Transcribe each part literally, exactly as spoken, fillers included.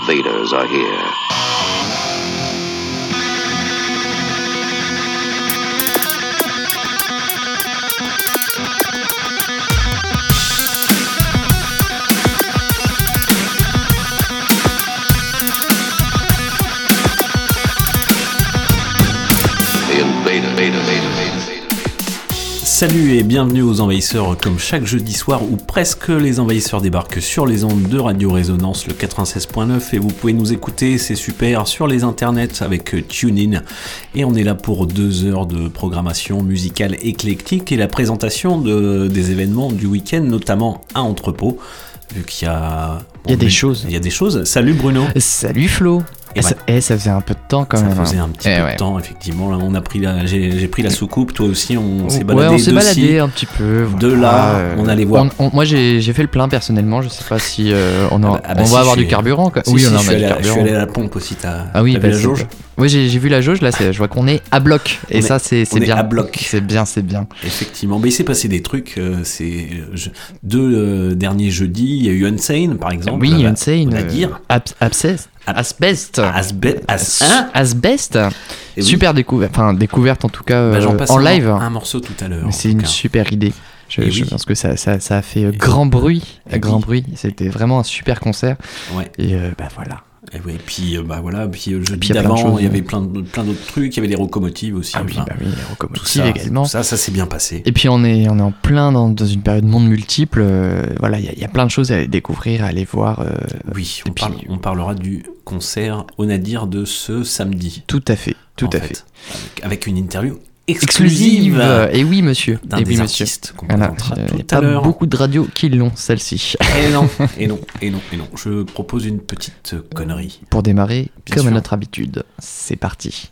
invaders are here. Salut et bienvenue aux Envahisseurs. Comme chaque jeudi soir ou presque, les Envahisseurs débarquent sur les ondes de Radio Résonance, le quatre-vingt-seize point neuf, et vous pouvez nous écouter, c'est super, sur les internets avec TuneIn. Et on est là pour deux heures de programmation musicale éclectique et la présentation de, des événements du week-end, notamment à Entrepôt, vu qu'il y a... Il y a des choses. Il y a des choses. Salut Bruno. Salut Flo. Et, bah, ça, et ça faisait un peu de temps quand ça même. Ça faisait un petit et peu ouais. de temps, effectivement. Là, on a pris la, j'ai, j'ai pris la soucoupe, toi aussi, on s'est baladé. Ouais, on s'est de baladé ci, un petit peu. De voilà. là, euh, on allait voir. On, on, moi, j'ai, j'ai fait le plein personnellement. Je sais pas si euh, on, a, ah bah, ah bah on si, va avoir suis... du carburant. Quoi. Si, oui, si, on en je, a suis du allé, carburant. je suis allé à la pompe aussi. T'as, ah oui, t'as bah, vu la jauge. Oui, j'ai, j'ai vu la jauge. Là, c'est, je vois qu'on est à bloc. Et on ça, est, c'est, c'est on bien. Est à bloc. C'est bien, c'est bien. Effectivement. Mais il s'est passé des trucs. Euh, c'est je, deux euh, derniers jeudis. Il y a eu Unsane, par exemple. Oui, là, Unsane. On va dire. Euh, Abscess. Asbest. Asbest. As- hein Asbest. Et super oui. découverte, enfin découverte en tout cas bah, euh, en un, live. Un morceau tout à l'heure. C'est une cas. super idée. Je, je oui. pense que ça, ça, ça a fait et grand oui. bruit, et grand oui. bruit. C'était vraiment un super concert. Ouais. Et euh, bah voilà. Et oui, puis euh, bah voilà, puis le jeudi d'avant, il y avait plein de, plein d'autres trucs, il y avait les locomotives aussi. Ah oui, enfin, bah oui, les locomotives tout ça, également. Tout ça, ça s'est bien passé. Et puis on est, on est en plein dans, dans une période monde multiple. Euh, voilà, il y, y a plein de choses à découvrir, à aller voir. Euh, oui, on, puis, parle, on parlera du concert au Nadir de ce samedi. Tout à fait, tout à fait. fait. Avec, avec une interview exclusive. exclusive. Et oui, monsieur. D'un et des oui, artistes monsieur. qu'on voilà. présentera euh, tout à l'heure. Pas beaucoup de radios qui l'ont, celle-ci. Et non, et non, et non, et non. Je propose une petite connerie. Pour démarrer, Bien comme sûr. à notre habitude, c'est parti.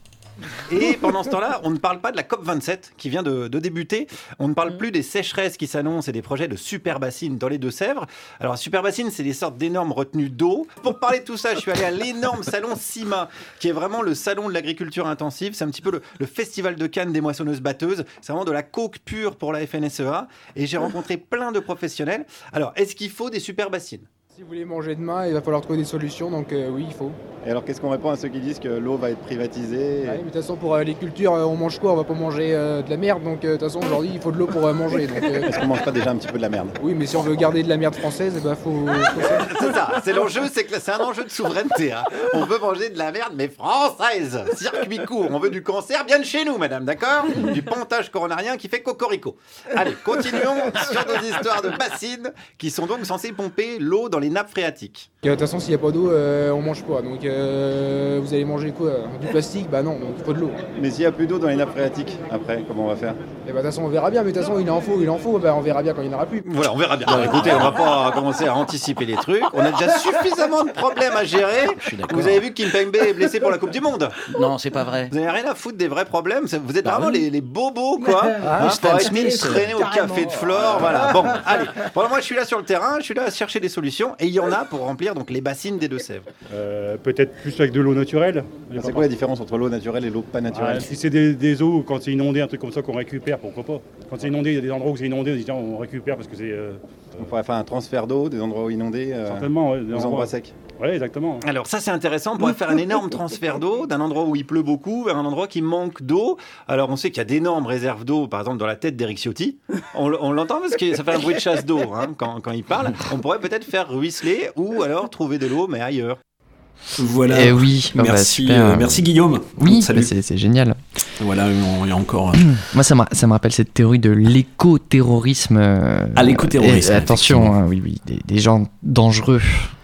Et pendant ce temps-là, on ne parle pas de la COP vingt-sept qui vient de, de débuter. On ne parle plus des sécheresses qui s'annoncent et des projets de superbassines dans les Deux-Sèvres. Alors, superbassines, c'est des sortes d'énormes retenues d'eau. Pour parler de tout ça, je suis allé à l'énorme salon CIMA, qui est vraiment le salon de l'agriculture intensive. C'est un petit peu le, le festival de Cannes des moissonneuses-batteuses. C'est vraiment de la coke pure pour la F N S E A. Et j'ai rencontré plein de professionnels. Alors, est-ce qu'il faut des superbassines ? Si vous voulez manger demain, il va falloir trouver des solutions, donc euh, oui, il faut. Et alors, qu'est-ce qu'on répond à ceux qui disent que l'eau va être privatisée ? Ah oui, mais de toute façon, pour euh, les cultures, euh, on mange quoi ? On va pas manger euh, de la merde, donc euh, de toute façon, aujourd'hui, il faut de l'eau pour euh, manger. Donc, euh... Est-ce qu'on mange pas déjà un petit peu de la merde ? Oui, mais si on veut garder de la merde française, il bah, faut... faut ça. C'est ça, c'est l'enjeu, c'est que c'est un enjeu de souveraineté. Hein. On veut manger de la merde, mais française. Circuit court, on veut du cancer bien de chez nous, madame, d'accord ? Du pontage coronarien qui fait cocorico. Allez, continuons sur nos histoires de bassines qui sont donc censées pomper l'eau dans les nappes phréatiques. De toute façon, s'il n'y a pas d'eau, euh, on mange pas. Donc, euh, vous allez manger quoi ? Du plastique ? Bah non, donc il faut de l'eau. Mais s'il n'y a plus d'eau dans les nappes phréatiques, après, comment on va faire ? Et bah de toute façon, on verra bien. Mais de toute façon, il en faut, il en faut. Bah on verra bien quand il n'y en aura plus. Voilà, on verra bien. Alors, écoutez, on va pas commencer à anticiper les trucs. On a déjà suffisamment de problèmes à gérer. Vous avez vu que Kimpembe est blessé pour la Coupe du Monde ? Non, c'est pas vrai. Vous n'avez rien à foutre des vrais problèmes. Vous êtes bah vraiment oui. les, les bobos, quoi. Ah, Stan Faut Smith, traîner au café de Flore, voilà. Bon, allez. Bon, moi, je suis là sur le terrain. Je suis là à chercher des solutions. Et il y en a pour remplir donc les bassines des Deux-Sèvres. Euh, peut-être plus avec de l'eau naturelle. C'est quoi la différence entre l'eau naturelle et l'eau pas naturelle ? Ah, si c'est des, des eaux, quand c'est inondé, un truc comme ça qu'on récupère, pourquoi pas ? Quand c'est inondé, il y a des endroits où c'est inondé, on dit tiens, on récupère parce que c'est... Euh, on pourrait faire un transfert d'eau des endroits inondés euh, certainement, ouais, aux endroits, endroits secs. Oui, exactement. Alors ça c'est intéressant, on pourrait faire un énorme transfert d'eau d'un endroit où il pleut beaucoup vers un endroit qui manque d'eau. Alors on sait qu'il y a d'énormes réserves d'eau, par exemple dans la tête d'Éric Ciotti. On, on l'entend parce que ça fait un bruit de chasse d'eau hein, quand, quand il parle. On pourrait peut-être faire ruisseler ou alors trouver de l'eau mais ailleurs. Voilà. Et oui, merci, bah, euh, merci Guillaume. Oui, salut. Bah c'est, c'est génial. Voilà, il y a encore. Euh... Moi, ça me, ça me rappelle cette théorie de l'éco-terrorisme. Euh, ah, l'éco-terrorisme. Et, attention, hein, oui, oui, des, des gens dangereux.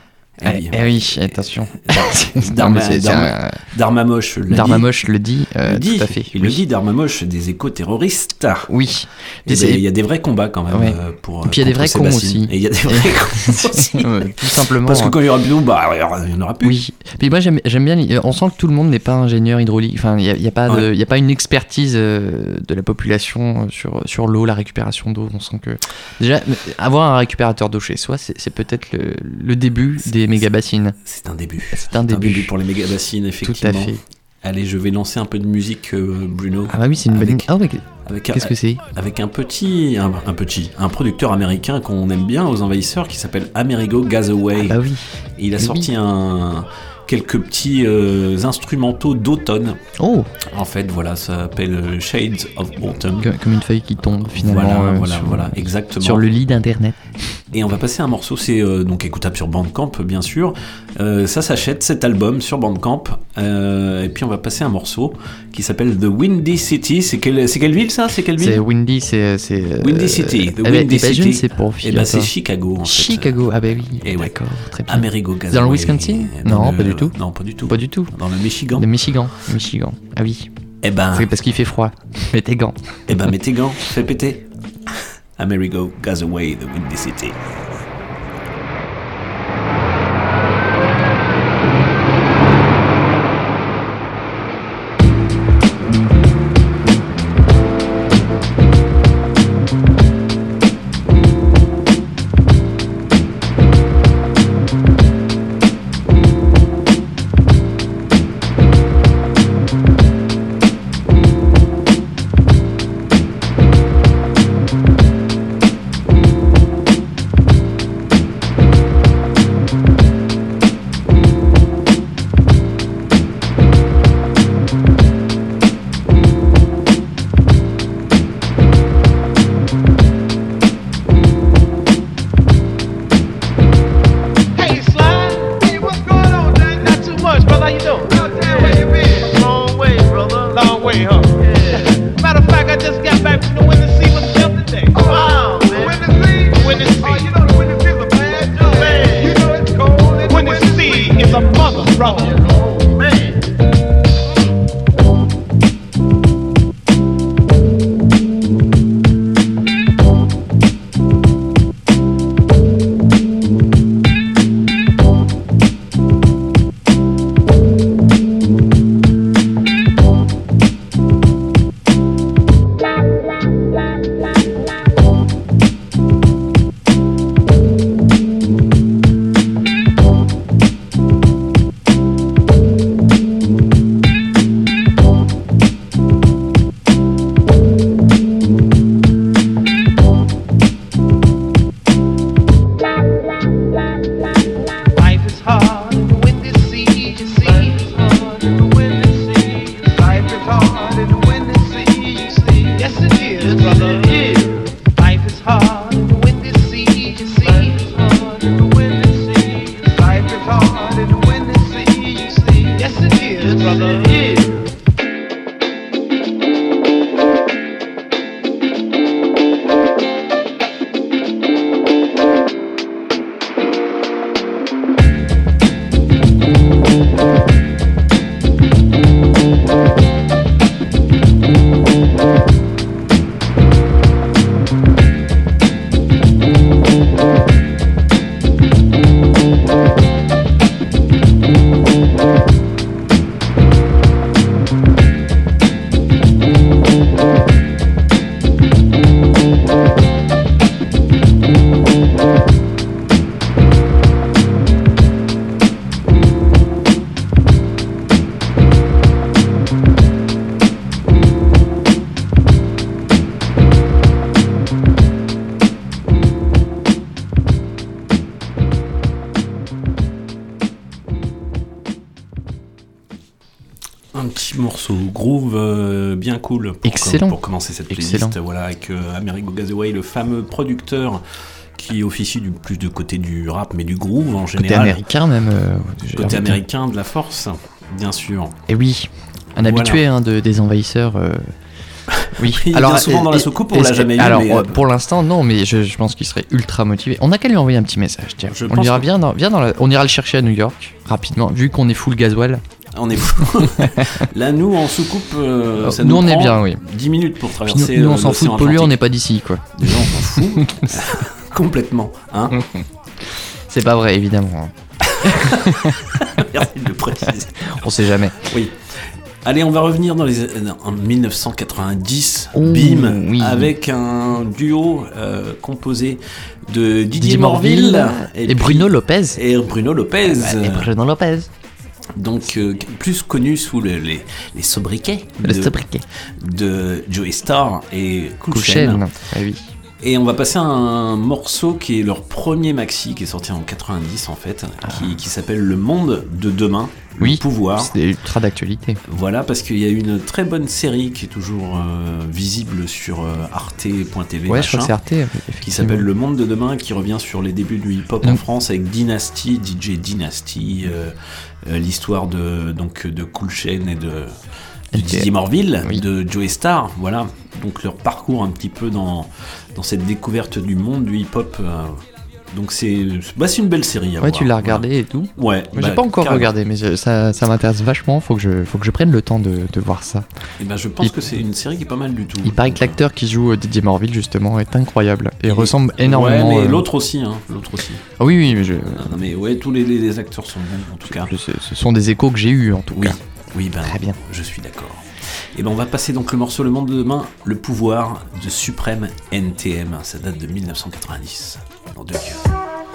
Ah oui, eh oui, attention. Darma, Darma, Darmamoche le Darmamoche le dit, euh, le dit, tout à fait. Il oui. le dit, Darmamoche, des éco-terroristes. Oui. Il ben, y a des vrais combats quand même. Ouais. Euh, pour, et puis il y a des vrais cons aussi. Et il y a des vrais cons aussi. Ouais, tout simplement. Parce que quand il y aura plus d'eau, bah, il n'y en aura plus. Oui. Puis moi j'aime, j'aime bien, on sent que tout le monde n'est pas ingénieur hydraulique. Enfin, il n'y a, y a, pas ouais. y a pas une expertise de la population sur, sur l'eau, la récupération d'eau. On sent que. Déjà, avoir un récupérateur d'eau chez soi, c'est, c'est peut-être le, le début c'est, des méga bassines. C'est un début. C'est un début. un début pour les méga bassines, effectivement. Tout à fait. Allez, je vais lancer un peu de musique, euh, Bruno. Ah bah oui, c'est une Avec- bonne. Ah ouais, Avec qu'est-ce un, que c'est? avec un petit, un, un petit, un producteur américain qu'on aime bien aux envahisseurs qui s'appelle Amerigo Gazaway. Ah bah oui. Et il a oui. sorti un, quelques petits euh, instrumentaux d'automne. Oh, En fait, voilà, ça s'appelle Shades of Autumn. que- comme une feuille qui tombe finalement Voilà, euh, voilà, sur, voilà, exactement. sur le lit d'internet. Et on va passer un morceau, c'est euh, donc écoutable sur Bandcamp, bien sûr. Euh, ça s'achète, cet album, sur Bandcamp. Euh, et puis on va passer un morceau qui s'appelle The Windy City. C'est quelle, c'est quelle ville ça? C'est quelle ville? C'est Windy, c'est. c'est euh, Windy City, The eh ben, Windy eh ben, je City. ne sais pas. Et bah c'est Chicago en fait. Chicago, ah bah oui. Et ouais. D'accord, très bien. Amerigo Gazaway. Dans le Wisconsin? Dans Non, le- pas du tout. Non, pas du tout. Pas du tout. Dans le Michigan. Le Michigan. Michigan. Ah oui. Eh ben, C'est parce qu'il fait froid. Mets tes gants. eh ben, mets tes gants, fais péter. Amerigo Gazaway, The Windy City. Hey, Sly. Hey, what's going on, man? Not too much, brother. How you doing? Downtown, where you been? Long way, brother. Long way, huh? Yeah. Matter of fact, I just got back from the Windy Sea myself today. Oh, wow, man. Windy Sea? Windy Sea. Oh, you know the Windy Sea is a bad job. Man, you know it's cold. It's Windy Sea is a mother, brother. Oh, man. Life is hard in the windy sea, you see. Life is hard in the windy sea. Life is hard in the windy sea, you see. Yes, it is, brother. Yeah. Life is hard in the windy sea, you see. Life is hard in the windy sea. Life is hard in the windy sea, you see. Yes, it is, brother. Yeah. Un petit morceau groove euh, bien cool pour, Excellent. pour commencer cette playlist. Excellent. Voilà, avec euh, Amerigo Gazaway, le fameux producteur qui officie du plus de côté du rap, mais du groove en Côté général. américain même. euh, j'ai Côté envie de- américain de la force, bien sûr. Et oui, un Voilà. habitué hein, de, des envahisseurs. euh, Oui. Il vient souvent dans la soucoupe, on est-ce l'a que- jamais eu, Alors, mais, euh, euh, pour l'instant, non, mais je, je pense qu'il serait ultra motivé. On a qu'à lui envoyer un petit message. Tiens, Je on pense lui dira que- viens dans, viens dans la- on ira le chercher à New York rapidement, vu qu'on est full gasoil. On est fou. Là, nous, en soucoupe, euh, ça nous, nous on est prend bien, oui. dix minutes pour Puis nous, traverser nous, on euh, s'en fout de l'océan polluer, on n'est Atlantique. pas d'ici, quoi. Déjà, on s'en fout. Complètement. Hein. C'est pas vrai, évidemment. Merci de le préciser. On sait jamais. Oui. Allez, on va revenir dans les, en dix-neuf cent quatre-vingt-dix, Oh, bim, oui. avec un duo euh, composé de Didier, Didier Morville Morville et puis- Bruno Lopez. et Bruno Lopez. Et Bruno Lopez. donc euh, plus connu sous le, les, les sobriquets Le de, sobriquet. de Joey Starr et Cool Cool Chain. Chain. Ah oui. Et on va passer à un morceau qui est leur premier maxi, qui est sorti en quatre-vingt-dix en fait, Ah. qui, qui s'appelle Le Monde de demain, Oui. le pouvoir. C'est ultra d'actualité. Voilà, parce qu'il y a une très bonne série qui est toujours euh, visible sur euh, arte point t v, Ouais, je crois machin, que c'est Arte. qui effectivement. s'appelle Le Monde de demain, qui revient sur les débuts du hip-hop Mm. en France avec Dynasty, D J Dynasty, euh, euh, l'histoire de, donc, de Cool Chain et de, de Et Didier Morville, oui. de Joey Starr, voilà. Donc leur parcours un petit peu dans, dans cette découverte du monde du hip-hop. euh, donc c'est bah, c'est une belle série à Ouais, voir. tu l'as regardé et tout. Ouais. Moi, bah, j'ai pas encore carrément. regardé, mais je- ça, ça m'intéresse vachement. Faut que je, faut que je prenne le temps de, de voir ça. Et ben, je pense Il- que c'est une série qui est pas mal du tout. Il paraît Donc, que l'acteur qui joue euh, Didier Morville justement est incroyable et il- ressemble Ouais, énormément. mais euh, l'autre aussi, hein, l'autre aussi. Ah oui, oui, mais je, Non, mais ouais, tous les, les, les acteurs sont bons en tout cas. je- ce, ce sont des échos que j'ai eus en tout Oui, cas. oui, ben, Très bien. je suis d'accord. Et ben on va passer donc le morceau Le Monde de demain, Le pouvoir de Suprême N T M. Ça date de mille neuf cent quatre-vingt-dix. Dans deux Dieu.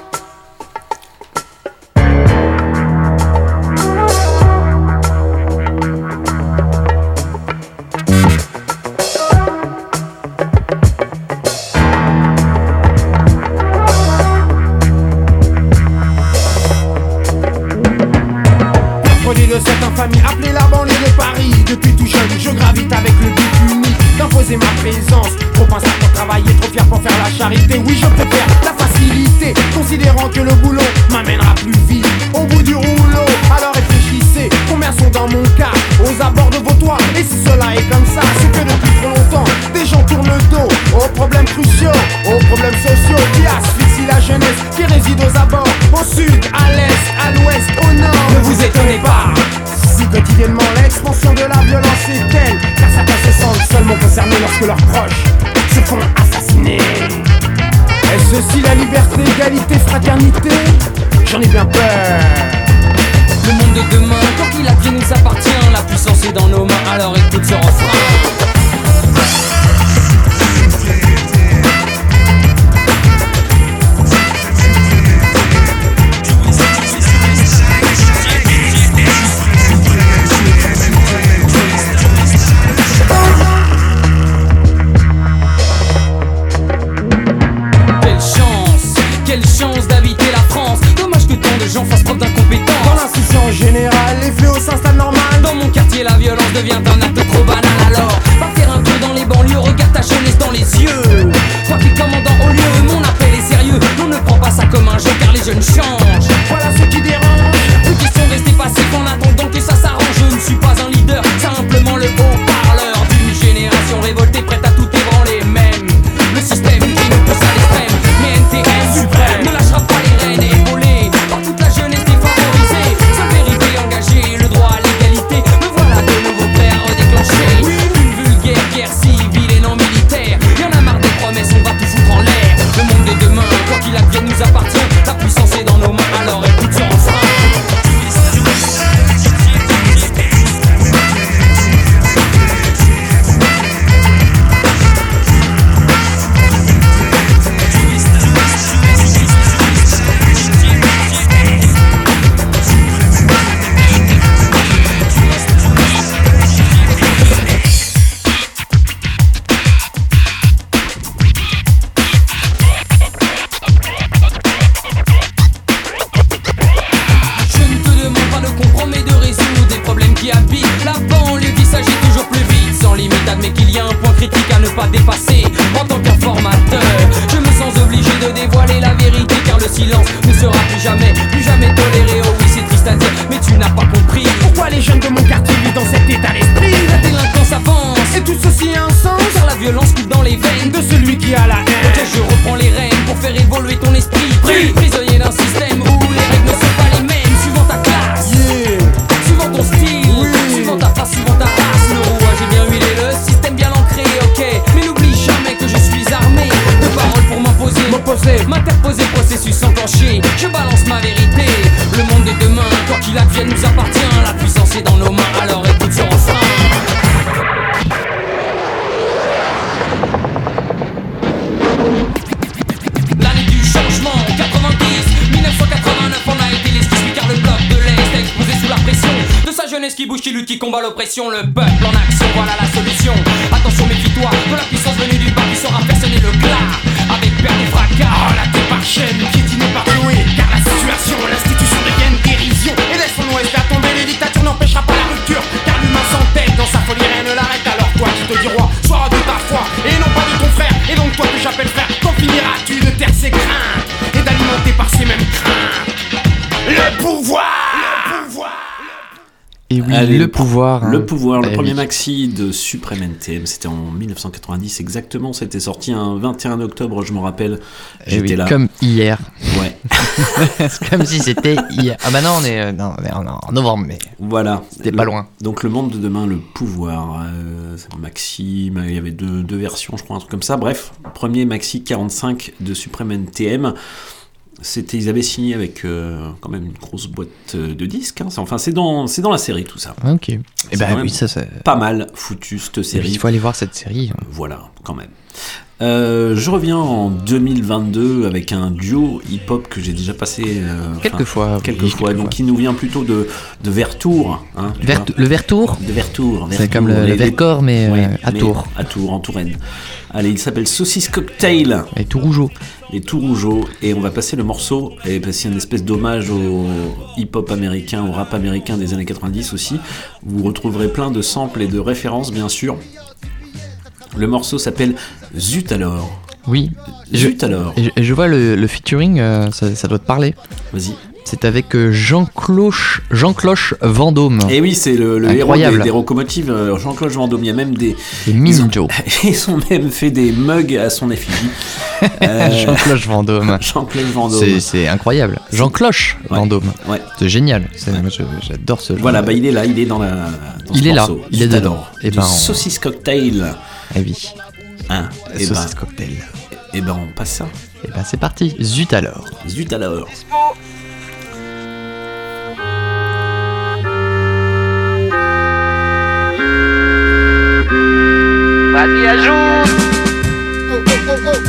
Produit de cette infamie appelée la banlieue de Paris. Depuis tout jeune, je gravite avec le but unique d'imposer ma présence. Trop instable pour travailler, trop fier pour faire la charité. Oui, je préfère la facilité, considérant que le boulot m'amènera plus vite au bout du rouleau. Alors réfléchissez, combien sont dans mon cas aux abords de vos toits. Et si cela est comme ça, c'est que depuis trop longtemps des gens tournent le dos aux problèmes cruciaux, aux problèmes sociaux qui asphyxient la jeunesse qui réside aux abords, au sud, à l'est, à l'ouest, au nord. Ne vous étonnez pas si quotidiennement l'expansion de la violence est telle, car certains se sentent seulement concernés lorsque leurs proches se font assassiner. Est-ce ceci la liberté, égalité, fraternité? J'en ai bien peur. Le monde de demain, tant qu'il a bien nous appartient. La puissance est dans nos mains, alors écoute ce refrain. Quelle chance, quelle chance d'habiter la France. Dommage que tant de gens fassent preuve d'incompétence. Dans l'insouciance générale, les fléaux s'installent normal. Dans mon quartier, la violence devient un acte trop banal. Alors, va faire un tour dans les banlieues, regarde ta jeunesse dans les yeux. Toi qui commandant au lieu, mon appel est sérieux. On ne prend pas ça comme un jeu car les jeunes changent. Voilà ce qui dérange. Eux qui sont restés passifs en attendant que ça s'arrange. Je ne suis pas un leader, simplement le haut-parleur d'une génération révoltée prête à tout ébranler. Même le système qui nous pousse à l'extrême. Mais N T M suprême ne lâchera pas les rênes épaulées par toute la jeunesse défavorisée. Sa vérité engagée, le droit à l'égalité. Me voilà de nouveau prêt à redéclencher une vulgaire guerre civile et non militaire. Y'en a marre des promesses, on va tout foutre en l'air. Le monde de demain, quoi qu'il advienne, nous appartient. La puissance est dans nos mains, alors écoute ce refrain. Je ne te demande pas de comprendre mais de résoudre des problèmes qui habitent la banlieue qui s'agit toujours plus vite. Sans limite, admets qu'il y a un point critique à ne pas dépasser. En tant qu'informateur, je me sens obligé de dévoiler la vérité car le silence ne sera plus jamais, plus jamais toléré. Oh oui, c'est triste à dire, mais tu n'as pas compris. Pourquoi les jeunes de mon quartier vivent dans cet état d'esprit? La délinquance avance Et tout ceci a un sens car la violence coule dans les veines. de celui qui a la Ok, haine. je reprends les rênes pour faire évoluer ton esprit. Pris, prisonnier d'un système où les règles ne sont pas les mêmes. Suivant ta classe, Yeah. suivant ton style, Oui. suivant ta face, suivant ta race. Le rouage est bien huilé, le système bien ancré, ok. Mais n'oublie jamais que je suis armé de paroles pour m'imposer, M'opposer. m'interposer, processus enclenché. Je balance ma vérité. Le monde de demain, quoi qu'il advienne, nous appartient. La puissance est dans nos mains, alors écoute ce refrain. L'année du changement, quatre-vingt-dix, mille neuf cent quatre-vingt-neuf, on a été les car le bloc de l'Est explosé sous la pression. jeunesse qui bouge, qui lutte, qui combat l'oppression. Le peuple en action, voilà la solution. Attention, méfie-toi de la puissance venue du bas qui saura faire sonner le glas avec perte et fracas. Oh la t'es par chaîne, piétinée par Chloé. Car la situation, l'institution devienne dérision. Et laisse son ouest à tomber, les dictatures n'empêchera pas la rupture. Car l'humain s'entête dans sa folie, rien ne l'arrête. Alors toi qui te dis roi, sois de ta foi et non pas de ton frère. Et donc toi que j'appelle frère, quand finiras-tu de taire ses craintes et d'alimenter par ces mêmes craintes le pouvoir, le pouvoir. Et oui, Allez, le pouvoir. Le hein. pouvoir, le Eh premier oui. maxi de Supreme N T M, c'était en dix-neuf cent quatre-vingt-dix exactement, c'était sorti un vingt et un octobre, je me rappelle, Eh j'étais oui, là. comme hier. Ouais, C'est comme si c'était hier. Ah bah non, on est, euh, non, on est en, en novembre, mais voilà. c'était Le- pas loin. Donc le monde de demain, le pouvoir, euh, c'est un maxi, mais il y avait deux, deux versions, je crois, un truc comme ça. Bref, premier maxi quarante-cinq de Supreme N T M. C'était, ils avaient signé avec euh, quand même une grosse boîte euh, de disques. Hein. C'est- Enfin, c'est dans, c'est dans la série tout ça. Ok. Et C'est bah quand oui, même ça, c'est. Pas mal foutu cette série. Il faut aller voir cette série. Voilà, quand même. Euh, je reviens en deux mille vingt-deux avec un duo hip-hop que j'ai déjà passé euh, Quelques enfin, fois. quelques oui, fois, quelques donc qui nous vient plutôt de, de Vertour. Hein, tu Vert- vois. le Vertour, De Vertour. c'est Vertour, comme le, les- le les- Vercors, mais Ouais, euh, à mais Tours. À Tours, en Touraine. Allez, il s'appelle Saucisse Cocktail. Et tout rougeau. Les tout rougeaux, et on va passer le morceau, et c'est une espèce d'hommage au hip-hop américain, au rap américain des années quatre-vingt-dix aussi. Vous retrouverez plein de samples et de références, bien sûr. Le morceau s'appelle Zut alors. Oui. Zut alors. Et je, et je vois le, le featuring, euh, ça, ça doit te parler. Vas-y. C'est avec euh, Jean-Cloche, Jean-Cloche Vendôme. Et oui, c'est le, le héros Incroyable. des, des locomotives, euh, Jean-Claude Vendôme. Il y a même des. Et Ils ont, Minjo. ils ont même fait des mugs à son effigie. Euh, Jean-Cloche Vendôme. Jean-Claude Vendôme. C'est, c'est incroyable. Jean-Cloche Ouais. Vendôme. Ouais. C'est génial. C'est, moi, je- j'adore ce genre. Voilà, de- bah il est là, il est dans la. Dans Il ce est là, morceau. il est Zut dedans. alors. Et De ben, on- Saucisse Cocktail. Eh oui. Hein. Et ben, Saucisse cocktail. et ben on passe ça. Et ben c'est parti. Zut alors. Zut alors. Vas-y, ajoute. Oh, oh, oh, oh.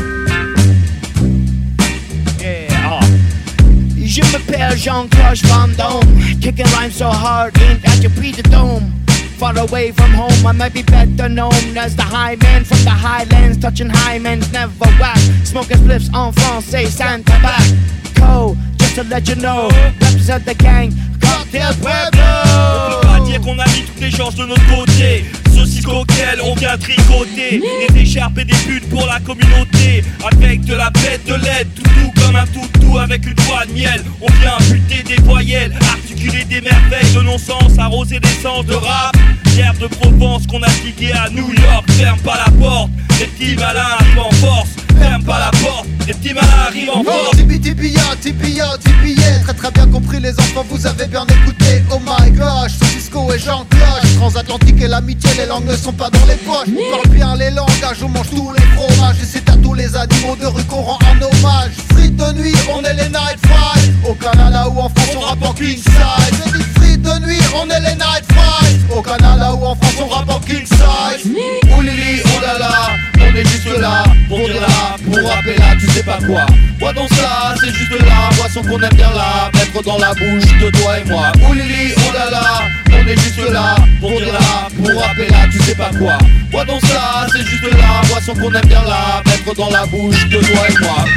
Yeah, oh. Je m'appelle Jean-Claude Vendôme. Kicking rhymes so hard, ain't at your pre the dome. Far away from home, I might be better known as the high man from the highlands. Touching high men's never whack. Smoking spliffs en français, sans tabac. Co, just to let you know. Represent the gang, Cocktail Pueblo. On peut pas dire qu'on a mis toutes les chances de notre côté. Saucisse cocktail, on vient tricoter des écharpes et des putes pour la communauté. Avec de la bête de l'aide, tout doux comme un toutou avec une voix de miel. On vient buter des voyelles, articuler des merveilles de non-sens, arroser d'essence de rap. Bière de Provence qu'on a piqué à New York. Ferme pas la porte, les petits malins arrivent en force. Ferme pas la porte, les petits malins arrivent en force. Tipi tipia, tipia, tipia. Très très bien compris les enfants, vous avez bien écouté. Oh my gosh, Cisco et Jean-Cloche. Transatlantique et l'amitié, les langues ne sont pas dans les poches. On parle bien les langages, on mange tous les fromages. Et c'est à tous les animaux de rue qu'on rend un hommage. Frites de nuit, on est les night fries. Au Canada ou en France, on rappe en king size. J'ai dit frites de nuit, on est les night fries. Au Canada ou en France, on rappe en king size. Oh Lili, oh là là, on est juste là pour dire là, pour rappeler là, tu sais pas quoi. Bois donc ça, c'est juste la boisson qu'on aime bien là, mettre dans la bouche de toi et moi. Oh Lili, oh là là, on est juste là pour dire là, pour rappeler là, tu sais pas quoi. Bois donc ça, c'est juste la boisson qu'on aime bien là, mettre dans la bouche de toi et moi.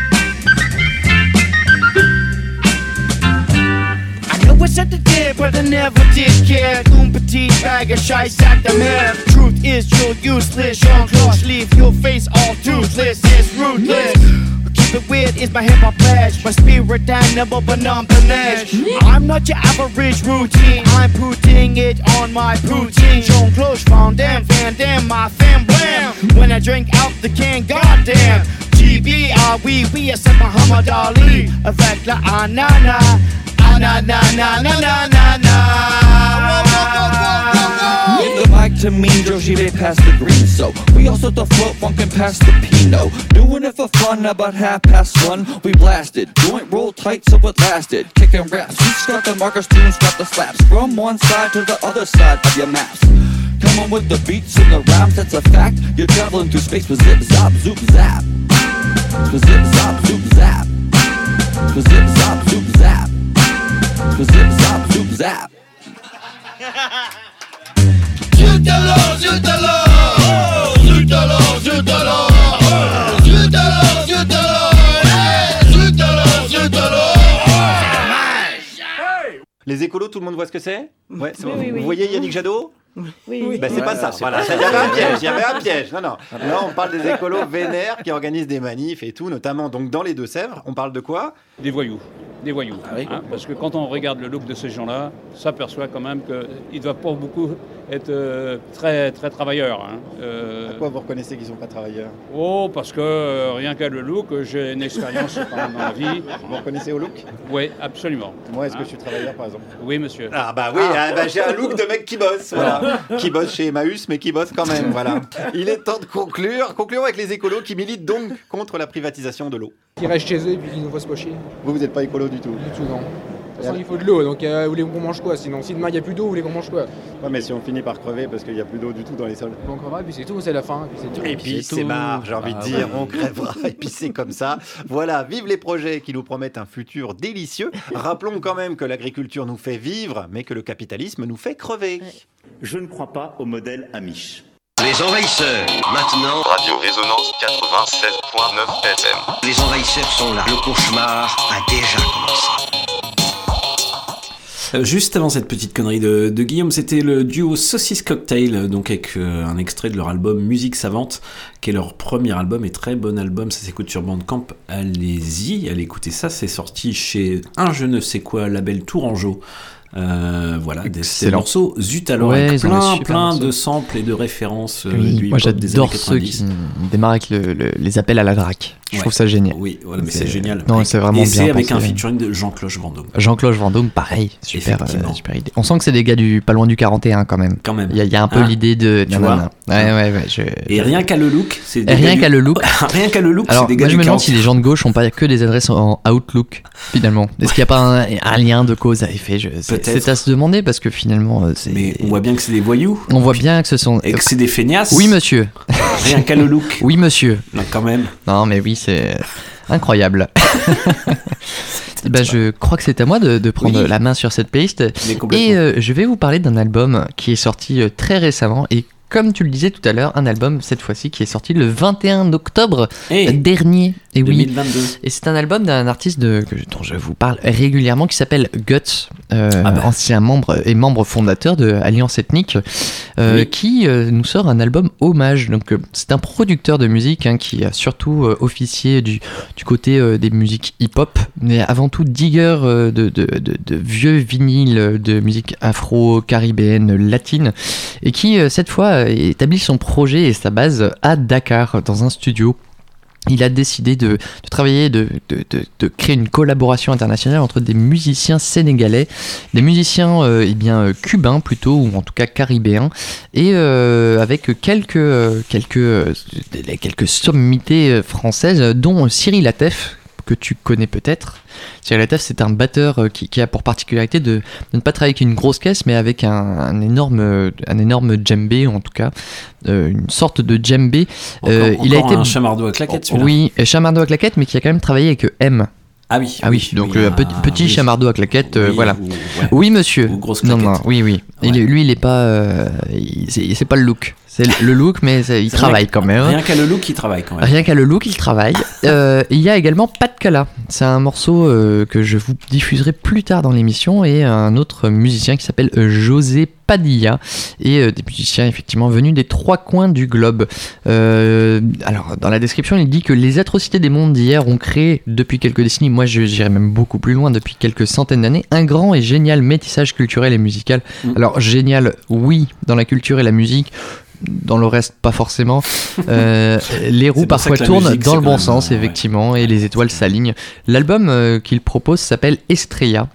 I know I said I did, but I never did care. Une petite bag of shite sack de merde. Truth is you're useless. Jean-Claude, leave your face all toothless. It's ruthless. Keep it weird is my hip-hop pledge. My spirit animal but non-panache. I'm not your average routine. I'm putting it on my poutine. Jean-Claude Vendôme, Van Damme, my fam blam. When I drink out the can, goddamn. G B R we, we are set Muhammad Ali. Avec la anana. Na na na na na na na. Give the mic to me, Joe, she lay past the green. So we also the float funkin' past the Pinot. Doing it for fun, about half past one. We blasted, joint roll tight so it lasted. Kicking raps, we got the markers, tunes, got the slaps. From one side to the other side of your maps. Come on with the beats and the rhymes, that's a fact. You're traveling through space with zip, zop, zoop, zap. With zip, zop, zoop, zap. With zip, zop, zoop, zap. Zip, zap, zoop, zap. Zut alors, zut alors, zut alors, zut alors, zut alors, zut alors, zut alors, zut alors. Les écolos, tout le monde voit ce que c'est? Ouais, c'est Oui, bon. oui, Vous oui. voyez Yannick Jadot? Oui, oui. Ben, c'est pas ça, voilà, il y avait un piège, il y avait un piège. Non, non. Là, on parle des écolos vénères qui organisent des manifs et tout, notamment donc dans les Deux-Sèvres. On parle de quoi? Des voyous. Des voyous. Hein, parce que quand on regarde le look de ces gens-là, ça s'aperçoit quand même qu'ils ne doivent pas beaucoup être euh, très, très travailleurs. Hein. Euh, À quoi vous reconnaissez qu'ils sont pas travailleurs? Oh, parce que euh, rien qu'à le look, j'ai une expérience quand même dans la vie. Vous reconnaissez au look? Oui, absolument. Moi, est-ce Hein. que je suis travailleur, par exemple? Oui, monsieur. Ah bah oui, ah, bah, j'ai un look de mec qui bosse, voilà. Qui bosse chez Emmaüs, mais qui bosse quand même, voilà. Il est temps de conclure. Concluons avec les écolos qui militent donc contre la privatisation de l'eau. Qui restent chez eux et puis qui nous fassent pas chier. Vous, vous n'êtes pas écolo du tout? Du tout, non. De toute façon, il faut de l'eau, donc euh, vous voulez qu'on mange quoi? Sinon, si demain il n'y a plus d'eau, vous voulez qu'on mange quoi? Ouais, mais si on finit par crever parce qu'il n'y a plus d'eau du tout dans les sols. On crevera, et puis c'est tout, c'est la fin. Et puis c'est tout. Et puis c'est marre, j'ai envie de dire, on crèvera, et puis c'est comme ça. Voilà, vive les projets qui nous promettent un futur délicieux. Rappelons quand même que l'agriculture nous fait vivre, mais que le capitalisme nous fait crever. Je ne crois pas au modèle Amish. Les envahisseurs, maintenant. Radio Résonance quatre-vingt-seize point neuf F M. Les envahisseurs sont là. Le cauchemar a déjà commencé. Euh, Juste avant cette petite connerie de, de Guillaume, c'était le duo Saucisse Cocktail, donc avec euh, un extrait de leur album Musique Savante, qui est leur premier album et très bon album. Ça s'écoute sur Bandcamp. Allez-y, allez écouter ça. C'est sorti chez un je ne sais quoi label Tourangeau. Euh, voilà, des, des morceaux Zut alors, Ouais, avec ils ont des plein, super plein morceaux. de samples et de références euh, Oui, du moi hip-hop des années j'adore ceux quatre-vingt-dix. qui démarrent avec le, le- les appels à la drague. Je Ouais. trouve ça génial. Oui, voilà, mais c'est génial. Non, c'est vraiment et bien. c'est avec pensé. un featuring de Jean-Claude Vendôme. Jean-Claude Vendôme, pareil, super, Effectivement. euh, super idée. On sent que c'est des gars du pas loin du quarante et un quand même. Quand même. Il y, a- il y a un peu Hein, l'idée de. tu non, vois non, non. Ouais, ouais, ouais. Je... Et rien qu'à le look, c'est des Et rien gars qu'à du- le look. rien qu'à le look, Alors, c'est des gars moi, je du me demande quarante. si les gens de gauche ont pas que des adresses en Outlook, finalement. Est-ce qu'il n'y a pas un, un lien de cause à effet? Je- C'est Peut-être. c'est à se demander parce que finalement, euh, c'est. Mais on voit bien que c'est des voyous. On voit bien que ce sont. Et que c'est des feignasses. Oui, monsieur. Rien qu'à le look. Oui, monsieur. Non, quand même. Non, mais oui, c'est incroyable. Bah, je crois que c'est à moi de, de prendre Oui. la main sur cette playlist. Mais complètement. Et euh, je vais vous parler d'un album qui est sorti euh, très récemment et comme tu le disais tout à l'heure, un album cette fois-ci qui est sorti le vingt et un octobre Hey, dernier. Et deux oui. mille vingt-deux. Et c'est un album d'un artiste de, que- dont je vous parle régulièrement qui s'appelle Guts, euh, Ah bah. ancien membre et membre fondateur de Alliance Ethnique, euh, Oui. qui euh, nous sort un album hommage. Donc euh, c'est un producteur de musique hein, qui a surtout euh, officié du, du côté euh, des musiques hip-hop, mais avant tout digger euh, de, de, de, de vieux vinyles de musique afro-caribéenne latine, et qui euh, cette fois euh, établit son projet et sa base à Dakar dans un studio. Il a décidé de, de travailler, de, de, de, de créer une collaboration internationale entre des musiciens sénégalais, des musiciens euh, eh bien, euh, cubains plutôt, ou en tout cas caribéens, et euh, avec quelques, euh, quelques, euh, quelques sommités euh, françaises, dont Cyril Atef, que tu connais peut-être. Cyril Atef, c'est un batteur euh, qui, qui a pour particularité de, de ne pas travailler avec une grosse caisse, mais avec un, un énorme, euh, un énorme djembé, ou en tout cas euh, une sorte de djembé. Encore, il a encore été un chamardeau à claquettes, celui-là. Oui, et chamardeau à claquettes, mais qui a quand même travaillé avec M. Ah oui. Ah oui, donc oui, euh, ah, petit, petit oui. chamardeau à claquettes, euh, Oui, voilà. ou- ouais. Oui, monsieur. Ou grosse non, claquette. non, oui, oui. Il est- lui, il est pas, euh, il- c'est c'est pas le look. C'est le look, mais c'est- il C'est travaille rien- quand même. Rien qu'à le look, il travaille quand même. Rien qu'à le look, il travaille. Euh, il y a également Pas de Cala. C'est un morceau euh, que je vous diffuserai plus tard dans l'émission, et un autre musicien qui s'appelle euh, José Padilla, et euh, des musiciens effectivement venus des trois coins du globe. Euh, alors dans la description, il dit que les atrocités des mondes d'hier ont créé depuis quelques décennies, moi je j'irais même beaucoup plus loin, depuis quelques centaines d'années, un grand et génial métissage culturel et musical. Mm. Alors génial, oui, dans la culture et la musique. Dans le reste, pas forcément. Euh, les roues C'est pour ça parfois que la tournent musique, dans c'est le quand bon même, sens, euh, ouais. effectivement, et les étoiles s'alignent. L'album euh, qu'il propose s'appelle Estrella.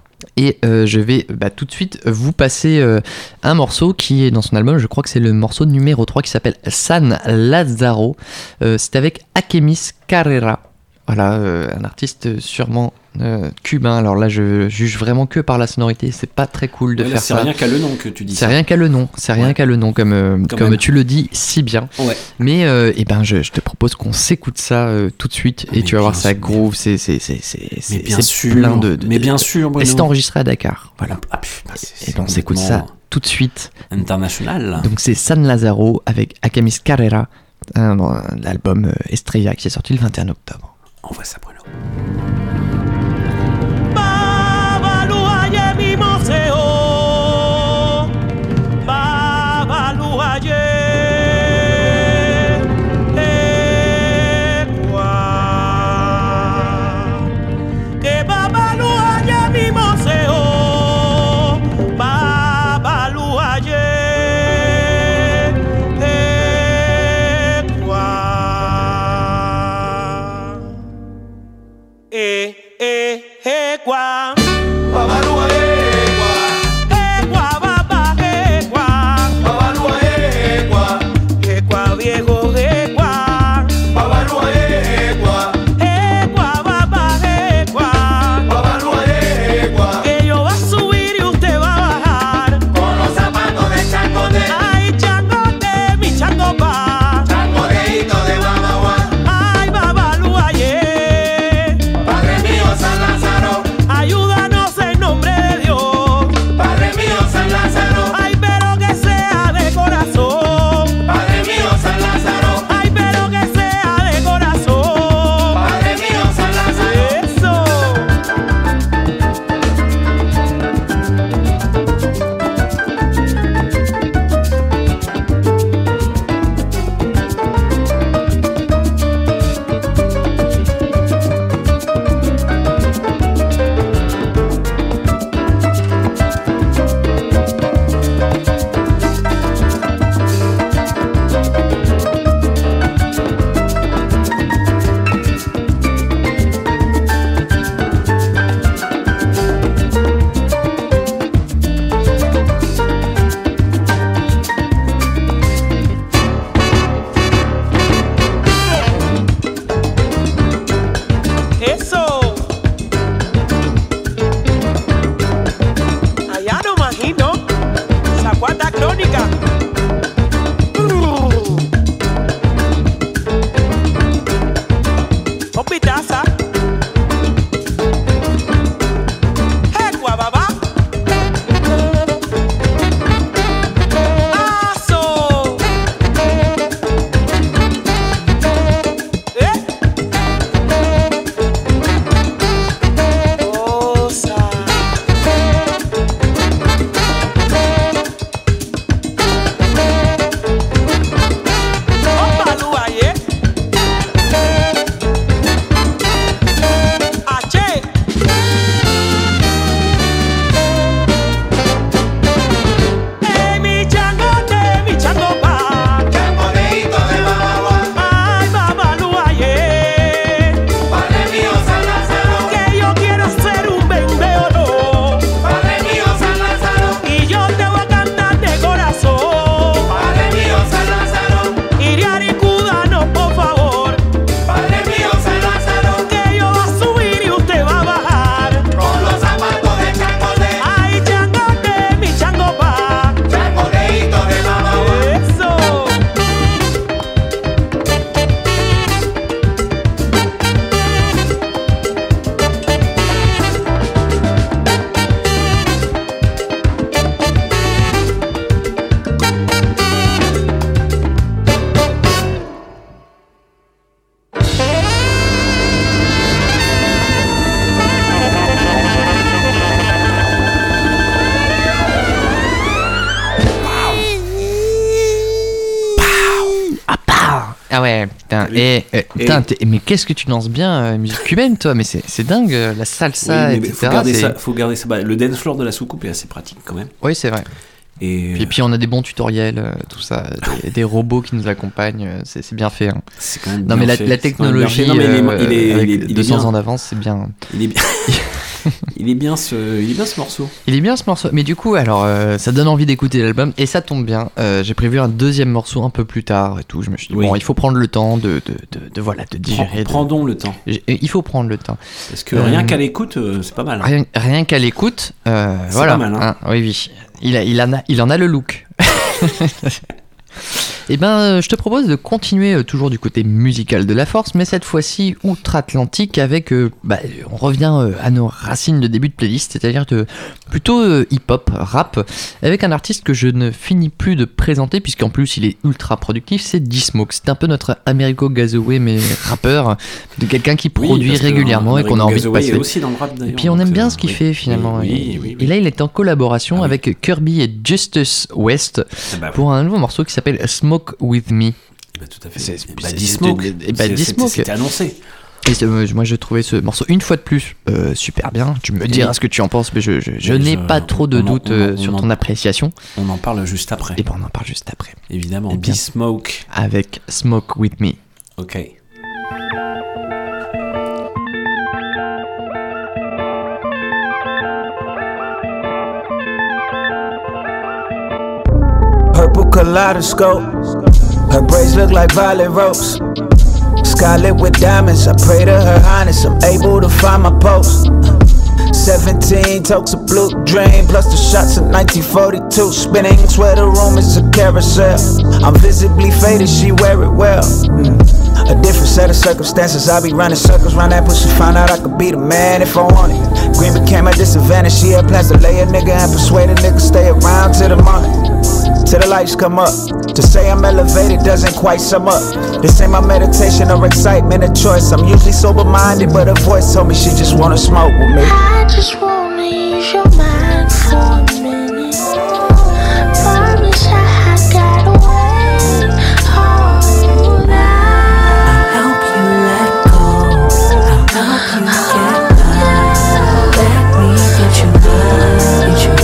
Et euh, je vais bah, tout de suite vous passer euh, un morceau qui est dans son album, je crois que c'est le morceau numéro trois qui s'appelle San Lazaro. Euh, c'est avec Akemis Carrera. Voilà, euh, un artiste sûrement euh, cubain. Alors là, je juge vraiment que par la sonorité. C'est pas très cool de Ouais, là, faire c'est ça. rien qu'à le nom que tu dis C'est ça. rien qu'à le nom. C'est rien Ouais. qu'à le nom, comme, euh, Quand comme même. tu le dis si bien. Ouais. Mais euh, eh ben, je, je te propose qu'on s'écoute ça euh, tout de suite et Mais tu vas voir bien ça sûr. groove. C'est c'est c'est c'est Mais c'est bien c'est sûr. plein de, de- Mais bien sûr, Et Bruno. c'est enregistré à Dakar. Voilà. Ah, putain, c'est- Et ben, on c'est s'écoute complètement ça tout de suite. international. Donc c'est San Lazaro avec Akamis Carrera, un- l'album euh, Estrella qui est sorti le vingt et un octobre. On voit ça, Bruno. Babaluaye mi museo, Babaluaye, Equa. Que Babaluaye mi museo, Babaluaye, Equa. Eh, eh, Equa. Babalua Equa. Equa, baba, Equa. Babalua Equa. Equa, viejo, Equa. Babalua Equa. Equa, baba, Equa. Babalua Equa. Que yo va a subir y usted va a bajar. Con los zapatos de changote. Ay, changote, mi chango pa. Changoteíto de Babagua. Ay, Babalua, yeah. Padre mío, San Lázaro. Ayúdanos en nombre de Dios. Padre mío, San Lázaro. Ay, pero que sea de corazón. Padre mío, San Lázaro. Ay, pero que sea de corazón. Padre mío, San Lázaro. Eso. Eso. Allá no imagino. Zacuata crónica. Opitaza. Equa, baba. Aso. Eh. Cosa. Babaluaye. Ache. Eh, mi changote, mi chango pa. Changoteíto de Babagua. Ay, Babaluaye. Padre mío, San Lázaro. Que yo quiero ser un bendeolo. Padre mío, San Lázaro. Y yo te voy a cantar de corazón. Padre mío, San Lázaro. Iriari Cudano, por favor. Padre mío, San Lázaro. Que yo va a subir y usted va a bajar. Con los zapatos de changote. Ay, changote, mi chango pa. Changoteíto de Babagua. Eso. Ah ouais, putain. Et, euh, putain, t'es- mais qu'est-ce que tu danses bien, euh, musique cubaine, toi. Mais c'est c'est dingue, euh, la salsa, Oui, mais et cetera. faut garder c'est- ça. Faut garder ça. Bah, le dance floor de la soucoupe est assez pratique quand même. Oui, c'est vrai. Et Puis, puis on a des bons tutoriels, euh, tout ça, des, des robots qui nous accompagnent, euh, c'est c'est bien fait. Hein. C'est quand même Non bien mais la, fait, la c'est quand même bien fait. technologie, Non, mais il est- euh, il est- avec il est- il est deux cents bien. ans d'avance, c'est bien. Il est bien. Il est bien ce, il est bien ce morceau. Il est bien ce morceau, mais du coup, alors euh, ça donne envie d'écouter l'album et ça tombe bien. Euh, j'ai prévu un deuxième morceau un peu plus tard et tout. Je me suis dit Oui. bon, il faut prendre le temps de, de, de, de voilà, de digérer. Prends, de- prends donc le temps. J'ai- Il faut prendre le temps. Parce que Euh, rien qu'à l'écoute, euh, c'est pas mal. Rien, rien qu'à l'écoute, euh, C'est voilà. pas mal, hein. Hein, oui, oui. Il, a, il, en a, il en a le look. Eh ben, euh, je te propose de continuer euh, toujours du côté musical de la force, mais cette fois-ci outre-Atlantique avec, euh, bah, on revient euh, à nos racines de début de playlist, c'est-à-dire de plutôt euh, hip-hop, rap, avec un artiste que je ne finis plus de présenter puisqu'en plus il est ultra productif, c'est D-Smoke. C'est un peu notre Amerigo Gazaway mais rappeur, de quelqu'un qui Oui, produit parce que, régulièrement euh, et qu'on a envie de Gazaway passer. est aussi dans le rap, Et d'ailleurs, puis on aime donc, bien euh, ce qu'il oui. fait finalement. Oui, et, oui, oui, et là il est en collaboration avec Kirby et Justice West bah, pour un nouveau morceau qui s'appelle Smoke With Me. Bah, tout à fait. C'est Bah, c'est- D-Smoke. c'est- eh bah, C'est- D-Smoke. c'était- c'était annoncé. Et c'est- euh, moi je trouvais ce morceau une fois de plus euh, super bien. Tu me diras ce que tu en penses, mais je, je, je Mais n'ai je- pas trop de on en- doutes on en- euh, on sur en- ton appréciation. On en parle juste après. Et ben on en parle juste après. Évidemment, Eh bien, D-Smoke. Avec Smoke With Me. Ok. Purple kaleidoscope. Her braids look like violet ropes. Scarlet with diamonds. I pray to her highness I'm able to find my post. seventeen tokes of blue dream plus the shots of nineteen forty-two. Spinning swear the room is a carousel. I'm visibly faded, she wear it well. Mm. A different set of circumstances. I be running circles round that pussy. Find out I could be the man if I want it. Green became a disadvantage. She had plans to lay a nigga and persuade a nigga stay around till the morning, till the lights come up. To say I'm elevated doesn't quite sum up. This ain't my meditation or excitement or choice. I'm usually sober minded, but her voice told me she just wanna smoke with me. I just wanna use your mind for a minute. Promise I got away. Hold on. I'll help you let go. I'll help you get by. Let me get you high, get you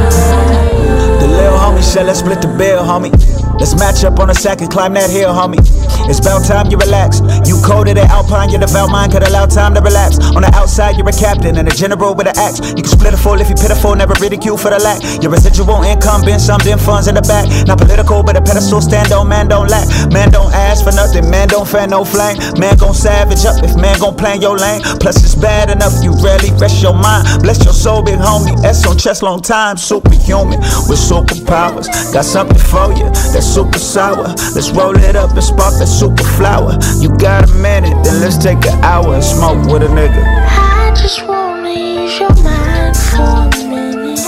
high. The little homie said let's split the bill, homie. Let's match up on a sack and climb that hill, homie. It's about time you relax. You coded at Alpine, your devout mind could allow time to relapse. On the outside, you're a captain and a general with an axe. You can split a fool if you pitiful, never ridicule for the lack. Your residual income been some dim funds in the back. Not political, but a pedestal stand on, man don't lack. Man don't ask for nothing, man don't fan no flame. Man gon' savage up if man gon' plan your lane. Plus it's bad enough, you rarely rest your mind. Bless your soul, big homie. S on chest, long time, superhuman with superpowers. Got something for you that's super sour. Let's roll it up and spark that super flower. You got a minute, then let's take an hour and smoke with a nigga. I just wanna use your mind for a minute.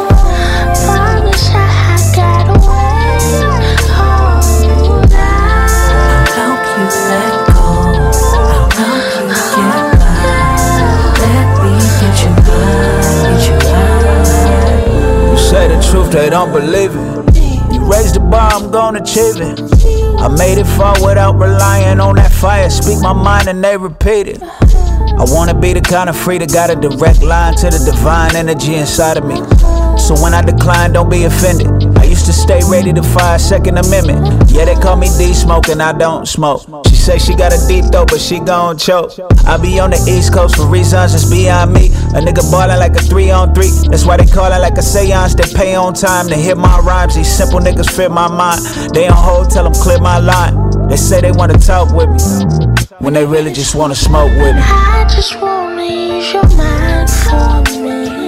Promise I got away. Hold on. I'll help you let go. I'll help you get by. Let me get you high, get you high. You say the truth, they don't believe it. You raise the bar, I'm gonna achieve it. I made it far without relying on that fire. Speak my mind and they repeat it. I wanna be the kind of free that got a direct line to the divine energy inside of me. So when I decline, don't be offended. I used to stay ready to fire Second Amendment. Yeah, they call me D-Smoke and I don't smoke. She say she got a deep throat, but she gon' choke. I be on the East Coast for reasons that's beyond me. A nigga ballin' like a three on three. That's why they call it like a seance. They pay on time to hit my rhymes. These simple niggas fit my mind. They on hold, tell them clear my line. They say they wanna talk with me when they really just wanna smoke with me. I just wanna use your mind for a minute.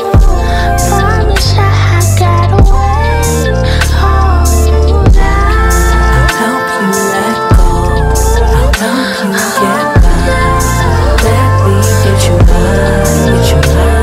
Promise I got away. Hold on. I'll help you let go. I'll help you get by. Let me get you high, get you high.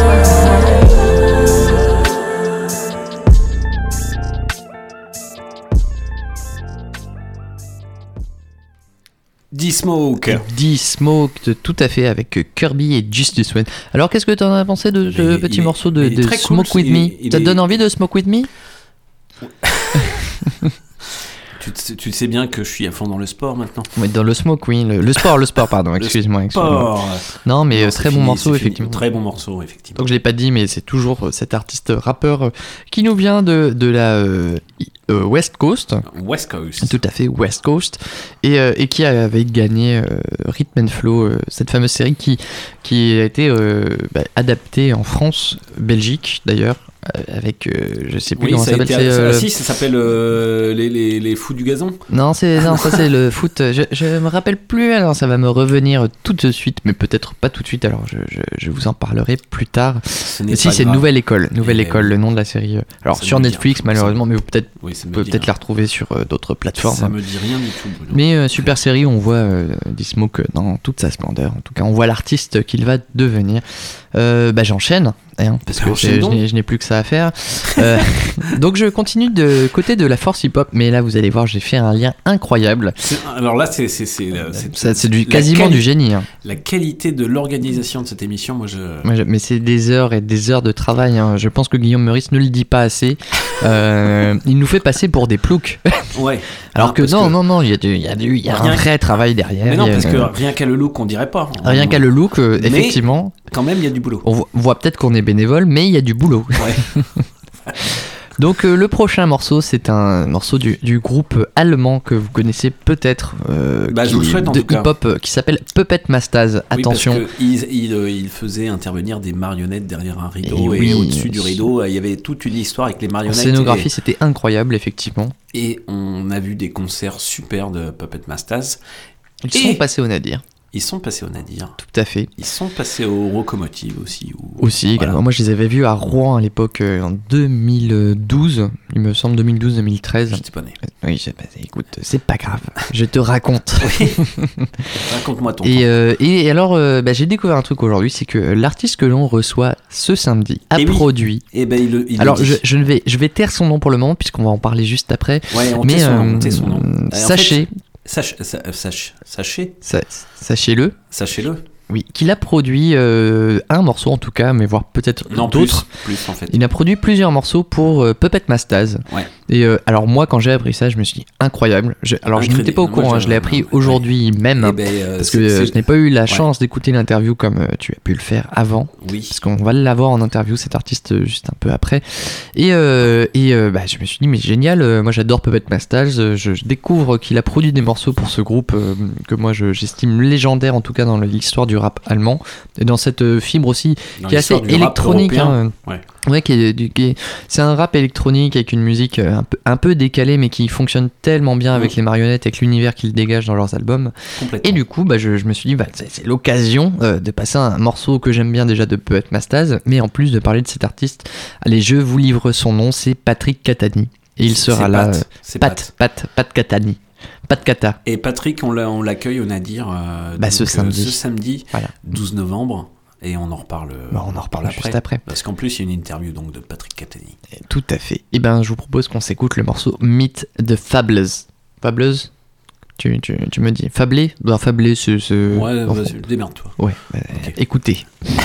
D-Smoke. D-Smoke, tout à fait, avec Kirby et Justice West. Alors, qu'est-ce que tu en as pensé de ce Il- petit il est- morceau de, il est de très Smoke cool, With il- Me il Ça te est- donne envie de Smoke With Me Tu, te- tu sais bien que je suis à fond dans le sport maintenant. Ouais, dans le smoke, oui. Le, le sport, le sport, pardon. Excuse-moi. excuse-moi. Sport. Non, mais Non, euh, c'est très bon fini, morceau, c'est fini. effectivement. Très bon morceau, effectivement. Donc je l'ai pas dit, mais c'est toujours euh, cet artiste rappeur euh, qui nous vient de, de la euh, i- euh, West Coast. West Coast. Tout à fait, West Coast. Et, euh, et qui avait gagné euh, Rhythm and Flow, euh, cette fameuse série qui, qui a été euh, bah, adaptée en France, Belgique d'ailleurs, euh, avec, euh, je sais plus Oui, comment ça ça a s'appelle. été. c'est, Ah, euh, si, ça s'appelle euh, les, les, les fous du gazon. Non, c'est non, ça c'est le foot. Je, je me rappelle plus. Alors ça va me revenir tout de suite, mais peut-être pas tout de suite. Alors je, je, je vous en parlerai plus tard. n'est Si pas c'est grave. Nouvelle École, Nouvelle Eh École, oui. le nom de la série. Alors Ça sur me dit Netflix rien. malheureusement, mais vous peut-être Oui, ça me pouvez dit peut-être rien. la retrouver sur euh, d'autres plateformes. Ça me dit rien du tout, Bruno. Mais euh, super série, on voit euh, D-Smoke dans toute sa splendeur. En tout cas, on voit l'artiste qu'il va devenir. Euh, bah j'enchaîne, hein, parce Bah, que enchaîne c'est- je donc. n'ai- je n'ai plus que ça à faire. Euh, donc je continue de côté de la force hip-hop, mais là vous allez voir, j'ai fait un lien incroyable. C'est- Alors là, c'est c'est c'est la- c'est- Ça, c'est du la quasiment quali- du génie. Hein. La qualité de l'organisation de cette émission, moi je. Moi, je- Mais c'est des heures et des heures de travail. Hein. Je pense que Guillaume Meurice ne le dit pas assez. Euh, il nous fait passer pour des ploucs. Ouais. Alors Non, que parce non, que- non, non, il y a, du, il y a, du, il y a Rien un que- vrai travail derrière. Mais non, il y a parce une- que rien qu'à le look, on dirait pas. Rien qu'à le look, euh, Mais effectivement. Quand même, il y a du boulot. On voit, on voit peut-être qu'on est bénévole, mais il y a du boulot. Ouais. Donc euh, le prochain morceau, c'est un morceau du, du groupe allemand que vous connaissez peut-être, euh, Bah, je qui- vous le souhaite, en de tout cas. hip-hop euh, qui s'appelle Puppet Mastaz. Attention. Oui, parce que il, il, euh, il faisait intervenir des marionnettes derrière un rideau Et et, oui, au-dessus du rideau, il y avait toute une histoire avec les En marionnettes. scénographie, et, c'était incroyable, effectivement. et on a vu des concerts super de Puppet Mastaz. Ils Et sont passés au Nadir. Ils sont passés au Nadir. Tout à fait. Ils sont passés aux locomotives aussi. Ou... Aussi, également. Voilà. Moi, je les avais vus à Rouen à l'époque, euh, en deux mille douze, il me semble, deux mille douze deux mille treize. J'étais pas né. Oui, j'ai- bah, écoute, c'est pas grave, je te raconte. Raconte-moi ton Et, euh, et, et alors, euh, bah, j'ai découvert un truc aujourd'hui, c'est que l'artiste que l'on reçoit ce samedi a Eh oui. produit. Et ben il, le- il le Alors, dit. je, je ne vais, je vais taire son nom pour le moment, puisqu'on va en parler juste après. Ouais, on mais tait son nom, euh, on tait son nom. Euh, en sachez, fait, Sach- sa- sach- sachez, sa- sachez-le, sachez-le. oui, qu'il a produit euh, un morceau en tout cas, mais voire peut-être Non, d'autres. plus, plus en fait. Il a produit plusieurs morceaux pour euh, Puppet Mastaz. Ouais. Et euh, alors moi, quand j'ai appris ça, je me suis dit incroyable. Je- alors je Incroyable. n'étais pas au Moi, courant, hein, je- je l'ai appris aujourd'hui même, Eh ben, euh, parce c'est- que euh, c'est- je n'ai pas eu la Ouais. chance d'écouter l'interview comme euh, tu as pu le faire avant. Oui. Parce qu'on va l'avoir en interview, cet artiste, euh, juste un peu après. Et, euh, et euh, bah, je me suis dit, mais génial, euh, moi j'adore Puppet Mastaz, euh, je, je découvre qu'il a produit des morceaux pour ce groupe euh, que moi je- j'estime légendaire, en tout cas dans l'histoire du rap allemand, et dans cette euh, fibre aussi Dans qui est assez l'histoire du rap électronique. européen. hein. Ouais. Ouais, qui est, du- qui est- c'est un rap électronique avec une musique euh, un peu, un peu décalée, mais qui fonctionne tellement bien avec Mm. les marionnettes, avec l'univers qu'ils dégagent dans leurs albums. Complètement. Et du coup, bah, je, je me suis dit, bah, c'est, c'est l'occasion euh, de passer un morceau que j'aime bien déjà de Puppet Mastaz, mais en plus de parler de cet artiste, allez, je vous livre son nom, c'est Patrick Catani. Et il C'est- sera c'est là. Pat, euh, c'est Pat, Pat, Pat Catani. Pat Cata. Et Patrick, on, l'a- on l'accueille au Nadir euh, Bah, ce donc, euh, samedi. ce samedi, Voilà. douze novembre. Et on en reparle, euh, Bah, on en reparle juste après. Parce qu'en plus, il y a une interview donc, de Patrick Catani. Tout à fait. Et ben, je vous propose qu'on s'écoute le morceau Meet the Fables. Fables tu, tu, tu me dis Fablé bah, Fablé, c'est. c'est- Ouais, Enfin, vas-y, démerde-toi. Ouais, bah, écoutez.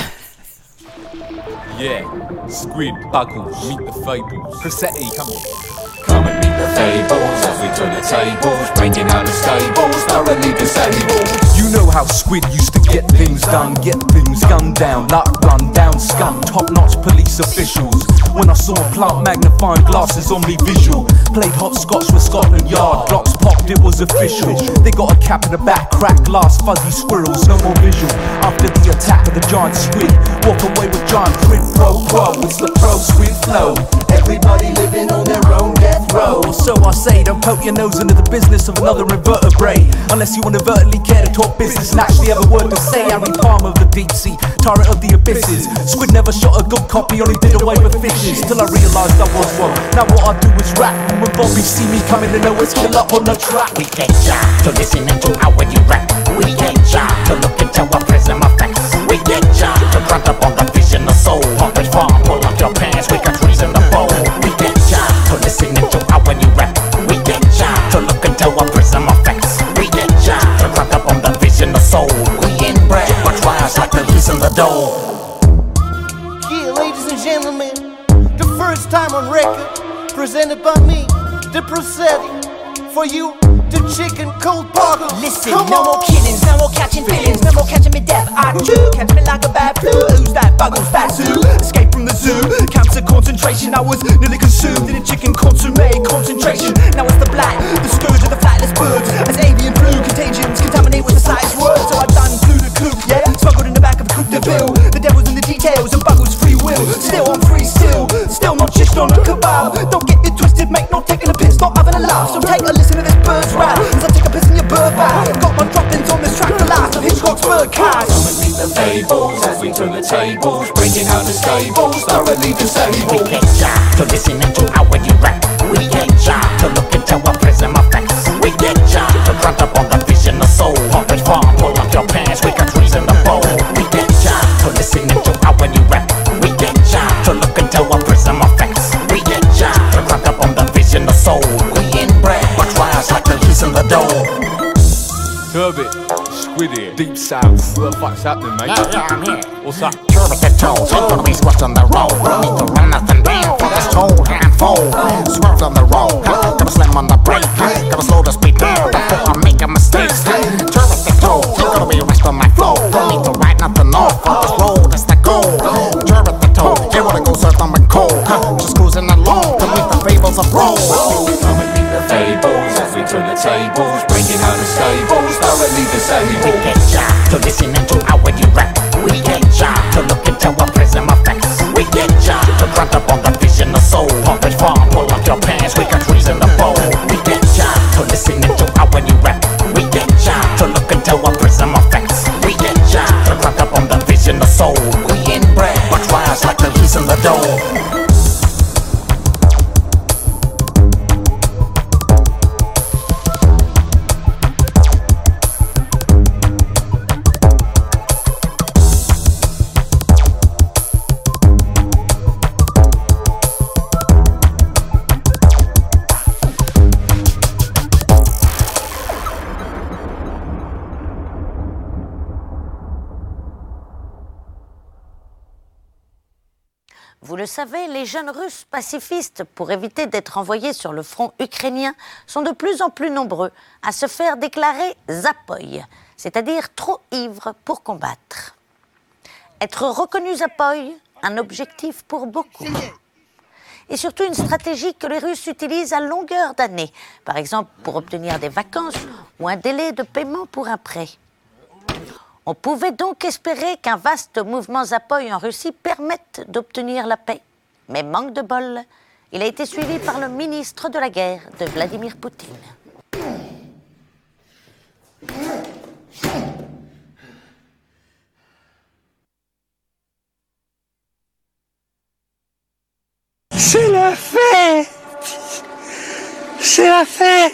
Yeah, Squid, Buckles, meet the Fables. Cossetti, come on. Come and meet the fables as we turn the tables, breaking out the stables, thoroughly disabled. You know how Squid used to get things done, get things gunned down, like run down scum, top-notch police officials. When I saw a plant magnifying glasses on me visual, played hopscotch with Scotland Yard, blocks popped, it was official. They got a cap in the back, crack glass, fuzzy squirrels, no more visual. After the attack of the giant squid, walk away with giant quid pro quo, it's the pro squid flow. Everybody living on their own death row. So I say, don't poke your nose into the business of another invertebrate, unless you inadvertently care to talk business and actually have a word to say. Harry Palmer of the deep sea, tyrant of the abysses. Squid never shot a good copy, only did away with fishes. Till I realised I was wrong. Now what I do is rap. When Bobby see me coming, they know it's killer on the track. We get ya to listening to how you rap. We get ya to look into our prism of facts. We get ya to grunt up on the vision of soul. Hungry farm, pull out your pants, we got trees in the bowl. We get ya to listening to how you rap. We get ya to look into our prism of facts. We get ya to grunt up on the vision of soul. We inbred, but rise like the leaves in the dough. Yeah, ladies and gentlemen, the first time on record, presented by me, the Prosthetic, for you. The chicken cold burger. Listen, Come no on. more killings, no more catching feelings, no more catching me death. I do catch me like a bad flu. Who's that bug? Who's that zoo? Escape from the zoo, cancer concentration. I was nearly consumed in a chicken consomme concentration. Now it's the black, the scourge of the flightless birds. As avian flu contagions contaminate with the slightest word. So I done flew the coop, yeah, smuggled in the back of a coupe de ville. The devil's in the details and Buggles free will. Still on free still, still not just on a kebab. Don't get it twisted, mate, not taking a piss, not having a laugh. So take a listen to this bird's rap as I take a piss in your bird bath. Got my droppings on this track, the last of Hitchcock's bird cast. Come and meet the fables as we turn the tables, bringing out the stables, thoroughly disabled. We get job to listening to how you rap. We get job to look into our prism effects. We get job to grunt up on the vision of soul. Puppet farm, pull up your pants, we got trees in the bowl. We get job to listening to how you rap. We get job to look into our prism effects. We get job to grunt up on the vision of soul. We inbred, but rise like the leaves in the door. Turbot, Squiddy, Deep South. What the fuck's happening, mate? Yeah, yeah, I'm here. What's that? Turbot the toes, ain't gonna be squashed on the road. Need to run nothing down for this whole handful. Swerved on the road, gotta slam on the brake. Gotta slow the speed down before I make a mistake. Turbot the toes, ain't gonna be rest on my flow. Don't need to ride nothing off on this road, that's the goal. Turbot the toes, ain't wanna go surf on my cold. Just cruising along to meet the fables of road. Come and meet the fables as we turn the tables, bringing out the stables, thoroughly disabled. We get job to listening to how you rap. We get job to look into our prism effects. We get job to grunt up on the vision of soul. Puppet farm, pull up your pants, we got trees in the bowl. We get job to listening to how you rap. We get job to look into our prism effects. We get job to grunt up on the vision of soul. We inbred, but rise like the leaves in the door. Vous le savez, les jeunes Russes pacifistes, pour éviter d'être envoyés sur le front ukrainien, sont de plus en plus nombreux à se faire déclarer zapoy, c'est-à-dire trop ivres pour combattre. Être reconnu zapoy, un objectif pour beaucoup. Et surtout une stratégie que les Russes utilisent à longueur d'année, par exemple pour obtenir des vacances ou un délai de paiement pour un prêt. On pouvait donc espérer qu'un vaste mouvement zapoy en Russie permette d'obtenir la paix. Mais manque de bol, il a été suivi par le ministre de la guerre de Vladimir Poutine. C'est la fête! C'est la fête!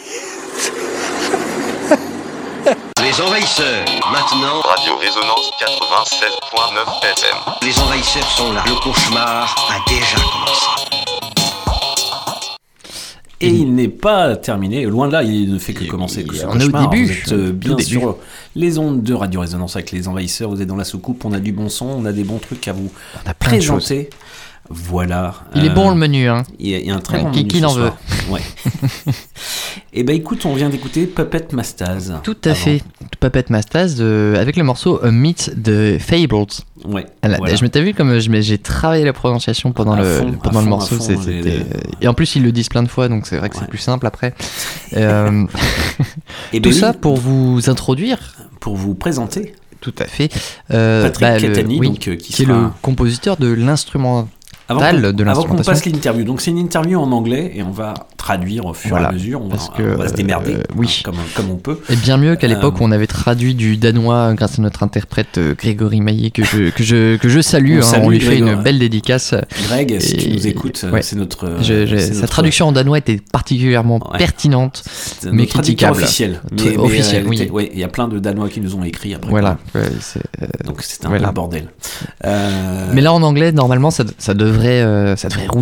Les envahisseurs, maintenant Radio Résonance quatre-vingt-seize point neuf F M. Les envahisseurs sont là, le cauchemar a déjà commencé. Et il n'est pas terminé, loin de là, il ne fait que commencer. Que ce on est au cauchemar. début. Vous êtes euh, bien Tout sur début. les ondes de Radio Résonance avec les envahisseurs, vous êtes dans la soucoupe, on a du bon son, on a des bons trucs à vous On a plein de choses. présenter. Voilà. Il est bon le menu, hein. Il y a, il y a un très Ouais, bon qui- menu qui ce en soir. Ouais. Et ben écoute, on vient d'écouter Puppet Mastaz. Tout à avant. fait. Puppet Mastaz euh, avec le morceau A Meet de Fables. Ouais. Voilà. voilà. Je m'étais vu comme je m'ai- j'ai travaillé la prononciation pendant À le fond, pendant à le fond, morceau. à fond, c'est- les- c'était- les- Et en plus ils le disent plein de fois, donc c'est vrai que c'est plus simple après. Euh, Et Tout ben ça oui, pour vous introduire. pour vous présenter. Tout à fait. Euh, Patrick le- Catani, oui, donc, euh, qui qui est sera- le compositeur de l'instrument. Avant qu'on, de avant qu'on l'instrumentation. passe l'interview, donc c'est une interview en anglais et on va traduire au fur Voilà, et à mesure, on va, parce que, on va se démerder euh, oui. hein, comme, comme on peut. Et bien mieux qu'à l'époque Euh, où on avait traduit du danois grâce à notre interprète euh, Grégory Maillet que je, que je, que je salue, On hein, salue on lui fait Grégory. une belle dédicace. Greg, si tu Et- nous écoutes, ouais. c'est notre. euh, Je- je- c'est sa notre- traduction en danois était particulièrement Ouais. pertinente, c'est mais notre traducteur critiquable. officiel. Tr- Mais, mais, officiel, euh, oui. était- ouais, il y a plein de Danois qui nous ont écrit après. Voilà. quoi. Ouais, c'est, euh, Donc c'est un voilà. peu le bordel. Euh, Mais là en anglais, normalement, ça, ça devrait, euh, ça devrait rouler.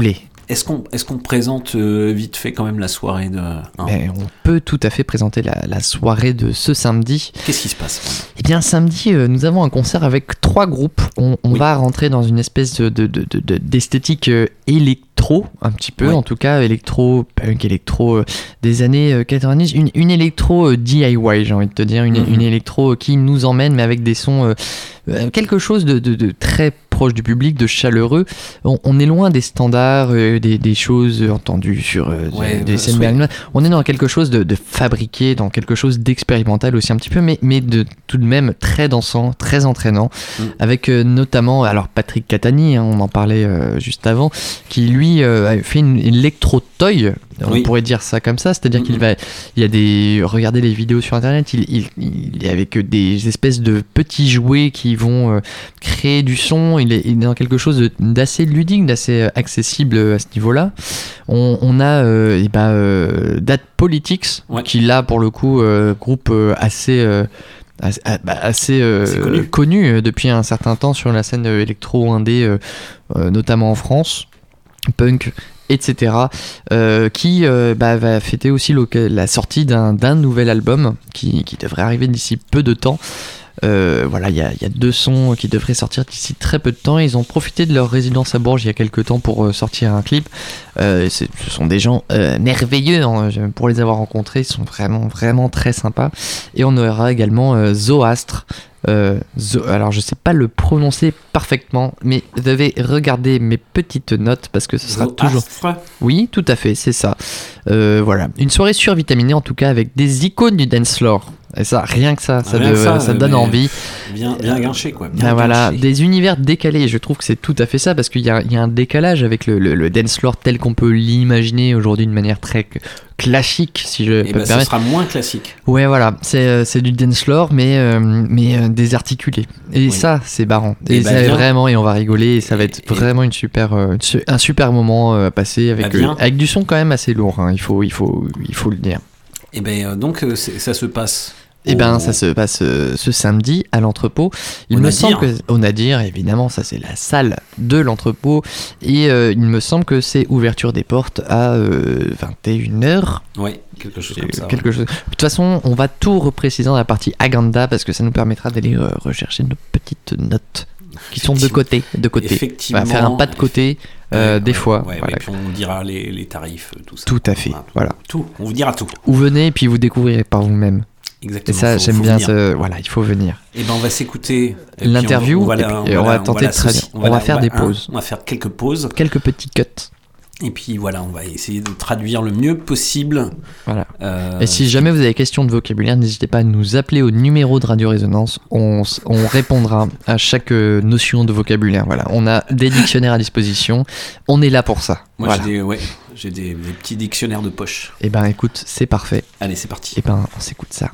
Est-ce qu'on, est-ce qu'on présente euh, vite fait quand même la soirée de... Hein Ben, on peut tout à fait présenter la, la soirée de ce samedi. Qu'est-ce qui se passe? Eh bien, samedi, euh, nous avons un concert avec trois groupes. On, on Oui. va rentrer dans une espèce de, de- de- de- de- d'esthétique euh, électro, un petit peu, Ouais. en tout cas, électro, punk, électro euh, des années euh, quatre-vingt-dix. Une, une électro euh, D I Y, j'ai envie de te dire. Une, Mhm. une électro qui nous emmène, mais avec des sons... euh, euh, quelque chose de, de- de très proche du public, de chaleureux. On, on est loin des standards, euh, des, des choses entendues sur euh, Ouais, des euh, scènes ouais. berlinoises. On est dans quelque chose de, de fabriqué, dans quelque chose d'expérimental aussi un petit peu, mais, mais de tout de même très dansant, très entraînant, Mm. avec euh, notamment alors Patrick Catani, hein, on en parlait euh, juste avant, qui lui euh, a fait une électro-toy, on Oui. pourrait dire ça comme ça, c'est-à-dire Mm, qu'il mm. va, il y a des, regardez les vidéos sur internet, il, il, il est avec des espèces de petits jouets qui vont euh, créer du son, il est, il est dans quelque chose de- d'assez ludique, d'assez euh, accessible à ce niveau-là. On, on a euh, eh ben, euh, Dad Politics, Ouais. qui là pour le coup, euh, groupe euh, assez... euh, assez, ah, bah, assez, euh, C'est connu. connu euh, depuis un certain temps sur la scène euh, électro-indé, euh, euh, notamment en France, punk, et cetera, euh, qui euh, bah, va fêter aussi l'oc- la sortie d'un d'un nouvel album qui, qui devrait arriver d'ici peu de temps. Euh, voilà, il y a, il y a deux sons qui devraient sortir d'ici très peu de temps. Ils ont profité de leur résidence à Bourges il y a quelques temps pour euh, sortir un clip. Euh, c'est- ce sont des gens euh, merveilleux, hein, je- pour les avoir rencontrés, ils sont vraiment vraiment très sympas. Et on aura également euh, Zoastre. Euh, Zo- alors je sais pas le prononcer parfaitement, mais vous devez regarder mes petites notes parce que ce sera toujours. Zoastre. Oui, tout à fait, c'est ça. Euh, voilà, une soirée survitaminée en tout cas avec des icônes du dance floor. Et ça, rien que ça, ça, Rien que de- ça, ça euh, donne mais envie. Bien, bien guinché, quoi. Bien Ah, voilà, guinché. des univers décalés. Je trouve que c'est tout à fait ça parce qu'il y a, il y a un décalage avec le, le, le dance floor tel qu'on peut l'imaginer aujourd'hui d'une manière très c- classique, si je Et peux ben, me ce permettre. sera moins classique. Ouais, voilà, c'est, euh, c'est du dance floor, mais, euh, mais euh, désarticulé. Et Oui. ça, c'est marrant. Et, Et bah, ça, viens. vraiment, et on va rigoler, et ça va être et- vraiment une super, euh, une su- un super moment euh, à passer avec, Bah, viens. euh, avec du son quand même assez lourd, hein, il, faut, il, faut, il faut le dire. Et ben euh, donc euh, c'est- ça se passe. Et au- ben, ça se passe euh, ce samedi à l'entrepôt. Il Au me Nadir. semble que au Nadir, évidemment, ça c'est la salle de l'entrepôt. Et euh, il me semble que c'est ouverture des portes à euh, vingt et une heures. Ouais, quelque chose comme ça. Quelque chose. De toute façon, on va tout repréciser dans la partie agenda parce que ça nous permettra d'aller euh, rechercher nos petites notes qui sont de côté, de côté. Effectivement. On va faire un pas de côté euh, Ouais, des ouais, fois. ouais, voilà. ouais, puis on dira les, les tarifs, tout ça. Tout à fait. Voilà. Tout. On vous dira tout. Ou venez et puis vous découvrirez par vous-même. Exactement. Et ça, faut- j'aime faut bien. venir. Ce... Voilà, il faut venir. Et ben on va s'écouter et puis L'interview, on va- et la- puis on va tenter la de traduire. sauci- On va la- faire des hein, pauses. on va faire quelques pauses. Quelques petits cuts. Et puis voilà, on va essayer de traduire le mieux possible. Voilà. Euh, Et si jamais vous avez question de vocabulaire, n'hésitez pas à nous appeler au numéro de Radio Résonance. On, s- on répondra à chaque euh, notion de vocabulaire. Voilà. On a des dictionnaires à disposition. On est là pour ça. Moi Voilà. j'ai des, ouais, j'ai des, des petits dictionnaires de poche. Et ben écoute, c'est parfait. Allez, c'est parti. Et ben on s'écoute ça.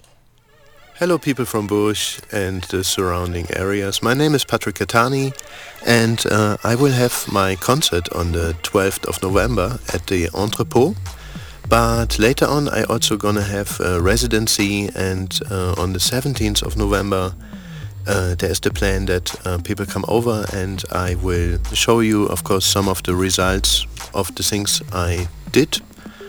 Hello, people from Bourges and the surrounding areas. My name is Patrick Catani, and uh, I will have my concert on the twelfth of November at the Entrepôt. But later on, I also gonna have a residency, and uh, on the seventeenth of November, uh, there's the plan that uh, people come over, and I will show you, of course, some of the results of the things I did.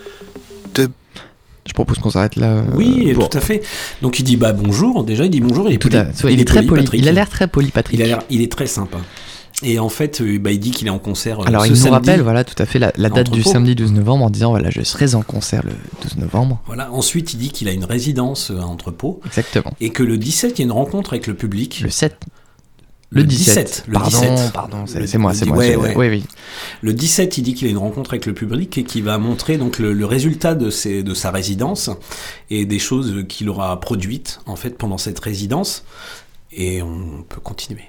The Je propose qu'on s'arrête là. euh, Oui, pour- tout à fait. Donc il dit bah bonjour. Déjà il dit bonjour. Il est Tout poli. à- soit il est très poli. Patrick. Il a l'air très poli, Patrick. Il a l'air, il est très sympa. Et en fait, euh, bah, il dit qu'il est en concert. euh, Alors ce il nous samedi. rappelle, voilà, tout à fait la, la date du Entrepôt. samedi douze novembre en disant voilà, je serai en concert le douze novembre. Voilà. Ensuite, il dit qu'il a une résidence euh, à Entrepôt. Exactement. Et que le dix-sept, il y a une rencontre avec le public. Le sept. Le dix-sept. Le Pardon, dix-sept. pardon, c'est- Le- c'est moi, le c'est dix- moi, ouais, c'est- ouais. oui, oui. Le dix-sept, il dit qu'il a une rencontre avec le public et qu'il va montrer donc le, le résultat de, ses, de sa résidence et des choses qu'il aura produites en fait pendant cette résidence. Et on peut continuer.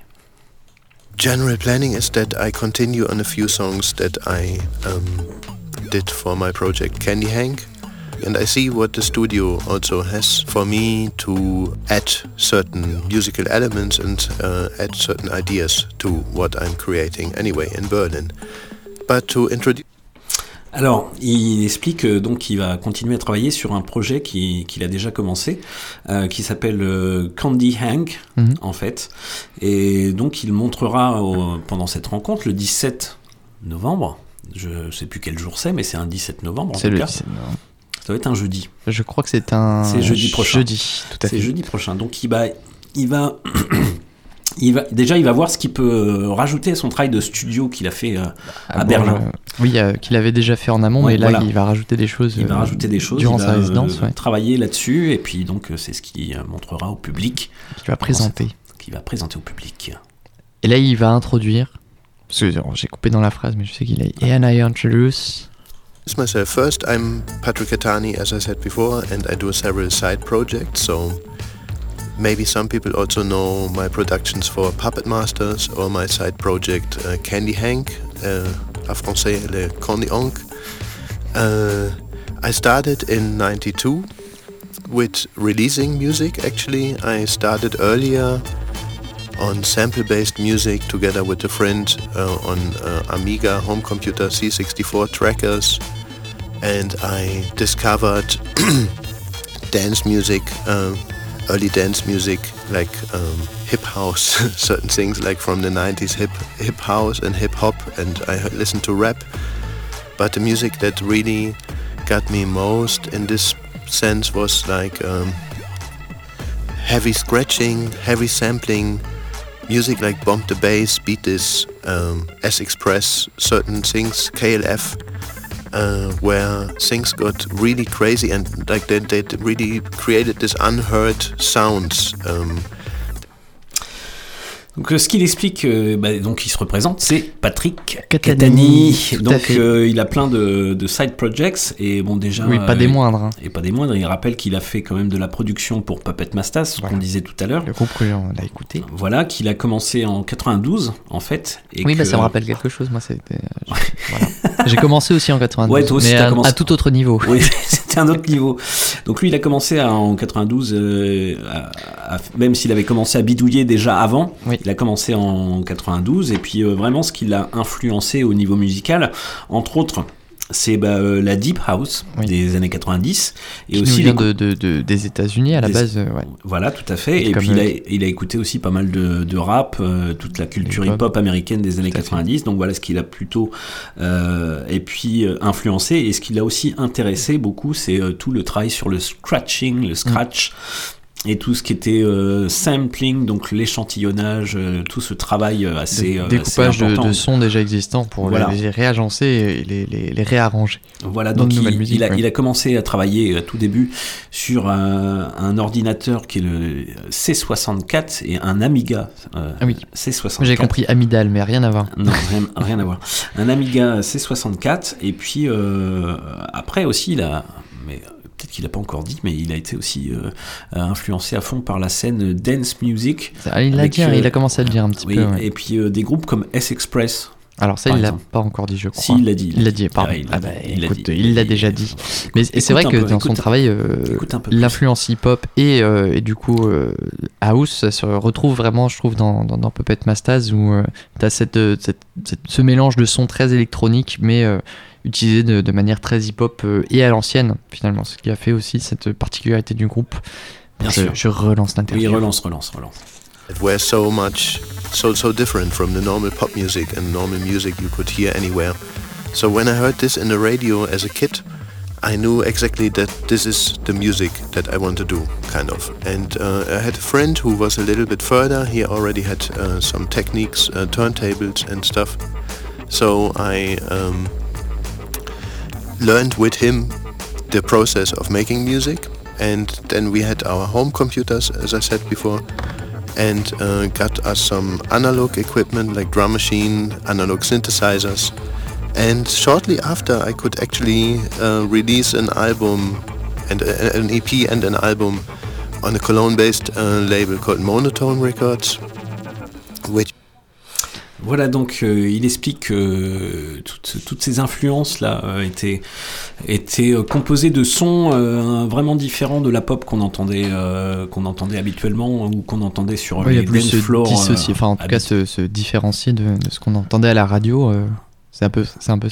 general planning is that I continue on a few songs that I um, did for my project Candy Hank. And I see what the studio also has for me to add certain musical elements and uh, add certain ideas to what I'm creating anyway in Berlin. But to introduce... Alors, il explique euh, donc qu'il va continuer à travailler sur un projet qui, qu'il a déjà commencé, euh, qui s'appelle euh, Candy Hank, Mhm. en fait. Et donc, il montrera au- pendant cette rencontre, le dix-sept novembre, Je sais plus quel jour c'est, mais c'est un dix-sept novembre en C'est tout le cas. dix-sept novembre. Ça doit être un jeudi. Je crois que c'est un. C'est jeudi prochain. Jeudi, tout à fait. C'est jeudi prochain. Donc il va, il va, il va. Déjà, il va voir ce qu'il peut rajouter à son travail de studio qu'il a fait euh, à Ah, bon, Berlin. euh, oui, euh, qu'il avait déjà fait en amont, Ouais, mais là, voilà. il va rajouter des choses. Il va euh, rajouter des choses durant il sa va, résidence. euh, Ouais. travailler là-dessus, et puis donc euh, c'est ce qu'il euh, montrera au public. Qu'il va présenter. Qu'il va présenter au public. Et là, il va introduire. Parce que alors, j'ai coupé dans la phrase, mais je sais qu'il a. And I introduce. Myself first, I'm Patrick Catani, as I said before, and I do several side projects. So maybe some people also know my productions for Puppet Masters or my side project uh, Candy Hank, uh, à français le Candy Hank. Uh, I started in ninety-two with releasing music. Actually, I started earlier on sample-based music together with a friend uh, on uh, Amiga home computer C sixty-four trackers, and I discovered dance music, uh, early dance music like um, hip house, certain things like from the nineties, hip hip house and hip hop, and I listened to rap. But the music that really got me most in this sense was like um, heavy scratching, heavy sampling, music like Bomb the Bass, Beat This, um, S-Express, certain things, K L F, uh, where things got really crazy and like they, they really created this unheard sounds. Um, Donc euh, ce qu'il explique, euh, bah, donc il se représente, c'est Patrick Catani, Catani. tout à Donc fait. euh, il a plein de, de side projects et bon déjà. Oui, pas des moindres, hein. Et pas des moindres. Il rappelle qu'il a fait quand même de la production pour Puppet Masters, ce Voilà. qu'on disait tout à l'heure. Le groupe que on l'a écouté. Voilà, qu'il a commencé en quatre-vingt-douze en fait. Et Oui, que... bah, ça me rappelle quelque chose. Moi, c'était. euh, je- voilà. J'ai commencé aussi en quatre-vingt-douze, Ouais, toi aussi, mais t'as à, commencé- à tout autre niveau. Oui, c'était un autre niveau. Donc lui, il a commencé à- en quatre-vingt-douze, euh, à- à- même s'il avait commencé à bidouiller déjà avant, il a commencé en quatre-vingt-douze, et puis euh, vraiment ce qui l'a influencé au niveau musical, entre autres, c'est bah, euh, la Deep House des années quatre-vingt-dix, et Qui aussi nous vient les- de, de- de- des États-Unis à la des- base. euh, ouais. Voilà, tout à fait. Et Et comme, puis il a, euh, il a écouté aussi pas mal de, de rap, euh, toute la culture hip-hop. hip-hop américaine des années quatre-vingt-dix. Donc voilà ce qu'il a plutôt euh, et puis euh, influencé. Et ce qui l'a aussi intéressé beaucoup, c'est euh, tout le travail sur le scratching, le scratch. Et tout ce qui était euh, sampling, donc l'échantillonnage, euh, tout ce travail euh, assez, De- euh, découpage assez de, important. de sons déjà existants pour Voilà. les, les réagencer et les, les, les réarranger. Voilà, dans donc de il, nouvelles musiques. il a, oui. il a commencé à travailler à tout début sur un, un ordinateur qui est le C soixante-quatre et un Amiga euh, Ah oui. C soixante-quatre. J'ai compris Amidal, mais rien à voir. Non, rien, rien à voir. Un Amiga C soixante-quatre, et puis euh, après aussi, il a, mais peut-être qu'il n'a pas encore dit, mais il a été aussi euh, influencé à fond par la scène dance music. Ça, il l'a avec, dit, hein, il a commencé à le dire un petit oui, peu, ouais. Et puis euh, des groupes comme S-Express. Alors ça, par il l'a exemple. pas encore dit, je crois. Si, il l'a dit. Il l'a dit, pardon. Ah, il l'a Ah bah, dit, il l'a écoute, dit. il l'a déjà dit. Mais Écoute c'est vrai un que peu, dans son écoute- travail, euh, écoute un peu plus. l'influence hip-hop et, euh, et du coup euh, house, ça se retrouve vraiment, je trouve, dans, dans, dans Puppet Masters, où euh, tu as cette, euh, cette, cette- ce mélange de sons très électroniques, mais euh, utilisé de, de manière très hip-hop euh, et à l'ancienne, finalement. Ce qui a fait aussi cette particularité du groupe. Bien je, sûr. je relance l'interview. Oui, relance, relance, relance. It were so much, so so different from the normal pop music and normal music you could hear anywhere. So when I heard this in the radio as a kid, I knew exactly that this is the music that I want to do, kind of. And uh, I had a friend who was a little bit further. He already had uh, some techniques, uh, turntables and stuff. So I um, learned with him the process of making music. And then we had our home computers, as I said before, and uh, got us some analog equipment like drum machine, analog synthesizers. And shortly after, I could actually uh, release an album, and uh, an E P and an album on a Cologne-based uh, label called Monotone Records, which Voilà, donc euh, il explique que euh, toutes, toutes ces influences-là euh, étaient, étaient euh, composées de sons euh, vraiment différents de la pop qu'on entendait, euh, qu'on entendait habituellement ou qu'on entendait sur Ouais, il y les a plus dance se floors. dissocier, euh, enfin en tout cas se, se différencier de, de ce qu'on entendait à la radio. euh, c'est un peu, c'est un peu ça.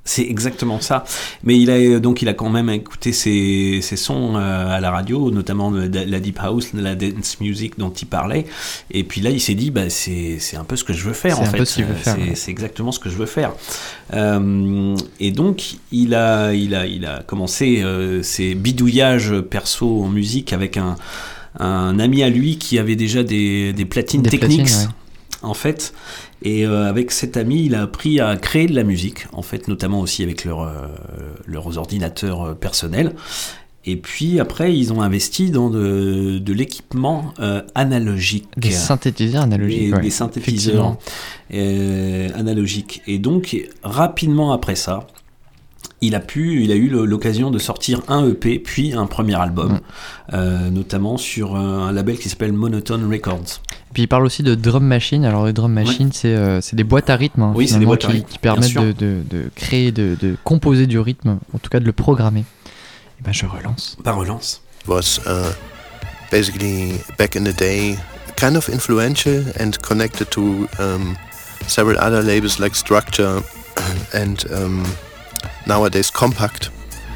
C'est exactement ça. Mais il a donc il a quand même écouté ses, ses sons euh, à la radio, notamment de, de la deep house, de la dance music dont il parlait. Et puis là, il s'est dit, bah c'est c'est un peu ce que je veux faire c'est en un fait. Peu ce qu'il veut faire, c'est, ouais. c'est exactement ce que je veux faire. Euh, et donc il a il a il a commencé euh, ses bidouillages perso en musique avec un un ami à lui qui avait déjà des des platines des Technics. Platines, ouais. En fait, et euh, avec cet ami, il a appris à créer de la musique, en fait, notamment aussi avec leur, euh, leurs ordinateurs personnels. Et puis après, ils ont investi dans de, de l'équipement euh, analogique. Des synthétiseurs analogiques. Des, ouais, des synthétiseurs euh, analogiques. Et donc, rapidement après ça, il a pu, il a eu l'occasion de sortir un E P, puis un premier album, mmh. euh, notamment sur un label qui s'appelle Monotone Records. Puis il parle aussi de drum machine. Alors les drum machine, ouais. c'est, euh, c'est des boîtes à rythme, hein, oui, c'est des boîtes qui, à rythme, qui permettent de, de, de créer, de, de composer du rythme, en tout cas de le programmer. Et ben je relance. Bah relance. Was uh, basically back in the day kind of influential and connected to um, several other labels like Structure and um, nowadays Compact.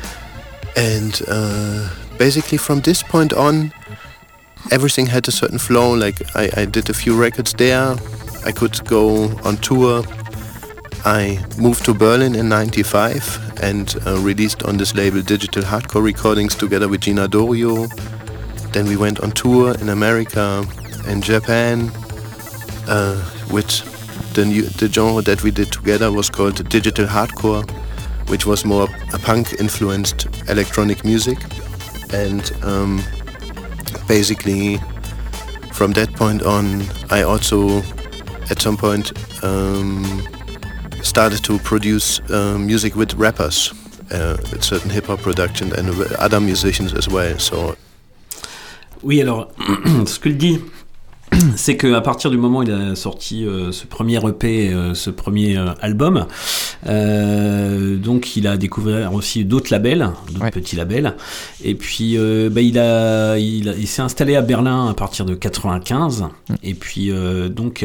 And uh, basically from this point on, everything had a certain flow. Like I, I did a few records there. I could go on tour. I moved to Berlin in ninety-five and uh, released on this label Digital Hardcore Recordings together with Gina Dorio. Then we went on tour in America and Japan uh, with the new, the genre that we did together was called Digital Hardcore, which was more a punk-influenced electronic music. And um, basically, from that point on, I also, at some point, um, started to produce uh, music with rappers, uh, with certain hip-hop production and other musicians as well. So. Oui, alors, ce que je dis, c'est qu'à partir du moment où il a sorti euh, ce premier E P, euh, ce premier euh, album, euh, donc il a découvert aussi d'autres labels, d'autres ouais. petits labels, et puis euh, bah, il, a, il, a, il s'est installé à Berlin à partir de quatre-vingt-quinze, mmh. et puis euh, donc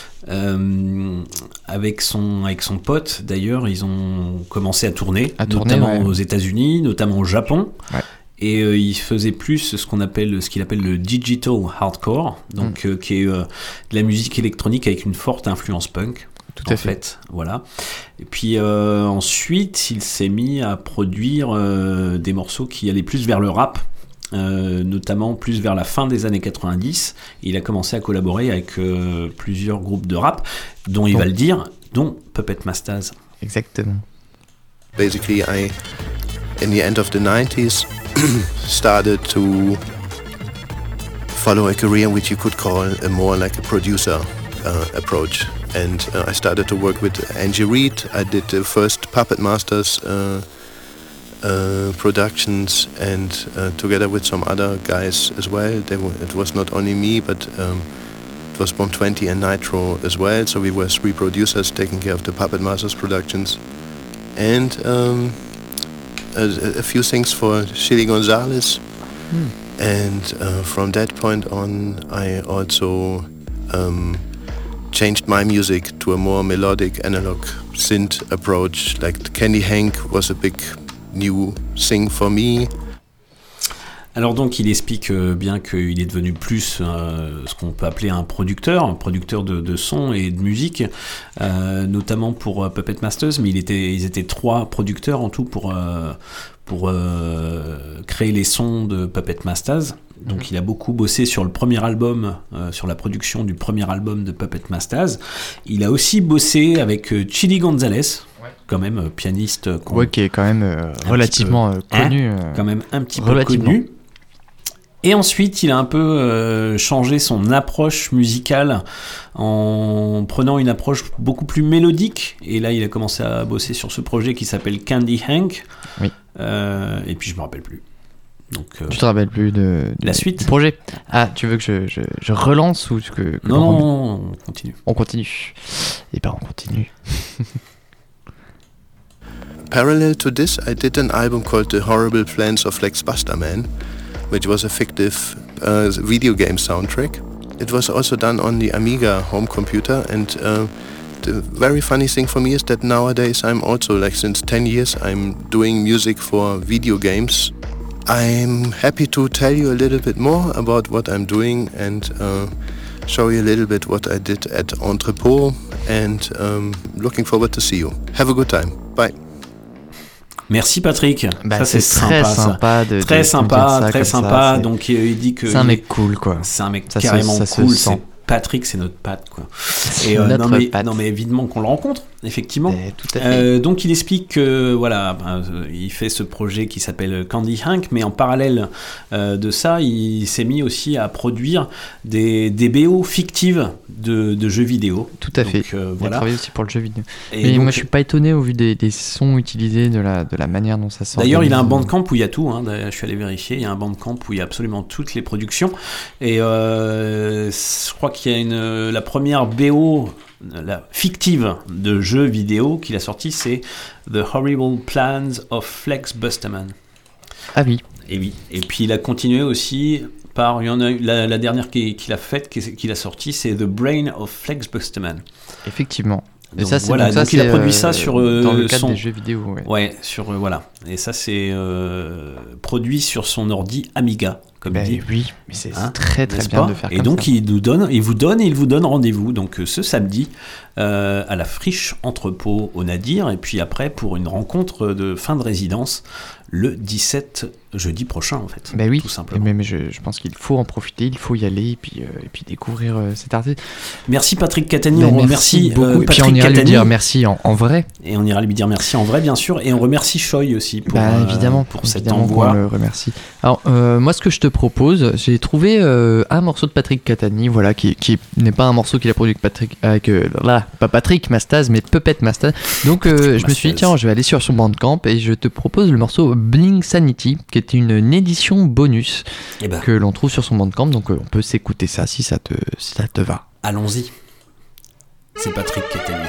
euh, avec, son, avec son pote d'ailleurs, ils ont commencé à tourner, à tourner notamment ouais. aux États-Unis, notamment au Japon. Ouais. Et euh, il faisait plus ce qu'on appelle, ce qu'il appelle le digital hardcore, donc mm. euh, qui est euh, de la musique électronique avec une forte influence punk. Tout en à fait. fait. Voilà. Et puis euh, ensuite, il s'est mis à produire euh, des morceaux qui allaient plus vers le rap, euh, notamment plus vers la fin des années quatre-vingt-dix. Il a commencé à collaborer avec euh, plusieurs groupes de rap, dont il bon. va le dire, dont Puppet Mastaz. Exactement. Basically, I, in the end of the nineties, started to follow a career which you could call a more like a producer uh, approach. And uh, I started to work with Angie Reid. I did the first Puppet Masters uh, uh, productions, and uh, together with some other guys as well. They were, it was not only me, but um, it was Bomb twenty and Nitro as well. So we were three producers taking care of the Puppet Masters productions. And um, A, a few things for Chili Gonzalez, hmm. and uh, from that point on, I also um, changed my music to a more melodic analog synth approach. Like Candy Hank was a big new thing for me. Alors donc il explique euh, bien qu'il est devenu plus euh, ce qu'on peut appeler un producteur, un producteur de, de son et de musique, euh, notamment pour euh, Puppet Masters, mais il était, ils étaient trois producteurs en tout pour, euh, pour euh, créer les sons de Puppet Masters. Donc mm-hmm. il a beaucoup bossé sur le premier album, euh, sur la production du premier album de Puppet Masters. Il a aussi bossé avec euh, Chili Gonzalez. Quand même euh, pianiste euh, ouais, qui est quand même euh, relativement peu, euh, connu hein, euh, quand même un petit peu connu. Et ensuite, il a un peu euh, changé son approche musicale en prenant une approche beaucoup plus mélodique. Et là, il a commencé à bosser sur ce projet qui s'appelle Candy Hank. Oui. Euh, et puis, je me rappelle plus. Donc, euh, tu te rappelles plus de, de la suite du projet. Ah, tu veux que je, je, je relance ou que, que non, non, non, on continue. On continue. Et ben, on continue. Parallel to this, I did an album called The Horrible Plans of Lex Busterman, which was a fictive uh, video game soundtrack. It was also done on the Amiga home computer, and uh, the very funny thing for me is that nowadays I'm also, like since ten years, I'm doing music for video games. I'm happy to tell you a little bit more about what I'm doing and uh, show you a little bit what I did at Entrepôt, and um, looking forward to see you. Have a good time. Bye. Merci Patrick. Bah, ça c'est, c'est très sympa, sympa ça. de- très de- de sympa, dire ça très comme sympa. ça, c'est- Donc il dit que c'est un il- mec cool, quoi. C'est un mec Ça se- carrément ça se cool. sent. C'est Patrick, c'est notre patte, quoi. C'est Et euh, notre non, mais, patte. non mais évidemment qu'on le rencontre, effectivement. Eh, tout à fait. Euh, donc il explique que voilà, ben, euh, il fait ce projet qui s'appelle Candy Hank, mais en parallèle euh, de ça, il s'est mis aussi à produire des, des B O fictives de, de jeux vidéo. Tout à Donc, fait. euh, Il a voilà. travaillé aussi pour le jeu vidéo. Et Mais donc- moi, je suis pas étonné au vu des, des sons utilisés, de la, de la manière dont ça sort. D'ailleurs, il a un bandcamp où il y a tout. Hein. D'ailleurs, je suis allé vérifier. Il y a un bandcamp où il y a absolument toutes les productions. Et euh, je crois qu'il y a une, la première B O la fictive de jeux vidéo qu'il a sorti, c'est The Horrible Plans of Flex Busterman. Ah oui. Et oui. Et puis il a continué aussi par, il y en a eu- la, la dernière qu'il qu'il a faite, qu'il qu'il a sorti, c'est The Brain of Flex Busterman. Effectivement. Et Donc, ça, c'est, voilà, donc ça, donc il a c'est, produit euh, ça sur euh, dans le cadre son des jeux vidéo. Ouais. Ouais, sur euh, voilà. Et ça c'est euh, produit sur son ordi Amiga, comme Ben il dit. oui, mais c'est Hein, très très n'est-ce bien pas de faire Et comme donc ça. il nous donne, il vous donne, et il vous donne rendez-vous donc euh, ce samedi euh, à la Friche Entrepôt au Nadir, et puis après pour une rencontre de fin de résidence le dix-sept jeudi prochain en fait. Ben oui, tout simplement. mais, mais je, je pense qu'il faut en profiter, il faut y aller et puis, euh, et puis découvrir euh, cet artiste. Merci Patrick Catani, Ben on merci remercie beaucoup. euh, Et puis Patrick on ira lui Catani. dire merci en, en vrai. Et on ira lui dire merci en vrai bien sûr, et on remercie Choi aussi pour, Bah, euh, évidemment, pour cet évidemment qu'on envoi. le remercie. Alors euh, moi ce que je te propose, j'ai trouvé euh, un morceau de Patrick Catani, voilà, qui, qui n'est pas un morceau qu'il a produit avec Patrick, avec euh, là, pas Patrick Mastaz, mais Puppet Mastaz. Donc euh, je me suis dit tiens, je vais aller sur son Bandcamp et je te propose le morceau Bling Sanity, qui est une, une édition bonus Eh ben. que l'on trouve sur son Bandcamp. Donc euh, on peut s'écouter ça si ça te, si ça te va. Allons-y. C'est Patrick Catani.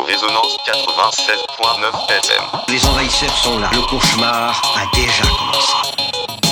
Radio Résonance quatre-vingt-seize virgule neuf F M. Les envahisseurs sont là. Le cauchemar a déjà commencé.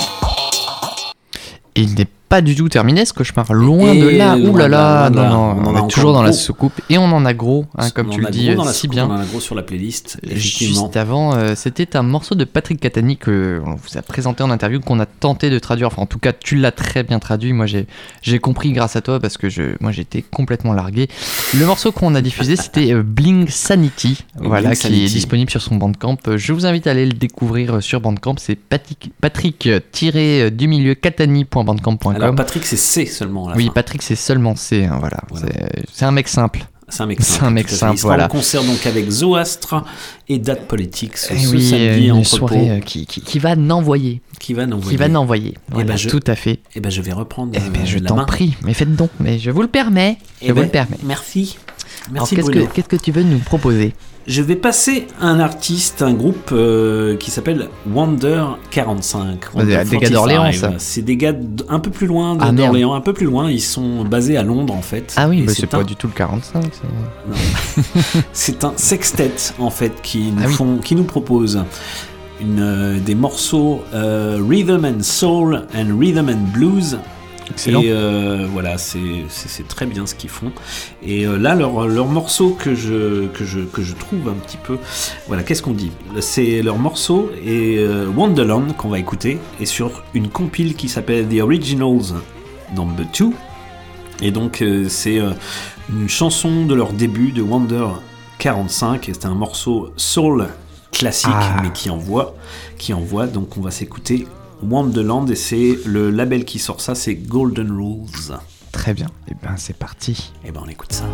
Il n'est pas du tout terminé ce cauchemar, loin Et de là. Ouh là là, non, là, non, on en on a est encore toujours dans la gros. soucoupe et on en a gros, hein, comme On tu en le a dis gros dans la si soucoupe, bien. On en a gros sur la playlist, effectivement. Juste avant, euh, c'était un morceau de Patrick Catani que on vous a présenté en interview, qu'on a tenté de traduire. Enfin, en tout cas, tu l'as très bien traduit. Moi, j'ai, j'ai compris grâce à toi parce que je, moi, j'étais complètement largué. Le morceau qu'on a diffusé, c'était euh, Bling Sanity, Oui, voilà, Bling qui Sanity. est disponible sur son Bandcamp. Je vous invite à aller le découvrir sur Bandcamp. C'est Patrick, Patrick tiré du milieu catani point bandcamp point com. Alors Patrick, c'est C seulement à la Oui, fin. Patrick, c'est seulement C. Hein, voilà. Voilà. C'est, c'est un mec simple. C'est un mec simple. C'est un mec tout à fait. simple, Il sera voilà. en concert donc avec Zoastre et Date Politics ce Eh oui, samedi une entre soirée euh, qui, qui, qui va n'envoyer. Qui va n'envoyer. Qui va n'envoyer. Voilà, ben je, tout à fait. Et ben je vais reprendre. Eh ben, euh, je la t'en main. prie, mais faites donc. Mais je vous le permets. Eh Je vous ben, le permets. Merci. Alors, Merci qu'est-ce Bruno. que, qu'est-ce que tu veux nous proposer? Je vais passer un artiste, un groupe euh, qui s'appelle Wonder quarante-cinq. Bah, des- des gars d'Orléans, ça. C'est des gars d- un peu plus loin de- Ah, merde. d'Orléans, un peu plus loin. Ils sont basés à Londres en fait. Ah oui, Et bah, c'est, un- pas du tout le quarante-cinq. C'est... Non. C'est un sextet en fait qui nous, Ah oui. font, qui nous propose une, euh, des morceaux euh, Rhythm and Soul and Rhythm and Blues. Excellent. Et euh, voilà, c'est, c'est, c'est très bien ce qu'ils font. Et euh, là, leur, leur morceau que je, que, je, que je trouve un petit peu... Voilà, qu'est-ce qu'on dit? C'est leur morceau et euh, Wonderland qu'on va écouter est sur une compile qui s'appelle The Originals Number deux. Et donc, euh, c'est euh, une chanson de leur début de Wonder quarante-cinq. Et c'est un morceau soul classique, Ah. mais qui envoie, qui envoie. Donc, on va s'écouter Wonderland et c'est le label qui sort ça, c'est Golden Rules. Très bien. Et ben c'est parti. Et ben on écoute ça.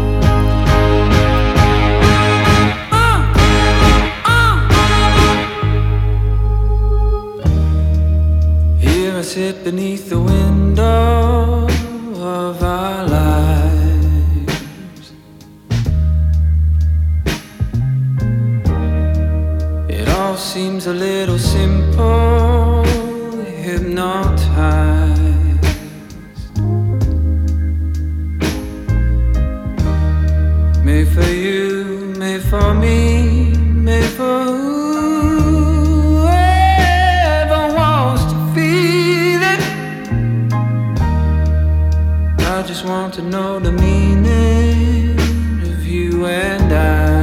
Here I sit beneath the window of our lives. It all seems a little simple, hypnotized. Made for you, made for me, made for whoever wants to feel it. I just want to know the meaning of you and I.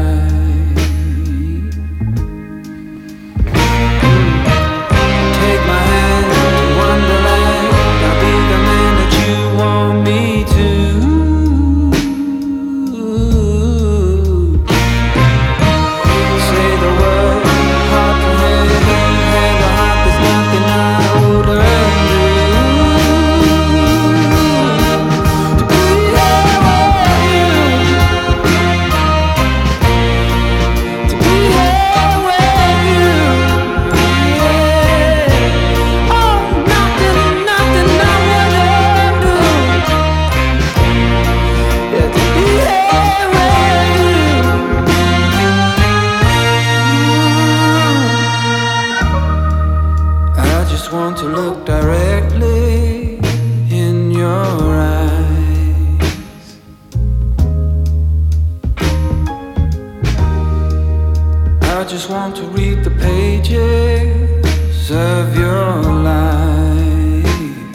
Take my hand to Wonderland. I'll be the man that you want me to. Say the word, heart to head, head to heart. There's nothing I wouldn't do. To be here with you. To be here with you. Yeah. Oh, nothing, nothing I wouldn't do. Yeah, to be here with you. I just want to look directly in your eyes. I just want to read the pages of your life.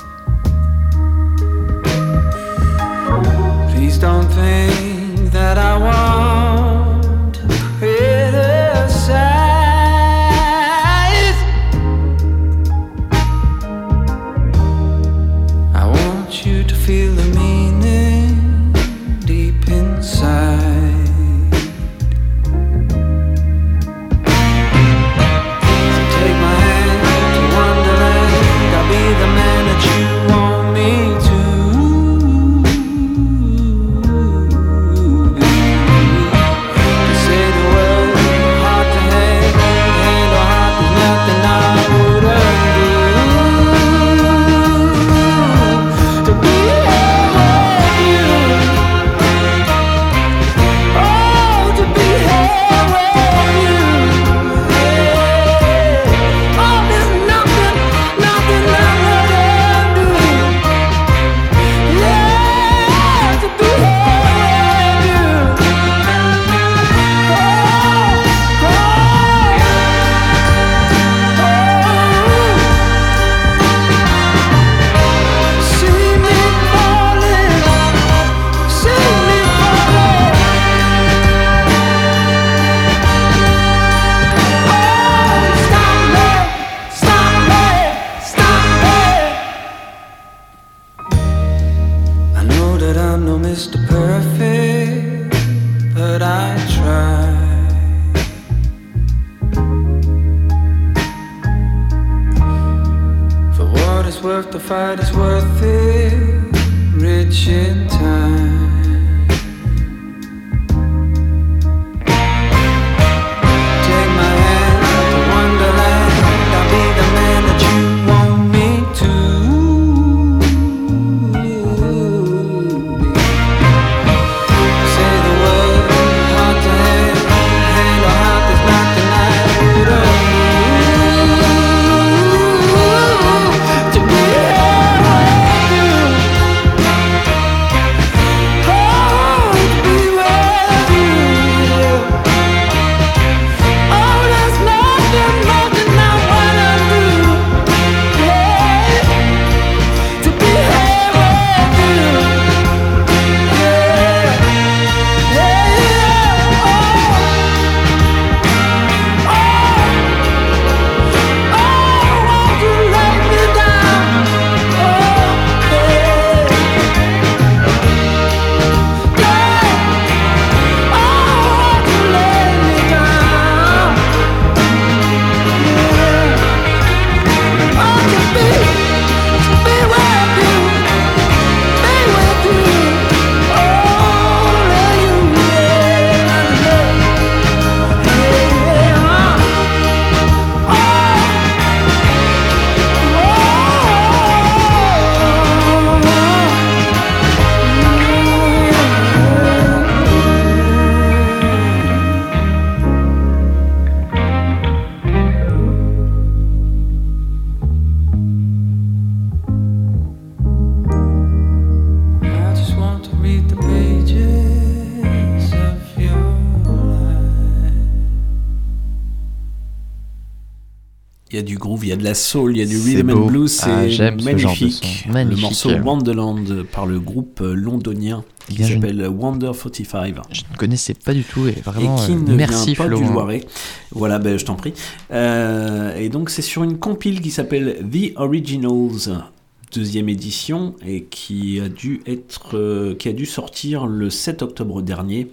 Please don't think that I want to criticize. I want you to feel the meaning deep inside. So take my hand to Wonderland. I'll be the man that you want me to be. worth the fight, it's worth it. Rich in time. Take my hand to Wonderland. I'll be the man that you want me to be. Say the word, heart to hand, hand to heart, there's nothing I would have. Il y a du groove, il y a de la soul, il y a du C'est rhythm and beau. blues, c'est Ah, j'aime ce genre de magnifique. son. Magnifique. Le morceau Wonderland par le groupe londonien qui Bien, je ne- s'appelle Wonder quarante-cinq. Je ne connaissais pas du tout et vraiment et qui euh, ne merci vient pas Flo. du Loiret. Voilà, ben, je t'en prie. Euh, et donc c'est sur une compile qui s'appelle The Originals, deuxième édition, et qui a dû être, euh, qui a dû sortir le sept octobre dernier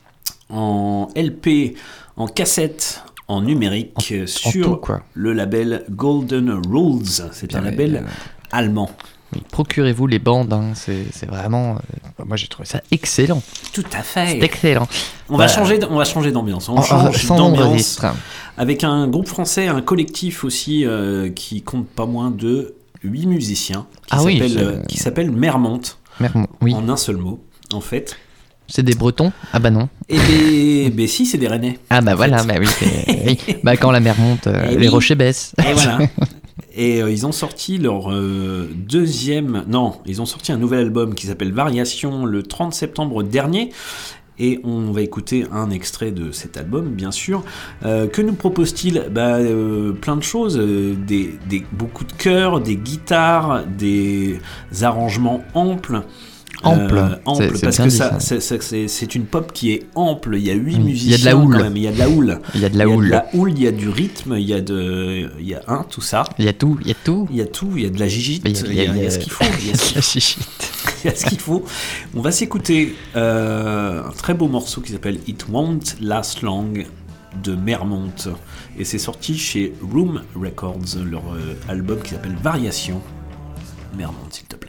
en L P, en cassette, en numérique, En- en sur tout, quoi. le label Golden Rules. C'est Bien, un label euh, allemand. Oui, procurez-vous les bandes, hein, c'est, c'est vraiment. euh, moi j'ai trouvé ça excellent. Tout à fait. C'est excellent. On va Bah, changer, d- on va changer d'ambiance. On en- en- change sans d'ambiance registre. avec un groupe français, un collectif aussi euh, qui compte pas moins de huit musiciens, qui Ah oui, s'appelle c'est- euh, qui s'appelle Mermont. Mermont, oui. En un seul mot, en fait. C'est des Bretons? Ah bah non. Et ben, ben si, c'est des Rennais. Ah bah en voilà, fait. bah oui, c'est- oui. Bah quand la mer monte, euh, Eh les oui. rochers baissent. Et voilà. Et euh, ils ont sorti leur euh, deuxième... Non, ils ont sorti un nouvel album qui s'appelle Variation le trente septembre dernier. Et on va écouter un extrait de cet album, bien sûr. Euh, que nous propose-t-il? Bah, euh, plein de choses. euh, des, des, beaucoup de chœurs, des guitares, des arrangements amples. Ample. Euh, ample, C'est- c'est parce bien que dit, ça, ça. c'est, c'est- c'est- c'est une pop qui est ample. Il y a huit Mm. musiciens. Il y a de la houle. quand même. Il y a de la houle. Il y a de la houle. Il y a de la houle, il y a du rythme, il y a de, il y a un, tout ça. Il y a tout, il y a tout. Il y a tout, il y a de la gigite, Mais il y a, il y a ce qu'il faut. Il y a ce la gigite. il y a ce qu'il faut. On va s'écouter euh, un très beau morceau qui s'appelle It Won't Last Long de Mermont. Et c'est sorti chez Room Records, leur euh, album qui s'appelle Variation. Mermont, s'il te plaît.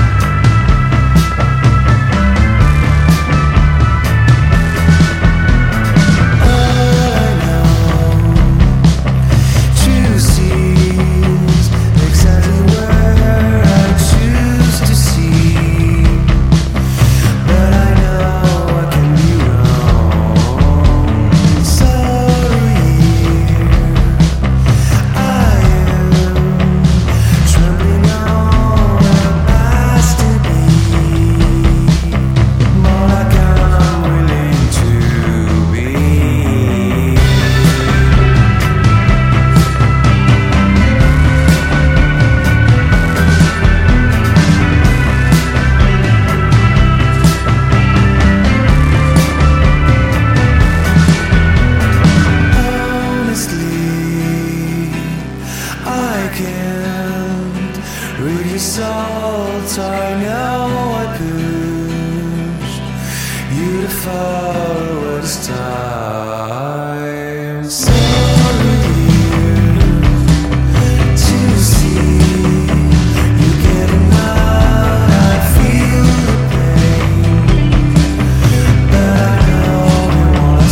Thank result, I know I pushed you to follow this time. Sorry, to see you getting out, I feel the pain, but I know it was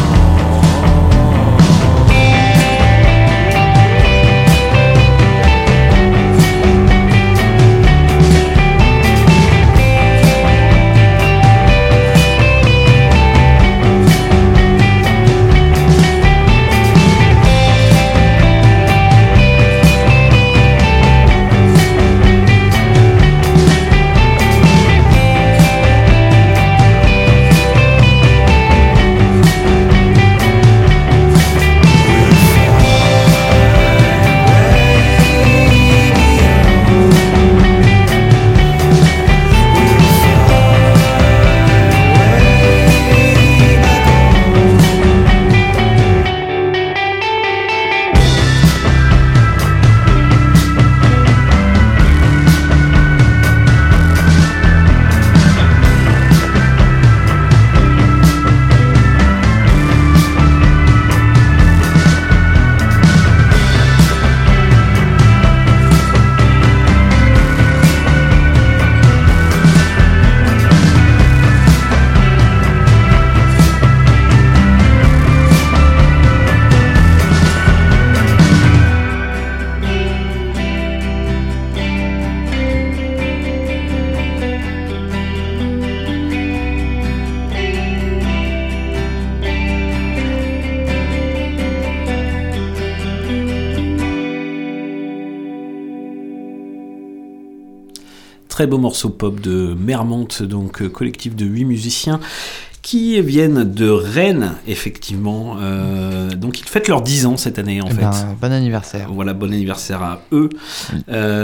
Très beau morceau pop de Mermont, donc euh, collectif de huit musiciens qui viennent de Rennes, effectivement. Euh, donc ils fêtent leurs dix ans cette année, en Eh fait. ben, bon anniversaire. Voilà, bon anniversaire à eux. Il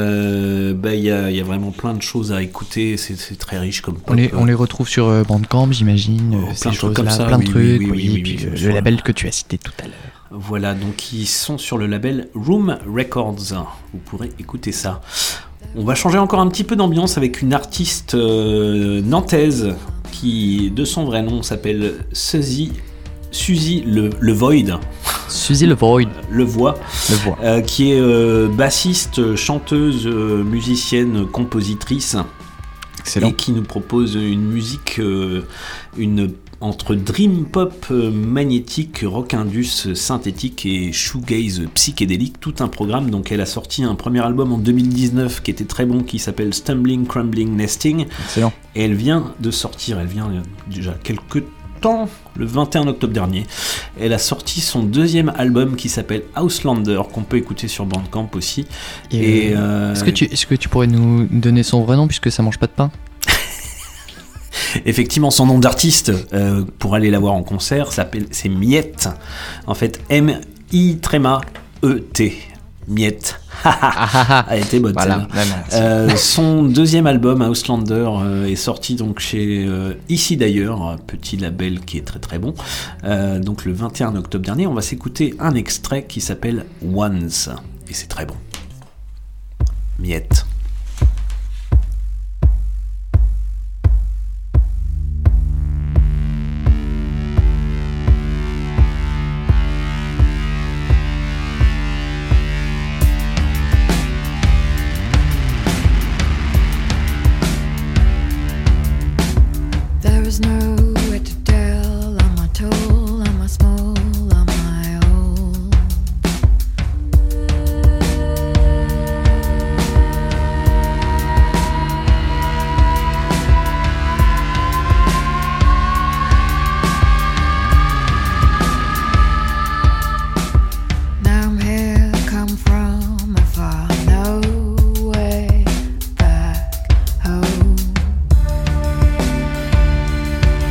euh, bah, y, a, y a vraiment plein de choses à écouter, c'est, c'est très riche comme pop. On les, on les retrouve sur euh, Bandcamp, j'imagine, Oh, euh, ces plein de trucs comme choses-là, ça, plein de oui, trucs, oui, oui, oui, oui, et puis oui, euh, bien le sûr. label que tu as cité tout à l'heure. Voilà, donc ils sont sur le label Room Records. Vous pourrez écouter ça. On va changer encore un petit peu d'ambiance avec une artiste euh, nantaise qui, de son vrai nom, s'appelle Suzy, Suzy le, le Void. Suzy le Void. Le Voix. Le Voix. Euh, qui est euh, bassiste, chanteuse, euh, musicienne, compositrice. Excellent. Et qui nous propose une musique, euh, une entre dream pop euh, magnétique, rock indus synthétique et shoegaze psychédélique, tout un programme. Donc elle a sorti un premier album en deux mille dix-neuf qui était très bon, qui s'appelle Stumbling, Crumbling, Nesting. Excellent. Et elle vient de sortir, elle vient déjà quelques temps, le vingt et un octobre dernier, elle a sorti son deuxième album qui s'appelle Houselander, qu'on peut écouter sur Bandcamp aussi. Et, Et euh, euh, est-ce que tu, est-ce que tu pourrais nous donner son vrai nom puisque ça mange pas de pain? Effectivement, son nom d'artiste, euh, pour aller la voir en concert, s'appelle, c'est Miette. En fait, M I E T. Miette. Elle était bonne, Voilà. celle-là. Euh, son deuxième album, Houselander, euh, est sorti donc chez euh, Ici d'ailleurs, un petit label qui est très très bon. Euh, donc le vingt et un octobre dernier, on va s'écouter un extrait qui s'appelle Once. Et c'est très bon. Miette. There is nowhere to tell. Am I tall? Am I small? Am I old? Now I'm here, come from afar, no way back home.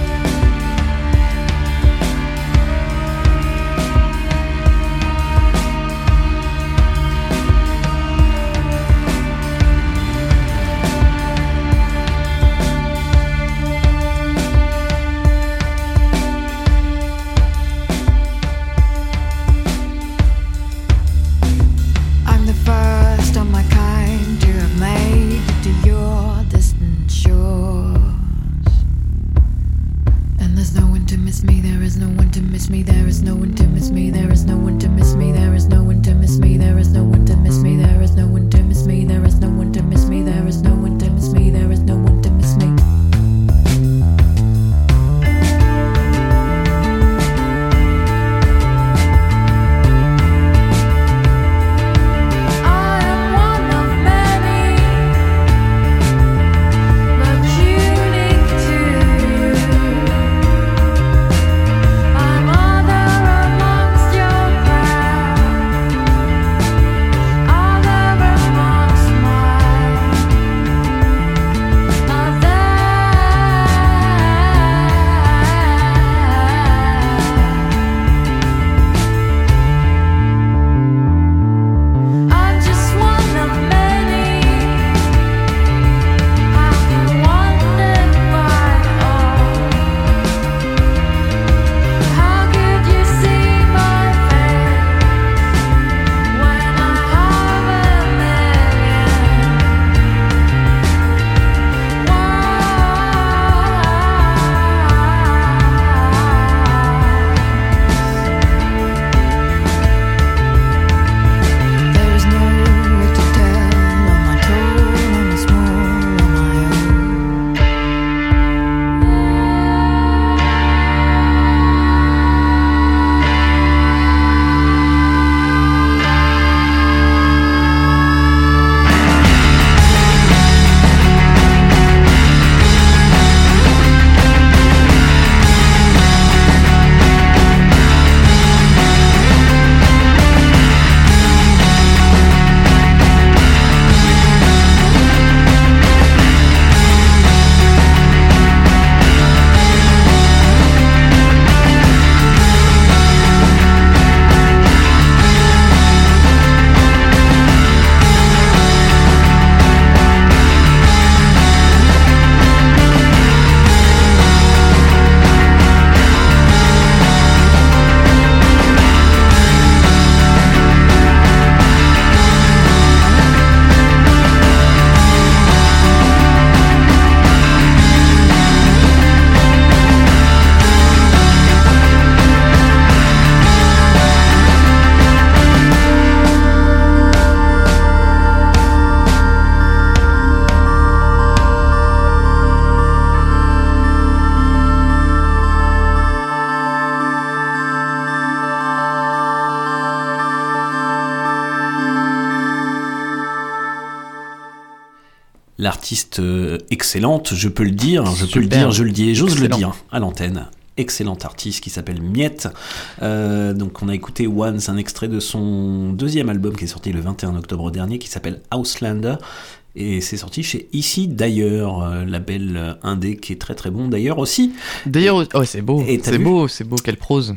L'artiste euh, excellente, je peux le dire, je Super. peux le dire, je le dis et j'ose Excellent. le dire à l'antenne. Excellente artiste qui s'appelle Miette. Euh, donc on a écouté Once, un extrait de son deuxième album qui est sorti le vingt et un octobre dernier, qui s'appelle Auslander. Et c'est sorti chez Ici d'ailleurs, euh, label euh, indé qui est très très bon d'ailleurs aussi. D'ailleurs, oh, c'est beau, Et t'as c'est vu beau, c'est beau, quelle prose.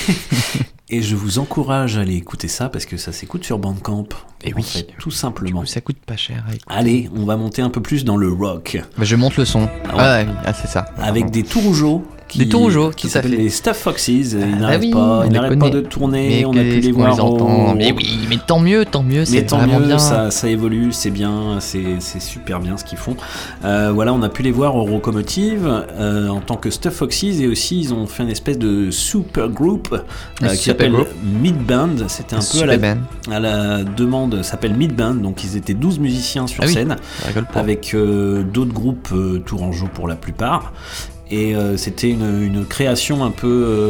Et je vous encourage à aller écouter ça parce que ça s'écoute sur Bandcamp. Et en oui, fait, tout simplement. Du coup, ça coûte pas cher. à écouter. Allez, on va monter un peu plus dans le rock. Bah, je monte le son. Ah ouais. Ah, ouais, ah, c'est ça. Avec des tout rougeaux. Qui, Des tout rougeaux, qui tout à s'appellent fait. les Stuff Foxes. Ils Ah, n'arrêtent oui, pas, on ils les n'arrêtent pas connaît. de tourner. Mais On a pu qu'est-ce les qu'on voir. les entend. au- Mais oui, mais tant mieux, tant mieux. Mais C'est tant vraiment mieux, bien. ça, ça évolue, c'est bien, c'est, c'est super bien ce qu'ils font. Euh, voilà, on a pu les voir au Rocomotive euh, en tant que Stuff Foxes et aussi ils ont fait une espèce de super group euh, Un qui super s'appelle group. Mid Band. C'était un Un peu à super la, band. à la demande, ça s'appelle Mid Band. Donc ils étaient douze musiciens sur Ah oui, scène ça rigole pas. avec euh, d'autres groupes euh, tourangeaux pour la plupart. Et euh, c'était une, une création un peu,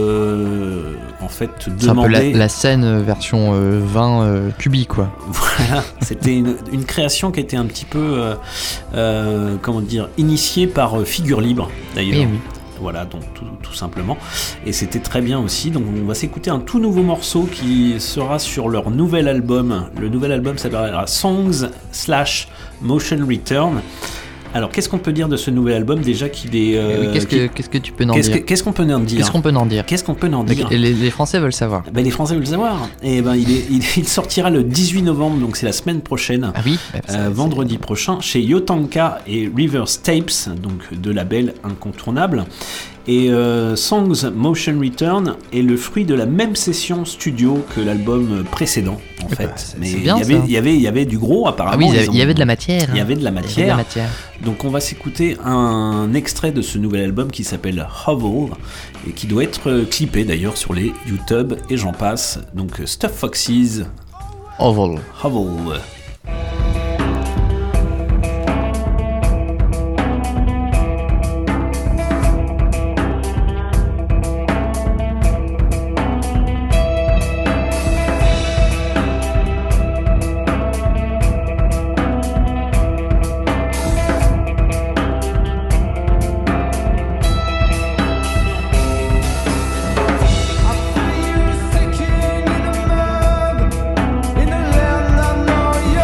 euh, en fait, C'est un peu la, demandée. la scène euh, version euh, vingt euh, cubi, quoi. Voilà, c'était une, une création qui était un petit peu, euh, euh, comment dire, initiée par euh, Figure Libre, d'ailleurs. Eh oui. Voilà, donc tout, tout simplement. Et c'était très bien aussi. Donc on va s'écouter un tout nouveau morceau qui sera sur leur nouvel album. Le nouvel album s'appellera Songs slash Motion Return. Alors, qu'est-ce qu'on peut dire de ce nouvel album déjà qu'il est euh, Eh oui, qu'est-ce, que, qui- qu'est-ce que tu peux en qu'est-ce dire que- qu'est-ce qu'on peut en dire Qu'est-ce qu'on peut en dire Qu'est-ce qu'on peut en dire les, les- les Français veulent savoir. Ben, les Français veulent le savoir. Et ben, il, est, il, il sortira le dix-huit novembre, donc c'est la semaine prochaine. Ah oui bah, Euh, vendredi prochain chez Yotanka et Reverse Tapes, donc deux labels incontournables. Et euh, Songs Motion Return est le fruit de la même session studio que l'album précédent, en Eh fait. ben, c'est- Mais c'est il bien, y avait, ça. il y avait, il y avait du gros apparemment. Ah oui, il y Ils avait- il y avait de la matière, Il y hein. avait de la Il y avait de matière. la matière. Donc on va s'écouter un extrait de ce nouvel album qui s'appelle Hovel et qui doit être euh, clippé d'ailleurs sur les YouTube et j'en passe. Donc Stuff Foxes. Hovel. Hovel. In the land I know you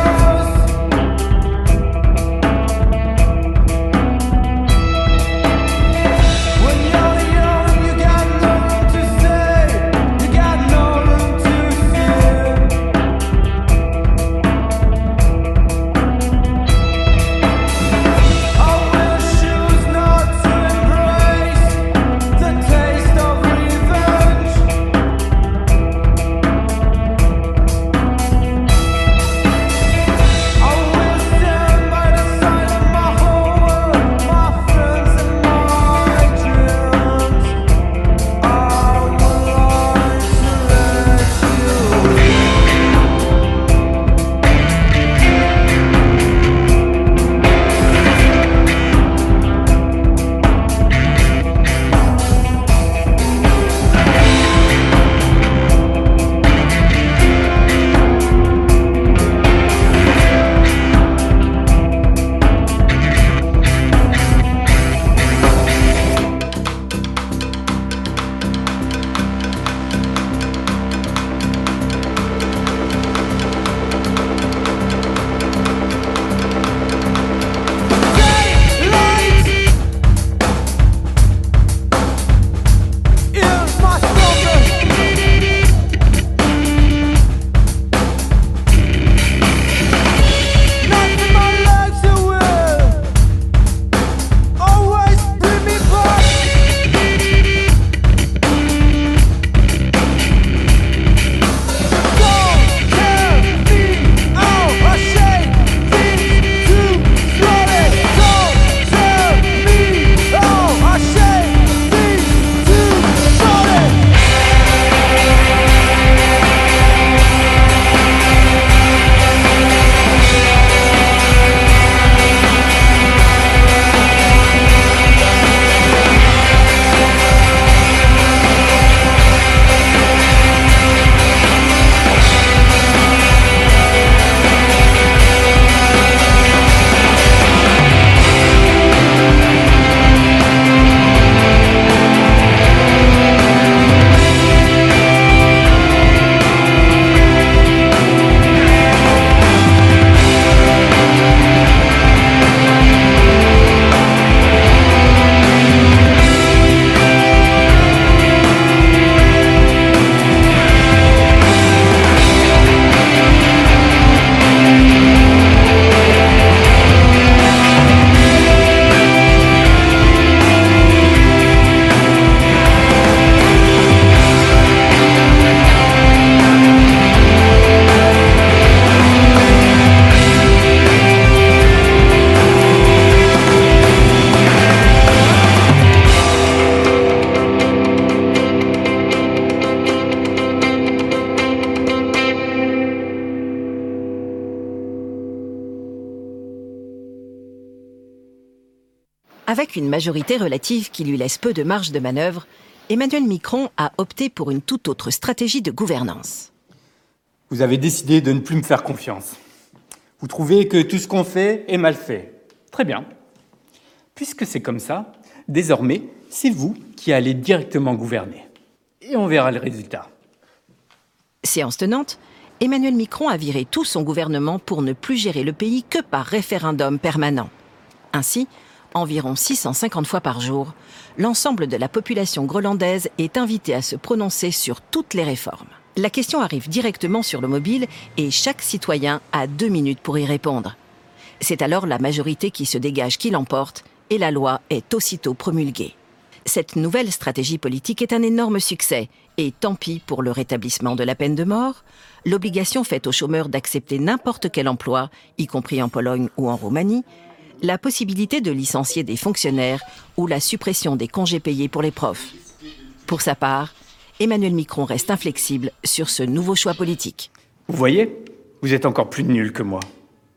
Avec une majorité relative qui lui laisse peu de marge de manœuvre, Emmanuel Macron a opté pour une toute autre stratégie de gouvernance. Vous avez décidé de ne plus me faire confiance. Vous trouvez que tout ce qu'on fait est mal fait. Très bien. Puisque c'est comme ça, désormais, c'est vous qui allez directement gouverner. Et on verra le résultat. Séance tenante, Emmanuel Macron a viré tout son gouvernement pour ne plus gérer le pays que par référendum permanent. Ainsi, environ six cent cinquante fois par jour, l'ensemble de la population groenlandaise est invitée à se prononcer sur toutes les réformes. La question arrive directement sur le mobile et chaque citoyen a deux minutes pour y répondre. C'est alors la majorité qui se dégage qui l'emporte et la loi est aussitôt promulguée. Cette nouvelle stratégie politique est un énorme succès et tant pis pour le rétablissement de la peine de mort, l'obligation faite aux chômeurs d'accepter n'importe quel emploi, y compris en Pologne ou en Roumanie, la possibilité de licencier des fonctionnaires ou la suppression des congés payés pour les profs. Pour sa part, Emmanuel Macron reste inflexible sur ce nouveau choix politique. Vous voyez, vous êtes encore plus nuls que moi.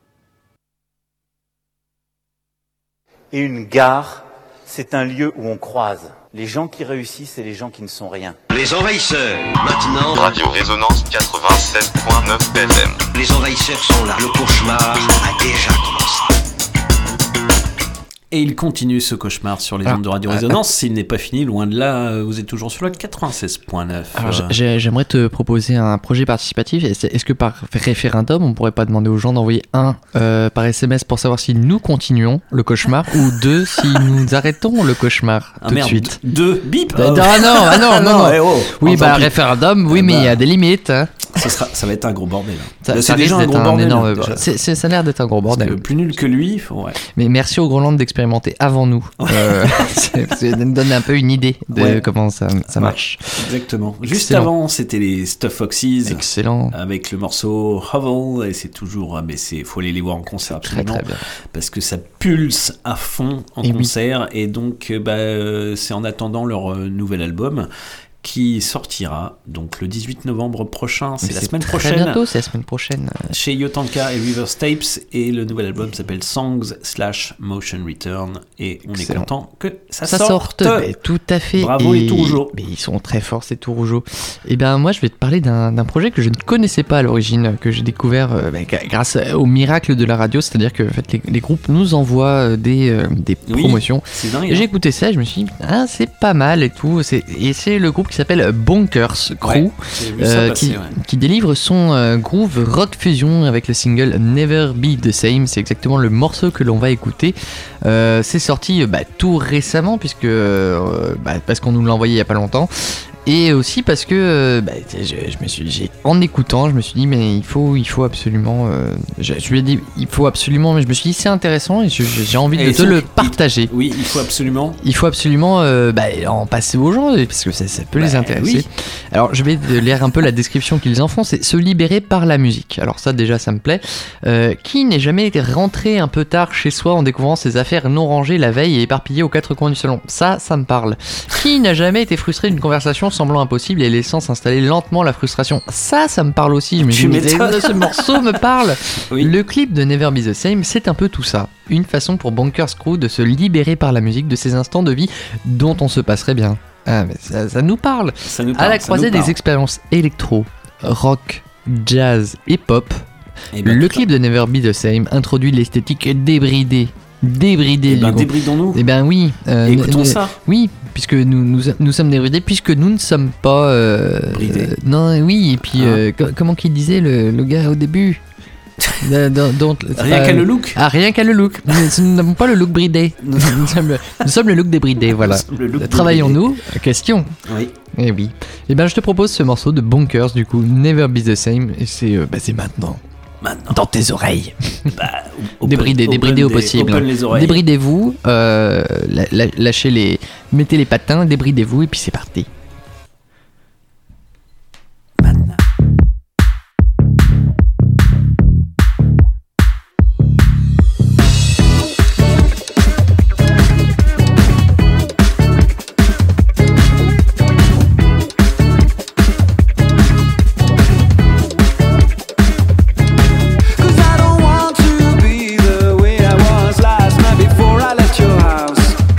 Et une gare, c'est un lieu où on croise les gens qui réussissent et les gens qui ne sont rien. Les envahisseurs, maintenant. Radio Résonance quatre-vingt-sept point neuf F M. Les envahisseurs sont là. Le cauchemar a déjà commencé. Et il continue ce cauchemar sur les Ah. ondes de Radio Résonance. S'il n'est pas fini, loin de là, vous êtes toujours sur le quatre-vingt-seize point neuf. Alors, j'ai- j'aimerais te proposer un projet participatif. Est-ce est-ce que par référendum, on pourrait pas demander aux gens d'envoyer un euh, par S M S pour savoir si nous continuons le cauchemar ou deux si nous arrêtons le cauchemar Ah tout merde, de suite. Deux, bip Bah, euh, non, ah non, ah non, non, non. eh oh, Oui, oh, bah tant pis. référendum, oui, Eh mais il bah, y a des limites. Hein. Ça, sera, ça va être un gros bordel. Ça, Là, ça c'est déjà risque un d'être gros bordel. énorme hein, bordel. déjà. C'est- c'est- ça a l'air d'être un gros Parce bordel. que plus nul que lui, faut- ouais. Mais merci aux Groenland d'expérimenter avant nous. Euh, c'est- ça nous donne un peu une idée de Ouais. comment ça, ça marche. Exactement. Juste Excellent. avant, c'était les Stuff Foxes. Excellent. Avec le morceau Hovel. Et c'est toujours. Ah, mais c'est, faut aller les voir en concert absolument. très bien. Parce que ça pulse à fond en Et oui. concert. Et donc, euh, bah, euh, c'est en attendant leur euh, nouvel album qui sortira donc le dix-huit novembre prochain. C'est Mais la c'est semaine très prochaine. bientôt, c'est la semaine prochaine. Chez Yotanka et Reverse Tapes, et le nouvel album s'appelle Songs slash Motion Return, et on Excellent. est content que ça, Ça sorte. sorte, mais tout à fait. Bravo Et- les Tourougeaux. Mais ils sont très forts ces Tourougeaux. Et ben moi je vais te parler d'un d'un projet que je ne connaissais pas à l'origine, que j'ai découvert euh, ben, gra- grâce au miracle de la radio, c'est-à-dire que en fait, les, les groupes nous envoient euh, des, euh, des Oui, promotions. c'est dingue, Et hein. j'ai écouté ça, et je me suis dit ah c'est pas mal et tout. C'est- Et c'est le groupe qui s'appelle Bonkers Crew, Ouais, j'ai vu ça passer, qui, ouais. qui délivre son euh, groove rock fusion avec le single Never Be the Same. C'est exactement le morceau que l'on va écouter. Euh, c'est sorti euh, bah, tout récemment puisque euh, bah, parce qu'on nous l'a envoyé il y a pas longtemps. Et aussi parce que euh, bah, je, je me suis, j'ai, en écoutant, je me suis dit mais il faut, il faut absolument. Euh, je, je lui ai dit il faut absolument, mais je me suis dit c'est intéressant et je- j'ai envie de Et te donc, le il- partager. Oui, il faut absolument. Il faut absolument euh, bah, en passer aux gens parce que ça, ça peut les Bah, intéresser. oui. Alors je vais te lire un peu la description qu'ils en font, c'est se libérer par la musique. Alors ça déjà ça me plaît. Euh, qui n'est jamais rentré un peu tard chez soi en découvrant ses affaires non rangées la veille et éparpillées aux quatre coins du salon? Ça, ça me parle. Qui n'a jamais été frustré d'une conversation semblant impossible et laissant s'installer lentement la frustration? Ça, ça me parle aussi. Je me Tu dis, mais m'étonnes. ce morceau me parle. Oui. Le clip de Never Be the Same, c'est un peu tout ça. Une façon pour Bonkers Crew de se libérer par la musique de ces instants de vie dont on se passerait bien. Ah, mais ça, ça nous parle. Ça nous À parle, la ça croisée nous parle. des expériences électro, rock, jazz et pop, Eh ben, le tout clip de Never Be the Same introduit l'esthétique débridée. Débridée Eh du ben, groupe. débridons-nous. Eh ben oui. euh, Écoutons nous- ça. Oui, puisque nous, nous, nous sommes débridés, puisque nous ne sommes pas... euh, Bridés. euh, non, oui, et puis Hein euh, co- comment qu'il disait le, le gars au début? Da- da- don't- Rien euh, qu'à le look. Ah, rien qu'à le look. Nous nous n'avons pas le look bridé. Nous sommes le, nous sommes le look débridé, voilà. Nous sommes le look Travaillons-nous? Question. Oui. Eh oui. Eh ben, je te propose ce morceau de Bonkers, du coup, Never Be the Same, et c'est euh, bah, c'est maintenant. Maintenant. Dans tes oreilles. Bah, open- Débridez, open débridez au des- possible. open les oreilles. Débridez-vous, euh, la- la- lâchez les, mettez les patins, débridez-vous et puis c'est parti. I don't want to be the way I was last night before I left your house.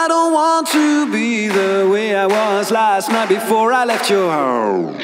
I don't want to be the way I was last night before I left your house.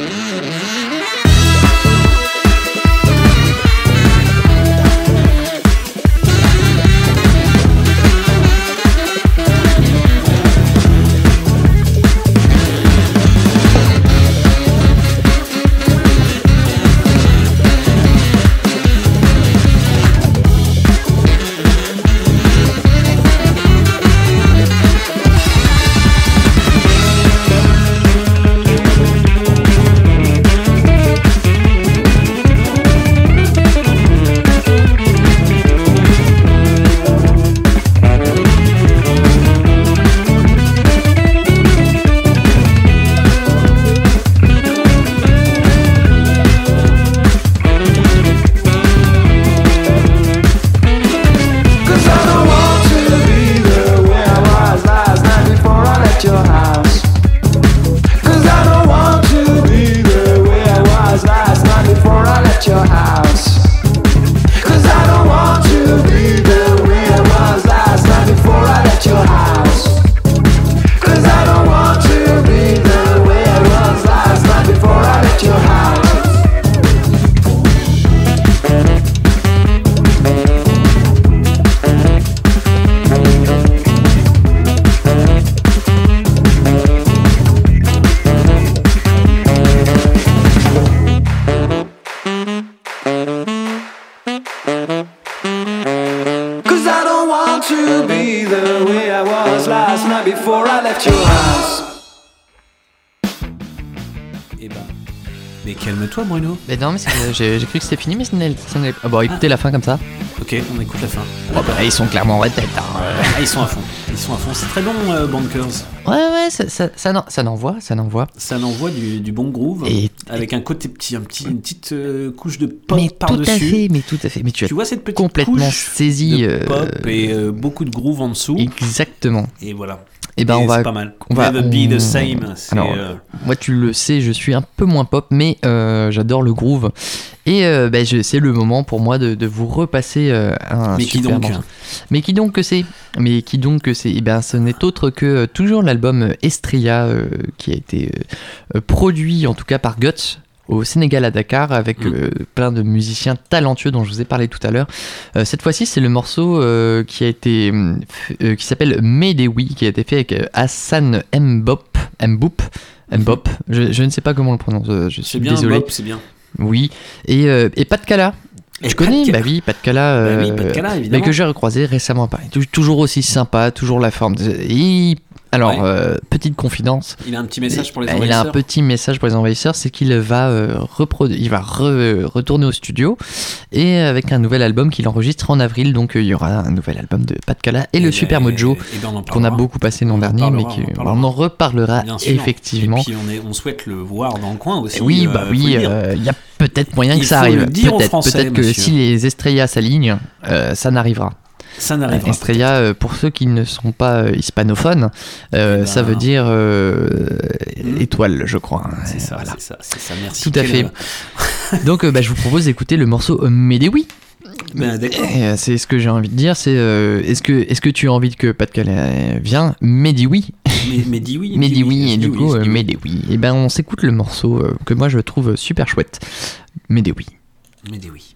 Calme-toi, Bruno. Mais non, mais c'est, j'ai, j'ai cru que c'était fini, mais ce n'est, ce n'est... Ah bon, écoutez ah. la fin comme ça. Ok, on écoute la fin. Oh bah, ils sont clairement en tête. Hein. Ah, ils sont à fond. Ils sont à fond. C'est très bon, euh, Bankers. Ouais, ouais, ça, ça, ça, n'en, ça n'envoie, ça n'envoie. Ça n'envoie du, du bon groove. Et, avec un côté petit, un petit, une petite euh, couche de pop mais par-dessus. Tout à fait, mais tout à fait. Mais tu, tu vois cette petite complètement couche saisi, de pop euh... et euh, beaucoup de groove en dessous. Exactement. Et voilà. Et ben et on va, c'est pas mal. On va, Never on... be the same. C'est Alors, euh... moi tu le sais, je suis un peu moins pop, mais euh, j'adore le groove. Et euh, ben, je, c'est le moment pour moi de, de vous repasser euh, un mais super qui donc morceau. Mais qui donc que c'est Mais qui donc que c'est Et ben ce n'est autre que euh, toujours l'album Estrella euh, qui a été euh, produit en tout cas par Guts au Sénégal à Dakar avec mmh. euh, plein de musiciens talentueux dont je vous ai parlé tout à l'heure. Euh, cette fois-ci, c'est le morceau euh, qui a été euh, qui s'appelle Medewi, qui a été fait avec euh, Hassan Mbop, Mbop, Mbop. Je, je ne sais pas comment on le prononce. Je suis c'est bien, désolé. Mbop, c'est bien. Oui. Et euh, et Pat Kala. Et je connais, Pat bah oui, Pat Kala, euh, bah oui, Pat Kala, évidemment. mais que j'ai recroisé récemment à Paris. Toujours aussi sympa, toujours la forme. Et alors, ouais. euh, petite confidence. Il a un petit message pour les il envahisseurs. Il a un petit message pour les envahisseurs, c'est qu'il va, euh, reprodu- il va re- retourner au studio et avec un nouvel album qu'il enregistre en avril. Donc euh, il y aura un nouvel album de Pat Kala et, et le Super Mojo et ben qu'on a beaucoup passé l'an dernier, parlera, mais on, on en reparlera sûr, effectivement. Et puis on, est, on souhaite le voir dans le coin aussi. Oui, bah euh, oui, il euh, y a peut-être moyen il que ça arrive. Peut-être, français, peut-être que monsieur. si les Estrella s'alignent, euh, ça n'arrivera. Ça n'arrivera. Estrella, euh, pour ceux qui ne sont pas euh, hispanophones, euh, ben... ça veut dire euh, mmh. étoile, je crois. C'est ça, voilà. c'est ça, c'est ça. Merci. Tout à fait. Donc, euh, bah, je vous propose d'écouter le morceau euh, Medewi. Ben, d'accord. Et, c'est ce que j'ai envie de dire, c'est euh, est-ce que est-ce que tu as envie que Pat Kala vienne? Medewi. Medewi. Medewi. Et du coup, euh, Medewi. Et ben, on s'écoute le morceau euh, que moi je trouve super chouette. Medewi. Medewi.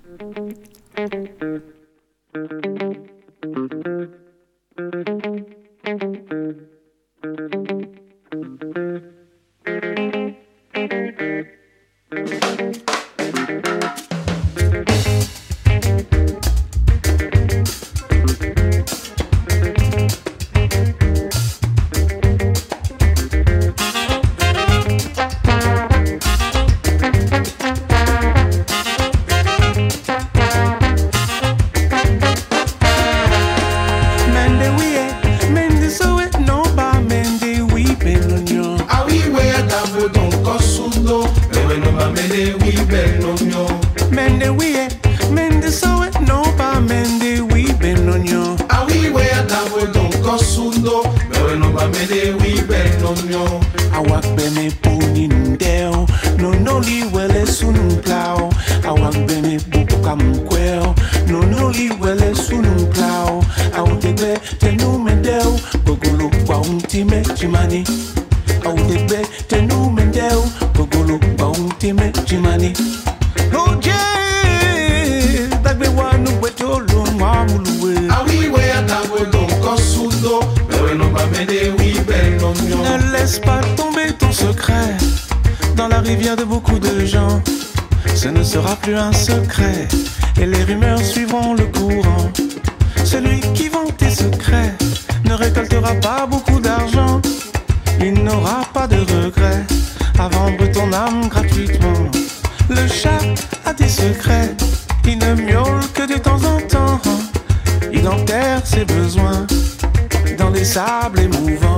Audebe, tenu mendeu, Gogolo, Baumtime, Chimani. Audebe, tenu mendeu, Gogolo, Baumtime, Chimani. Oje, dagbe wanu weto lo mamuluwe. Awiwe atago don kosudo, bewe no bamede wi bel no nyo. Ne laisse pas tomber ton secret dans la rivière de beaucoup de gens. Ce ne sera plus un secret et les rumeurs suivront le courant. Celui qui vend tes secrets ne récoltera pas beaucoup d'argent. Il n'aura pas de regrets à vendre ton âme gratuitement. Le chat a des secrets, il ne miaule que de temps en temps. Il enterre ses besoins dans des sables émouvants.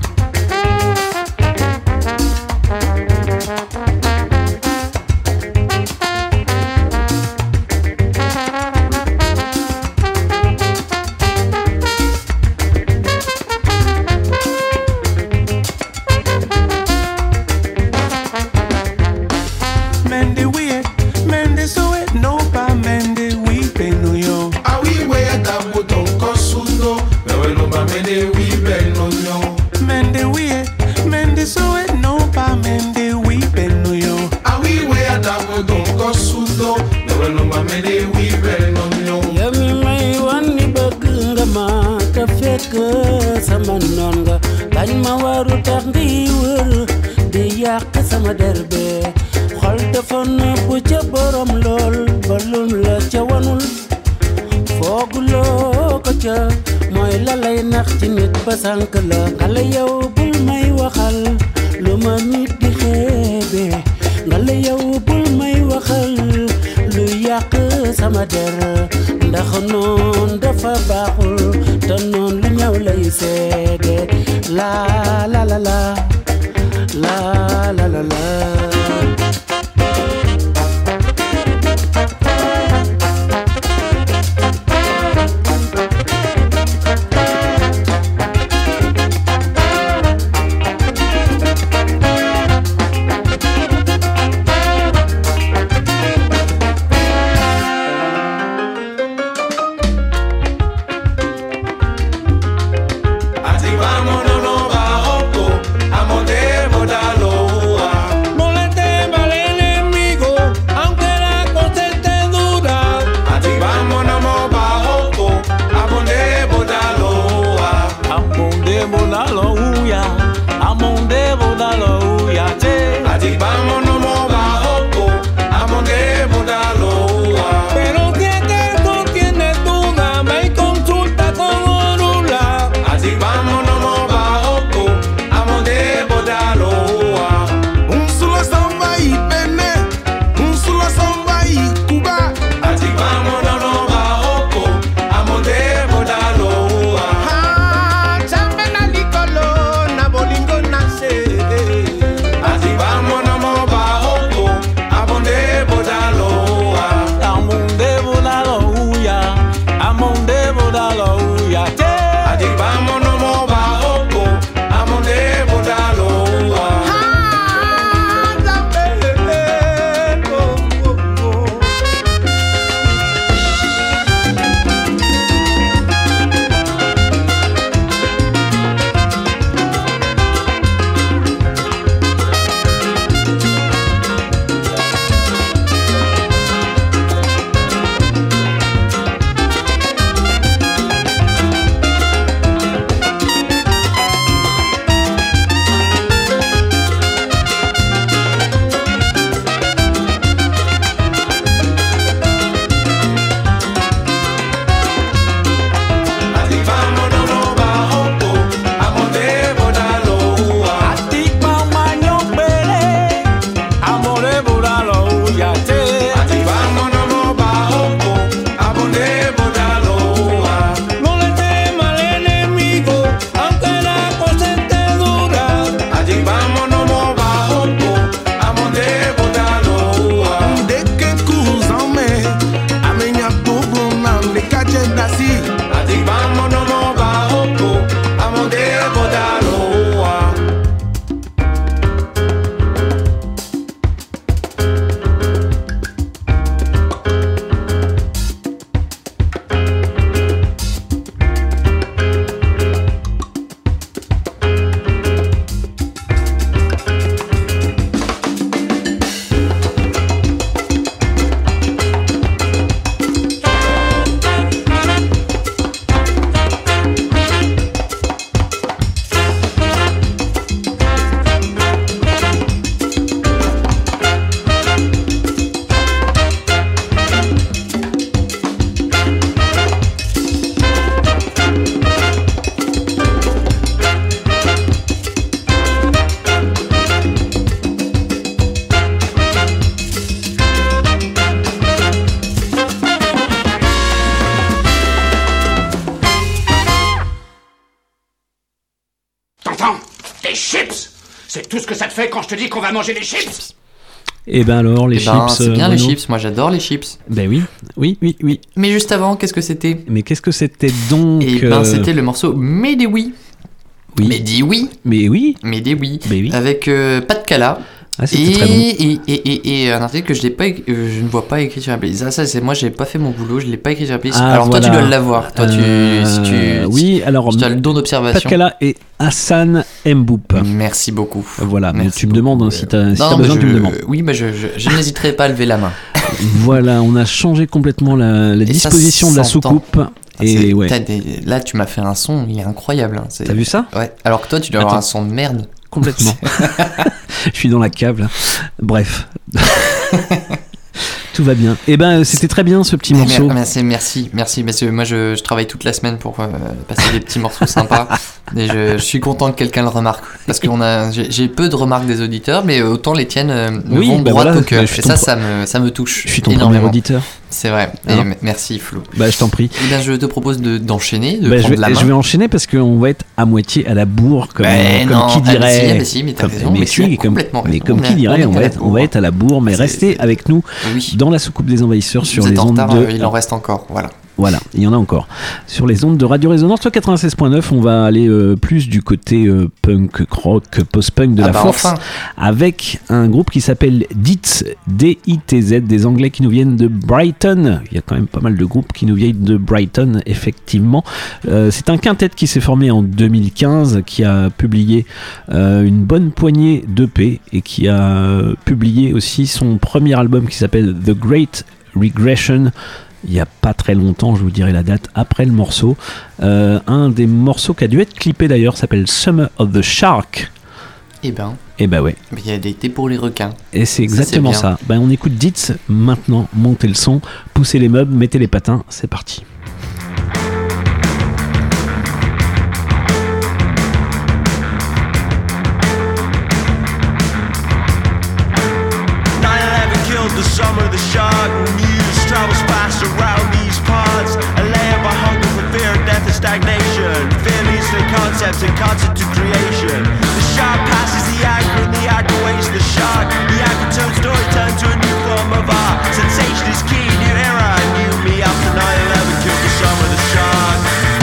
sama noon nga bañ ma waru tax ngiy wër di yàq sama derbe xol dafa nëbbu ca borom lool ba lum la ca wanul fooguloo ko ca mooy la lay nax ci nit ba sànk la xale yow bul may waxal lu ma nit di xeebe nga la yow bul may waxal lu yàq sama der ndax noon dafa baaxul te noon lu ñaw lay seede la la la la la la la la Ati vamos no mo ba t'entends? Des chips! C'est tout ce que ça te fait quand je te dis qu'on va manger des chips? Et ben alors, les Eh ben, chips. c'est bien euh, les Renaud chips, moi j'adore les chips. Ben oui, oui, oui, oui. Mais juste avant, qu'est-ce que c'était? Mais qu'est-ce que c'était donc? Et ben euh, c'était le morceau Mais des oui. Oui. Mais dis oui. Mais oui. Mais des oui. Mais oui. Avec euh, Pat Cala. Ah, c'était et, très bon. et, et, et, et un article que je, l'ai pas, éc- euh, je ne vois pas écrit sur la playlist. Ça, ça c'est moi, j'ai pas fait mon boulot, je l'ai pas écrit sur la playlist. Ah, alors voilà. toi, tu dois l'avoir. Toi, tu, Euh, si tu, oui, alors si tu as le don d'observation. Patkala et Hassan Mboup. Merci beaucoup. Voilà, mais Merci tu me demandes hein, si tu as, si Non, t'as mais besoin, je- tu me demandes. Oui, bah je, je, je n'hésiterai pas à lever la main. Voilà, on a changé complètement la, la Et ça disposition de la s'entend. soucoupe. Et C'est- ouais. t'as des- Là, tu m'as fait un son, il est incroyable. Hein. C'est- T'as vu ça? Ouais. Alors que toi, tu dois avoir Attends. un son de merde. Complètement. Je suis dans la cave là. Bref. Tout va bien. Et ben c'était très bien ce petit Mais morceau. mer- Merci, merci, merci. Parce que moi, je, je travaille toute la semaine pour euh, passer des petits morceaux sympas. Et je, je suis content que quelqu'un le remarque. Parce que on a, j'ai, j'ai peu de remarques des auditeurs, mais autant les tiennes euh, me Oui, vont bah droit voilà, au cœur. je suis Et ton ça, pro- ça me, ça me touche. Je suis ton énormément. premier auditeur. C'est vrai. Et Alors m- merci, Flo. Bah je t'en prie. Eh bien, je te propose de, d'enchaîner, de Bah, je, prendre vais, la main. je vais enchaîner parce qu'on va être à moitié à la bourre comme, Mais comme non, qui ah, mais dirait. si, ah, mais si, mais t'as comme, raison, mais mais si, tu as comme, complètement mais raison. comme On qui est- dirait, on on est va, à la être, on va bourre. être à la bourre, mais C'est- restez c'est- avec nous Oui. dans la soucoupe des envahisseurs sur Vous les êtes en ondes retard, de. euh, il en reste encore. Voilà. Voilà, il y en a encore. Sur les ondes de Radio Résonance quatre-vingt-seize point neuf, on va aller euh, plus du côté euh, punk, rock, post-punk de Ah la bah force, enfin. avec un groupe qui s'appelle D I T Z, D I T Z, des Anglais qui nous viennent de Brighton. Il y a quand même pas mal de groupes qui nous viennent de Brighton, effectivement. Euh, c'est un quintet qui s'est formé en deux mille quinze, qui a publié euh, une bonne poignée d'E P et qui a euh, publié aussi son premier album qui s'appelle The Great Regression. Il n'y a pas très longtemps, je vous dirai la date après le morceau. Euh, un des morceaux qui a dû être clippé d'ailleurs s'appelle Summer of the Shark. Eh ben. Et bah ouais. Mais il y a des thés pour les requins. Et c'est exactement Ça, c'est ça. Ben, on écoute D I T Z maintenant. Montez le son, poussez les meubles, mettez les patins. C'est parti. nine eleven killed the summer, the shark. News travels fast around these parts. A land by hunger for fear, death, and stagnation. Fear leads to concepts and concept to creation. The shark passes the anchor and the anchor weighs the shark. The anchor turns story turn to a new form of art. Sensation is key, new era, new me after nine eleven killed the summer, the shark.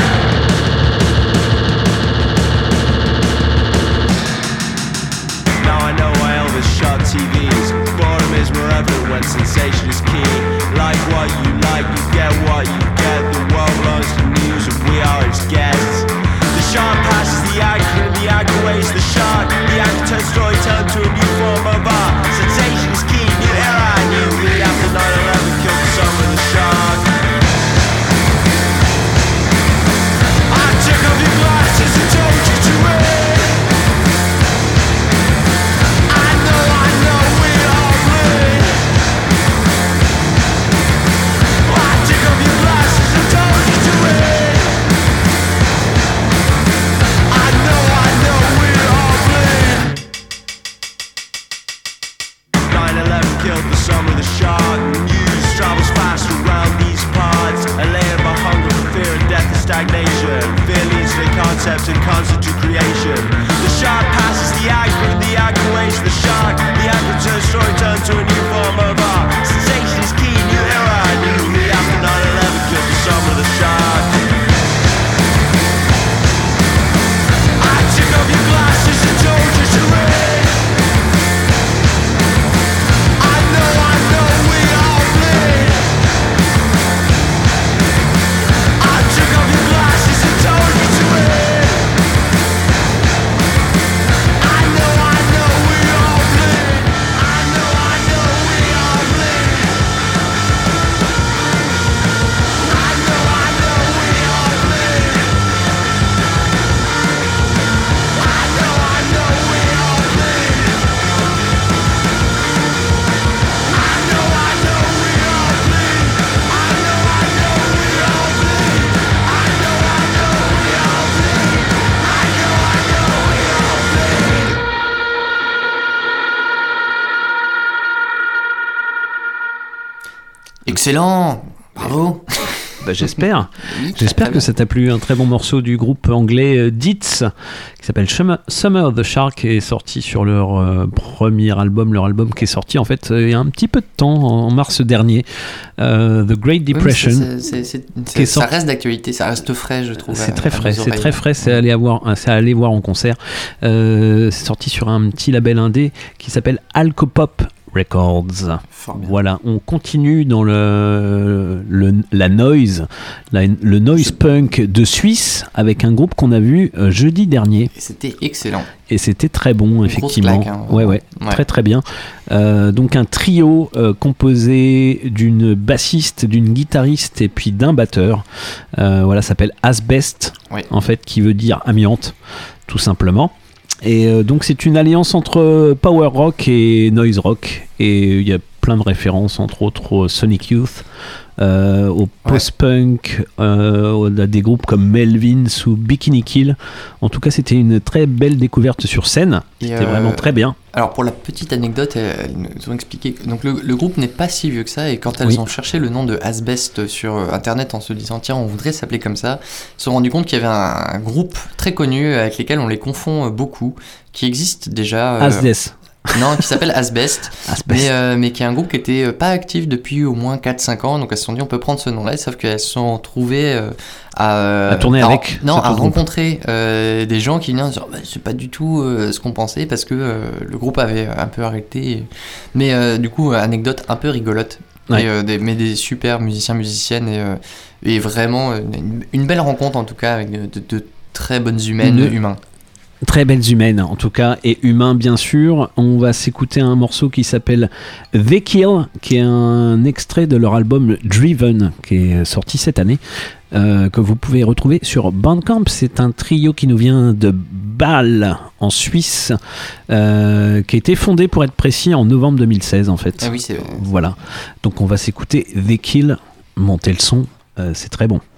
Now I know why Elvis shot T Vs. Boredom is more evident when sensation is key. Like what you like, you get what you get. The world learns the news and we are its guests. The shark passes the anchor and the anchor weighs the shark. The anchor turns story turn to a new form of art. Sensation is key, new era, new me after nine eleven killed the summer the shark. I took off your glasses and told you to wait. I know, I know we all bleed. I took off your glasses and told you to wait. I know, I know we all bleed. nine eleven killed the summer, the shark. News travels fast around these parts. A land by hunger for fear and death and stagnation. Fear leads to concepts and concept to creation. The shark passes the anchor and the anchor weighs the shark. The anchor turns story turn to a new form of art. Sensation is key, new era, new me after nine eleven killed the summer, the shark. I took off your glasses and told you to read. I know, I know we all bleed. I took off your glasses and told you to read. I know, I know we all bleed. I know, I know we all bleed. I know, I know we all bleed. I know, I know we all bleed. I know, I know we all bleed. I know, I know we all bleed. I know, I know we all bleed. I know, I know we all bleed. Excellent. Bravo. Bah, j'espère. Oui, J'espère très que bien. ça t'a plu. Un très bon morceau du groupe anglais euh, Dits, qui s'appelle Summer, Summer of the Shark, qui est sorti sur leur euh, premier album, leur album qui est sorti en fait euh, il y a un petit peu de temps, en mars dernier, euh, The Great Oui, mais Depression. c'est- c'est- c'est- qui c'est- est ça sorti- reste d'actualité, ça reste frais, je trouve. C'est à- très à frais, nos c'est oreilles. très frais, c'est à aller voir, c'est à aller voir en concert. Euh, c'est sorti sur un petit label indé qui s'appelle Alcopop Records. Voilà, on continue dans le, le la noise, la- le noise punk de Suisse avec un groupe qu'on a vu euh, jeudi dernier. Et c'était excellent. Et c'était très bon, Une effectivement. grosse claque, hein, ouais, ouais, ouais. très très bien. Euh, donc un trio euh, composé d'une bassiste, d'une guitariste et puis d'un batteur. Euh, voilà, ça s'appelle Asbest, Ouais. en fait, qui veut dire amiante, tout simplement. Et euh, donc c'est une alliance entre power rock et noise rock. Et il y a plein de références, entre autres au Sonic Youth, euh, au post-punk, euh, à des groupes comme Melvins ou Bikini Kill. En tout cas, c'était une très belle découverte sur scène. Et, C'était euh, vraiment très bien. Alors pour la petite anecdote, euh, ils nous ont expliqué. Donc le, le groupe n'est pas si vieux que ça, et quand elles Oui. ont cherché le nom de Asbest sur euh, internet en se disant tiens on voudrait s'appeler comme ça, ils se sont rendus compte qu'il y avait un, un groupe très connu avec lesquels on les confond euh, beaucoup, qui existe déjà. euh, Asdes. Non, qui s'appelle Asbest, Asbest. Mais, euh, mais qui est un groupe qui était euh, pas actif depuis au moins quatre cinq ans, donc elles se sont dit on peut prendre ce nom-là, sauf qu'elles se sont trouvées euh, à, À tourner à- avec non, à certains groupes. rencontrer euh, des gens qui venaient en disant bah, c'est pas du tout euh, ce qu'on pensait parce que euh, le groupe avait un peu arrêté. Mais euh, du coup, anecdote un peu rigolote. Ouais. Et, euh, des, mais des super musiciens, musiciennes, et, euh, et vraiment euh, une, une belle rencontre en tout cas avec de, de- de très bonnes humaines, Une- humains. Très belles humaines en tout cas, et humains bien sûr. On va s'écouter un morceau qui s'appelle The Kill, qui est un extrait de leur album Driven, qui est sorti cette année, euh, que vous pouvez retrouver sur Bandcamp. C'est un trio qui nous vient de Bâle en Suisse, euh, qui a été fondé, pour être précis, en novembre deux mille seize en fait. Ah oui, c'est Voilà, donc on va s'écouter The Kill, montez le son, euh, c'est très bon.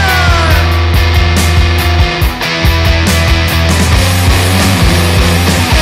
Longer.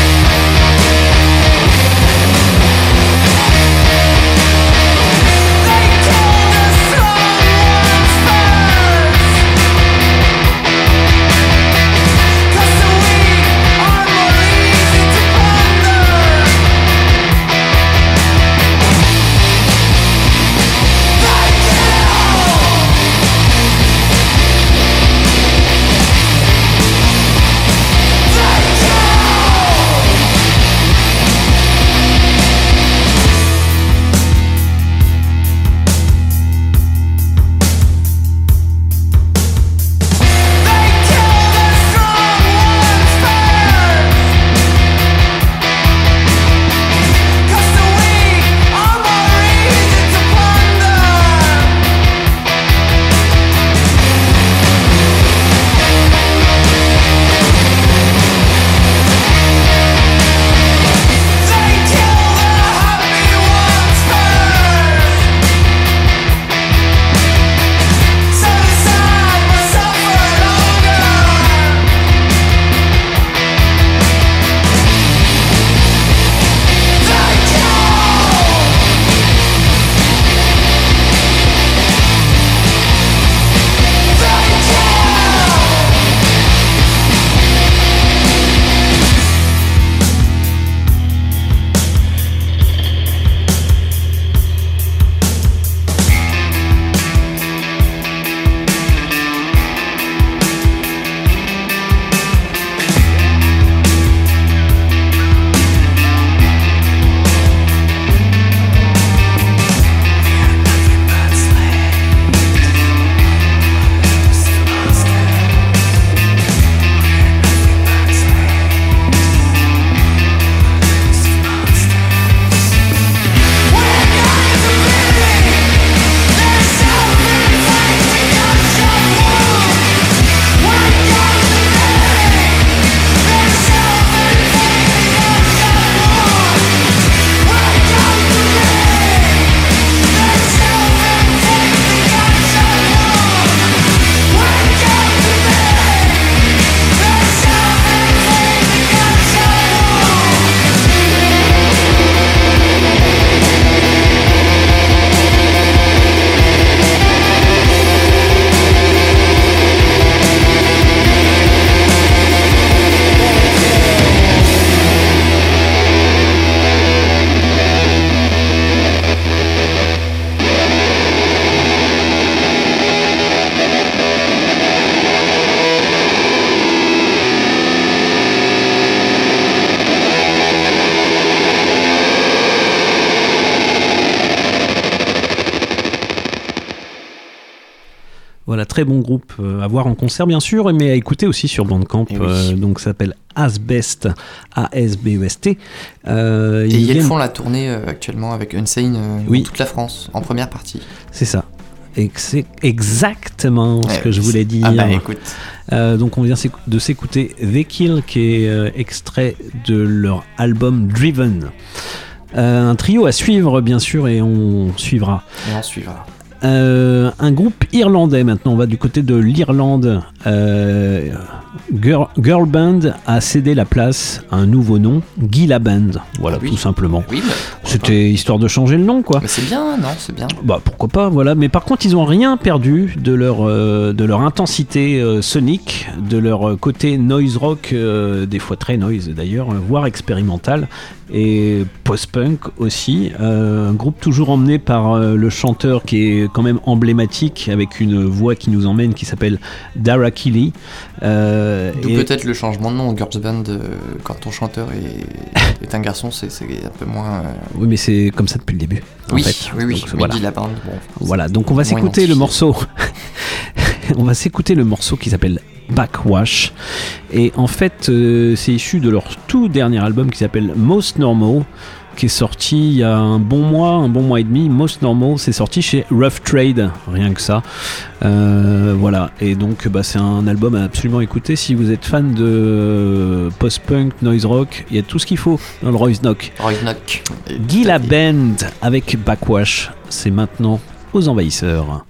Voilà, très bon groupe euh, à voir en concert bien sûr, mais à écouter aussi sur Bandcamp. Eh oui. euh, donc ça s'appelle Asbest, A S B E S T. Euh, Et ils ils viennent- font la tournée euh, actuellement avec Unsane euh, Oui. dans toute la France, en première partie. C'est ça. Et que c'est exactement ce Ouais, que je oui, voulais c'est- dire. Ah bah écoute. Euh, donc on vient s'écou- de s'écouter The Kill, qui est euh, extrait de leur album Driven. Euh, un trio à suivre bien sûr, et on suivra. Et on suivra. Euh, un groupe irlandais maintenant, on va du côté de l'Irlande. Euh, Girl, Girl Band a cédé la place à un nouveau nom, Gila Band. Voilà, Oui. tout simplement. Oui, bah, C'était histoire de changer le nom, quoi. mais c'est bien, non, c'est bien. Bah pourquoi pas, voilà. Mais par contre, ils ont rien perdu de leur euh, de leur intensité euh, sonique, de leur euh, côté noise rock, euh, des fois très noise d'ailleurs, euh, voire expérimental, et post-punk aussi. Euh, un groupe toujours emmené par euh, le chanteur qui est quand même emblématique, avec une voix qui nous emmène, qui s'appelle Dara Keeley. Euh, D'où et- peut-être le changement de nom, Girls Band, euh, quand ton chanteur est, est un garçon, c'est, c'est un peu moins. euh, Oui, mais c'est comme ça depuis le début. en Oui, fait. oui, oui, Donc, oui, voilà. Gila Band, bon, Voilà, donc on va moins s'écouter le identifié. morceau. On va s'écouter le morceau qui s'appelle Backwash. Et en fait, euh, c'est issu de leur tout dernier album qui s'appelle Most Normal, qui est sorti il y a un bon mois, un bon mois et demi. Most Normal, c'est sorti chez Rough Trade, rien que ça. Euh, voilà, et donc bah, c'est un album à absolument écouter si vous êtes fan de post-punk, noise rock. Il y a tout ce qu'il faut dans le Royce Knock. Royce Knock. Et Gila tout à fait. Band avec Backwash, c'est maintenant aux envahisseurs.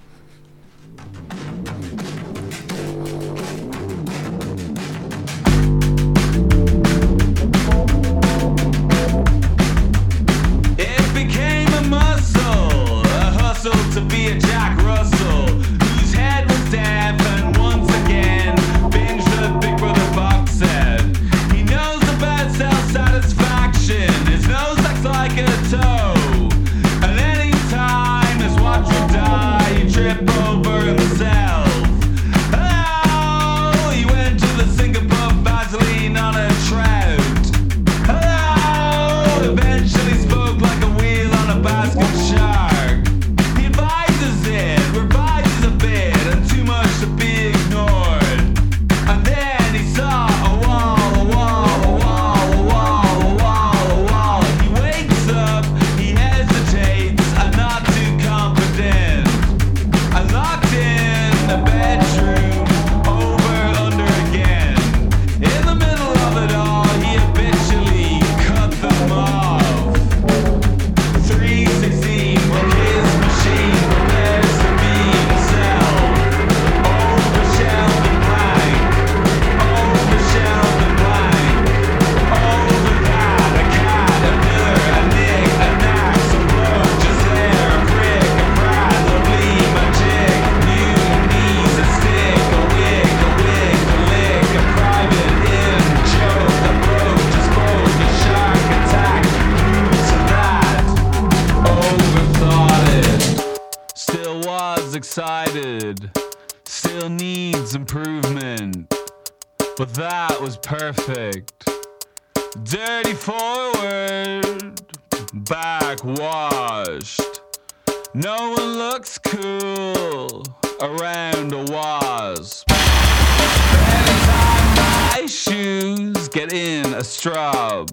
It became a muscle, a hustle to be a Jack Russell, whose head was deaf and once again binged the Big Brother box set. He knows about self-satisfaction, his nose looks like a toe, and any time his watch would die, he'd trip over himself. Oh, he went to the Singapore Vaseline on a trout. Hello! Eventually spoke like a wheel on a basket shark. He advises it, revises a bit, and too much to be ignored. And then he saw a wall, a wall, a wall, a wall, a wall, a wall. He wakes up, he hesitates, and not too confident. And locked in the bedroom, over, under again. In the middle of it all, he habitually cut them off. three sixteen, when his machine prepares to be himself. Overshelved and blank, overshelved and blank. Over that, a cat, a pillar, a nick, a knack, some blow, just there, a prick, a prat, a gleam, a jig, new knees, a stick, a wig, a wig, a lick, a private in, joke, a broke, just spoke, a shark attack, roots of that, overthought it, still was excited, still needs improvement, but that was perfect. Dirty forward, backwashed. No one looks cool around a wasp. Anytime my shoes get in a straw,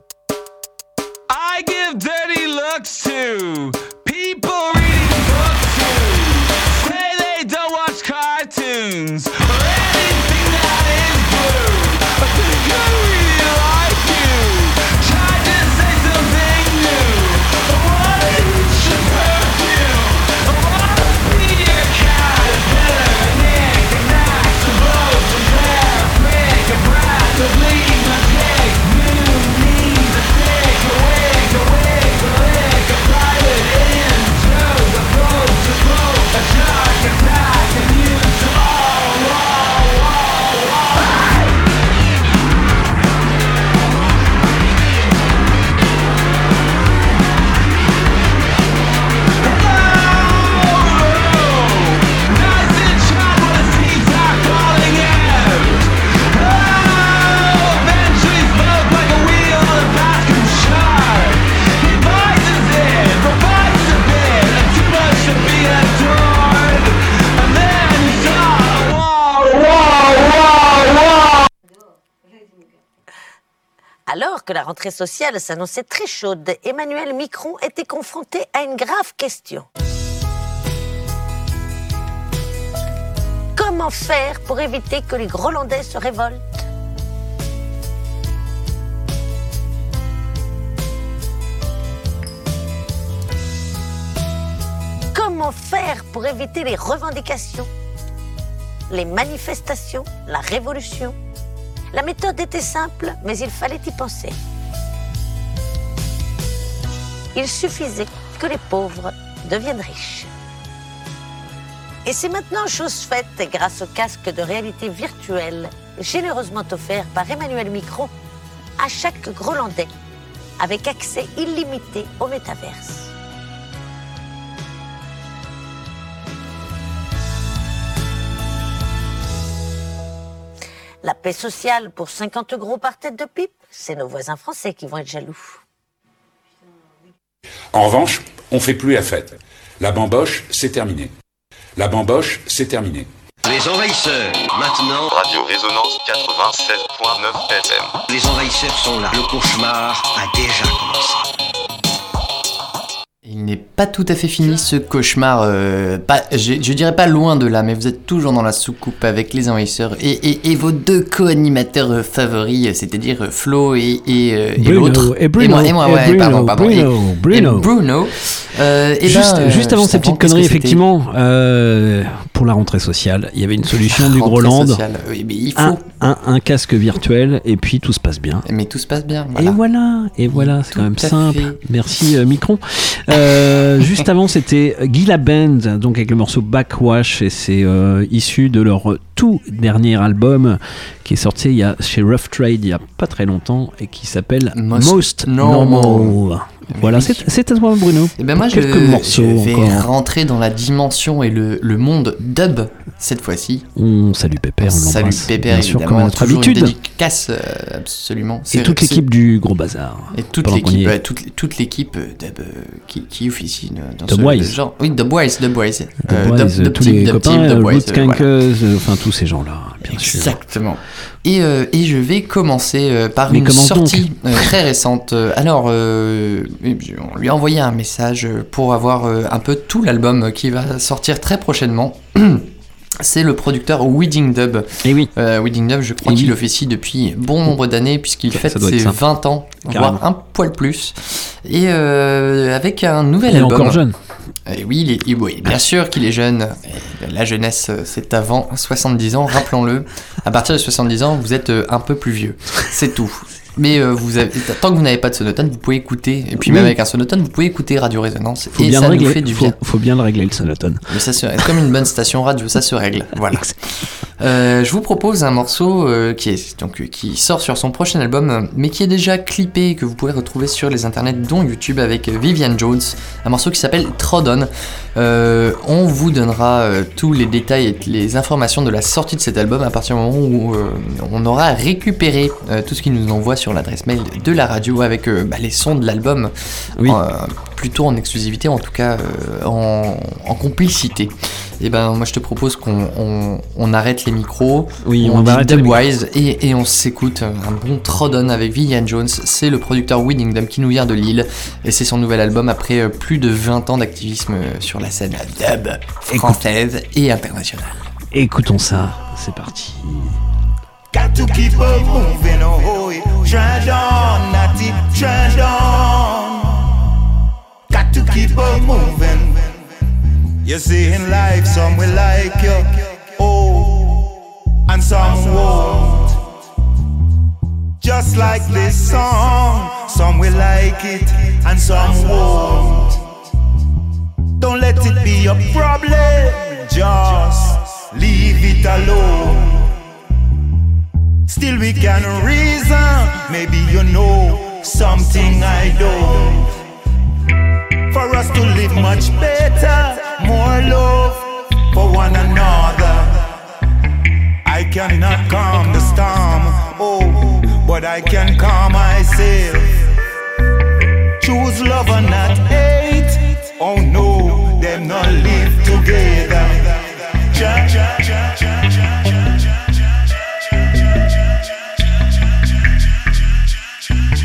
I give dirty looks to people reading books who say they don't watch cartoons or anything that is blue. I think I really like you. Try to say something new. I wanna eat your perfume. I wanna be a caterpillar, a nick, a knack, a blow, a pear, a prick, a brat, a gleam, a dick, new knees, a stick, a wig, a wig, a lick, a private Alors que la rentrée sociale s'annonçait très chaude, Emmanuel Macron était confronté à une grave question. Comment faire pour éviter que les Grolandais se révoltent ? Comment faire pour éviter les revendications, les manifestations, la révolution ? La méthode était simple, mais il fallait y penser. Il suffisait que les pauvres deviennent riches. Et c'est maintenant chose faite grâce au casque de réalité virtuelle, généreusement offert par Emmanuel Macron à chaque Grolandais, avec accès illimité au métaverse. La paix sociale pour cinquante euros par tête de pipe, c'est nos voisins français qui vont être jaloux. En revanche, on fait plus la fête. La bamboche, c'est terminé. La bamboche, c'est terminé. Les envahisseurs, maintenant. Radio Résonance quatre-vingt-seize point neuf F M. Les envahisseurs sont là. Le cauchemar a déjà commencé. Il n'est pas tout à fait fini ce cauchemar, euh, pas, je, je dirais pas loin de là, mais vous êtes toujours dans la soucoupe avec les envahisseurs et, et, et vos deux co-animateurs favoris, c'est-à-dire Flo et, et, euh, et l'autre. Et Bruno. Et moi, et moi et ouais, Bruno, pardon, pardon. Bruno, et, Bruno. Et Bruno. Euh, et juste, ben, juste avant juste ces petites avant, qu'est-ce conneries, que c'était effectivement, euh, pour la rentrée sociale, il y avait une solution du Rentrée Groland. sociale, oui, mais il faut. Un, un, un casque virtuel et puis tout se passe bien. Mais tout se passe bien. Voilà. Et voilà, et voilà, c'est Tout quand même à simple. fait. Merci euh, Micron. Euh, juste avant, c'était Gila Band, donc avec le morceau Backwash, et c'est euh, issu de leur tout dernier album qui est sorti il y a, chez Rough Trade il y a pas très longtemps et qui s'appelle Most, Most Normal. Normal. Voilà, oui. c'est, c'est à toi Bruno. Et ben moi Quelques je, morceaux je vais encore. rentrer dans la dimension et le, le monde dub cette fois-ci. On salue Pépère, on Salut l'embrasse. Pépère, bien sûr, évidemment, comme à notre toujours habitude. Une dédicace, euh, absolument. Et toute l'équipe c'est... du Gros Bazar. Et toute l'équipe, euh, toute, toute l'équipe dub euh, qui, qui officie dans Dubwise. ce genre. Oui, Dubwise, Dubwise. Euh, Dub, Dub tous team, les Dub copains, team, Dubwise, Root Skankers, euh, voilà. Enfin tous ces gens-là, bien Exactement. sûr. Exactement. Et, euh, et je vais commencer euh, par Mais une sortie euh, très récente. Alors, euh, on lui a envoyé un message pour avoir euh, un peu tout l'album qui va sortir très prochainement. C'est le producteur Wedding Dub. Et oui. Euh, Wedding Dub, je crois et qu'il oui. officie depuis bon nombre d'années, puisqu'il fête ses vingt ans, Carrément. voire un poil plus. Et euh, avec un nouvel il album. Il est encore jeune. Et oui, il est, il, oui, bien sûr qu'il est jeune. Et la jeunesse, c'est avant soixante-dix ans, rappelons-le. À partir de soixante-dix ans, vous êtes un peu plus vieux. C'est tout. Mais euh, vous avez, tant que vous n'avez pas de sonotone, vous pouvez écouter. Et puis oui. même avec un sonotone, vous pouvez écouter Radio Résonance. Faut et bien ça régler, nous fait du faut, bien. Faut bien le régler le sonotone. Mais ça se, comme une bonne station radio, ça se règle. Voilà. Euh, je vous propose un morceau euh, qui est donc qui sort sur son prochain album, mais qui est déjà clippé, que vous pouvez retrouver sur les internets, dont YouTube, avec Vivian Jones. Un morceau qui s'appelle Trodden. Euh, on vous donnera euh, tous les détails et les informations de la sortie de cet album à partir du moment où euh, on aura récupéré euh, tout ce qu'ils nous envoie sur l'adresse mail de la radio avec euh, bah, les sons de l'album, oui. euh, plutôt en exclusivité, en tout cas euh, en, en complicité. Et ben moi je te propose qu'on on, on arrête les micros, oui, on, on dit arrête Dubwise et, et on s'écoute un bon Trodden avec Vivian Jones. C'est le producteur Wedding Dub qui nous vient de Lille et c'est son nouvel album après euh, plus de vingt ans d'activisme sur la scène dub française Écoute. et internationale. Écoutons ça, c'est parti. Got to keep on moving, oh, trend on, natty, trend on. Got to keep on moving. You see in life, some will like you, oh, and some won't. Just like this song, some will like it, and some won't. Don't let it be a problem, just leave it alone. Still we can reason, maybe you know something I don't. For us to live much better, more love for one another. I cannot calm the storm, oh, but I can calm myself. Choose love and not hate, oh no, them not live together. Ja, ja, ja, ja, ja, ja, ja.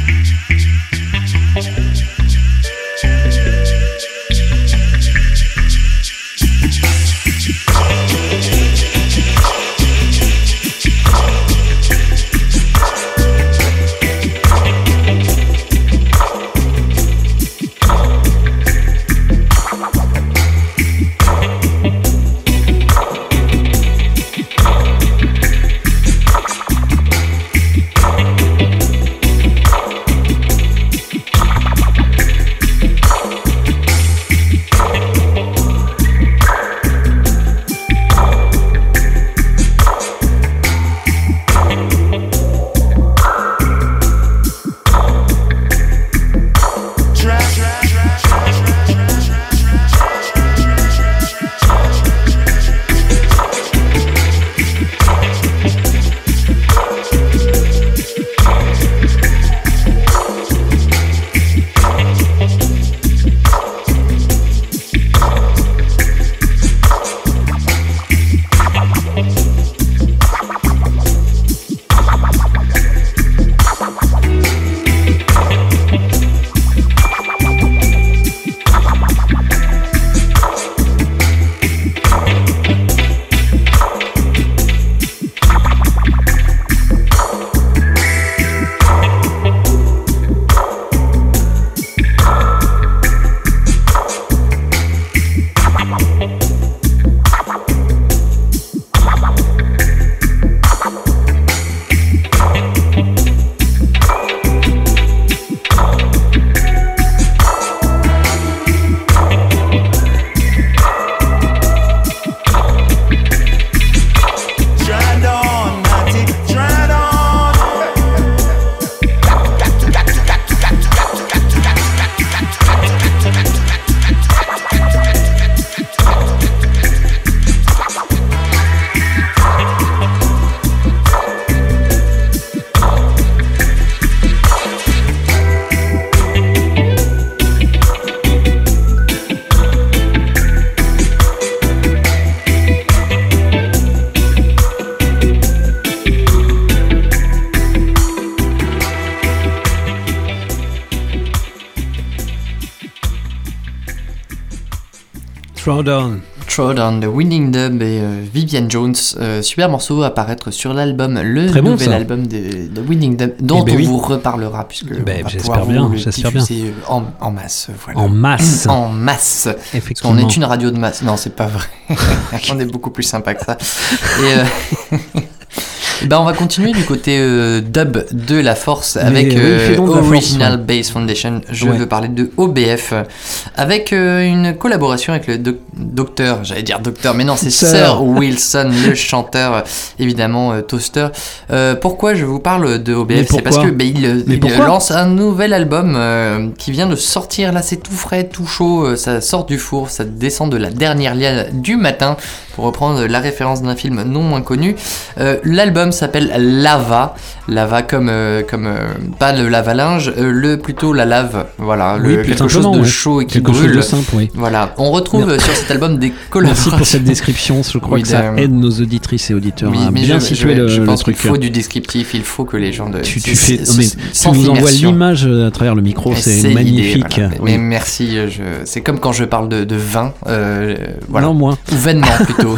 Throwdown. Throwdown de Winning Dub et euh, Vivian Jones. Euh, super morceau à apparaître sur l'album, le Très nouvel bon, album de, de Winning Dub, dont eh ben on oui. vous reparlera, puisque ben, on va j'espère pouvoir bien, vous le j'espère bien. diffuser en, en masse. Voilà. En masse. En masse. Effectivement. Parce qu'on est une radio de masse. Non, c'est pas vrai. On est beaucoup plus sympa que ça. Et euh... Et ben on va continuer du côté euh, dub de la force avec Mais, euh, oui, donc la Original force, Bass Foundation. Je ouais. veux parler de O B F avec euh, une collaboration avec le doc- docteur, j'allais dire docteur, mais non, c'est Sir. Sir Wilson, le chanteur, évidemment euh, Toaster. Euh, pourquoi je vous parle de O B F? Mais C'est parce pourquoi que ben, il, Mais il pourquoi lance un nouvel album euh, qui vient de sortir. Là, c'est tout frais, tout chaud. euh, Ça sort du four, ça descend de la dernière liane du matin, pour reprendre la référence d'un film non moins connu. Euh, l'album s'appelle Lava, Lava comme euh, comme euh, pas le lave-linge, euh, le plutôt la lave, voilà, Oui, le, plus quelque chose simplement, de ouais. chaud et qui Quelque chose brûle. de simple, oui. Voilà, on retrouve Merci. sur cet album des collaborations. Merci pour cette description, je crois Oui, que ça d'un- aide nos auditrices et auditeurs Oui, à mais bien je, situer je, le, je le pense truc. qu'il faut du descriptif, il faut que les gens de Tu, tu, c'est- fais, c'est- non, mais c'est- tu sans nous envoies immersion. l'image à travers le micro, Mais c'est, l'idée, magnifique. voilà. Mais, Oui. mais merci, je, c'est comme quand je parle de, de vin, euh, voilà. Non, moins. Ou vainement plutôt.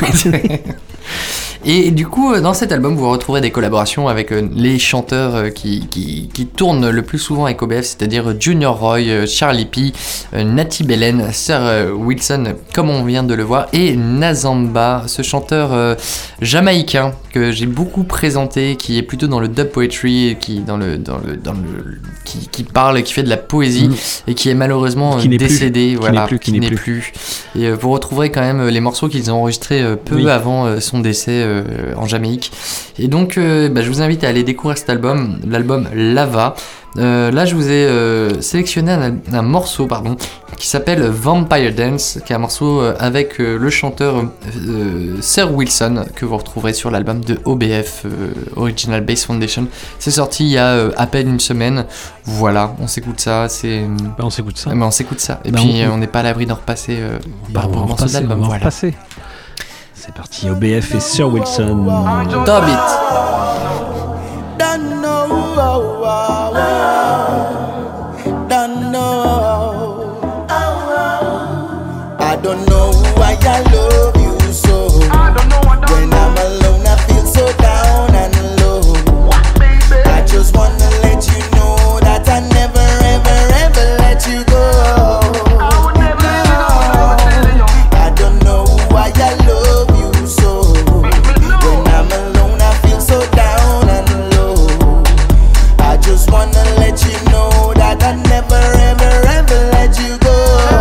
Et du coup, euh, dans cet album, vous retrouverez des collaborations avec euh, les chanteurs euh, qui, qui, qui tournent le plus souvent avec O B F, c'est-à-dire Junior Roy, euh, Charlie P, euh, Natty Belen, Sir euh, Wilson, comme on vient de le voir, et Nazamba, ce chanteur euh, jamaïcain que j'ai beaucoup présenté, qui est plutôt dans le dub poetry, qui dans le dans le dans le qui, qui parle, qui fait de la poésie, Mmh. et qui est malheureusement Qui euh, n'est plus. décédé, Qui voilà, n'est plus, qui n'est plus. Et euh, vous retrouverez quand même euh, les morceaux qu'ils ont enregistrés euh, peu Oui. avant euh, son décès euh, en Jamaïque. Et donc, euh, bah, je vous invite à aller découvrir cet album, l'album Lava. Euh, là, je vous ai euh, sélectionné un, un morceau, pardon, qui s'appelle Vampire Dance, qui est un morceau euh, avec euh, le chanteur euh, Sir Wilson, que vous retrouverez sur l'album de O B F, euh, Original Bass Foundation. C'est sorti il y a euh, à peine une semaine. Voilà, on s'écoute ça. C'est... Bah, on s'écoute ça. Ah, bah, on s'écoute ça. Et Bah, puis, on- euh, on n'est pas à l'abri d'en repasser euh, Bah, par on va rapport en au morceau repasser, d'album. on va en Voilà. repasser. C'est parti, O B F et Sir Wilson. Dub it. Don't know, oh, oh, oh. Don't know. I don't know why I love you so. When I'm alone, I feel so down and low. I just wanna let you know that I never, ever, ever let you go. I don't know why I love you so. When I'm alone, I feel so down and low. I just wanna let you know that I never, ever, ever let you go.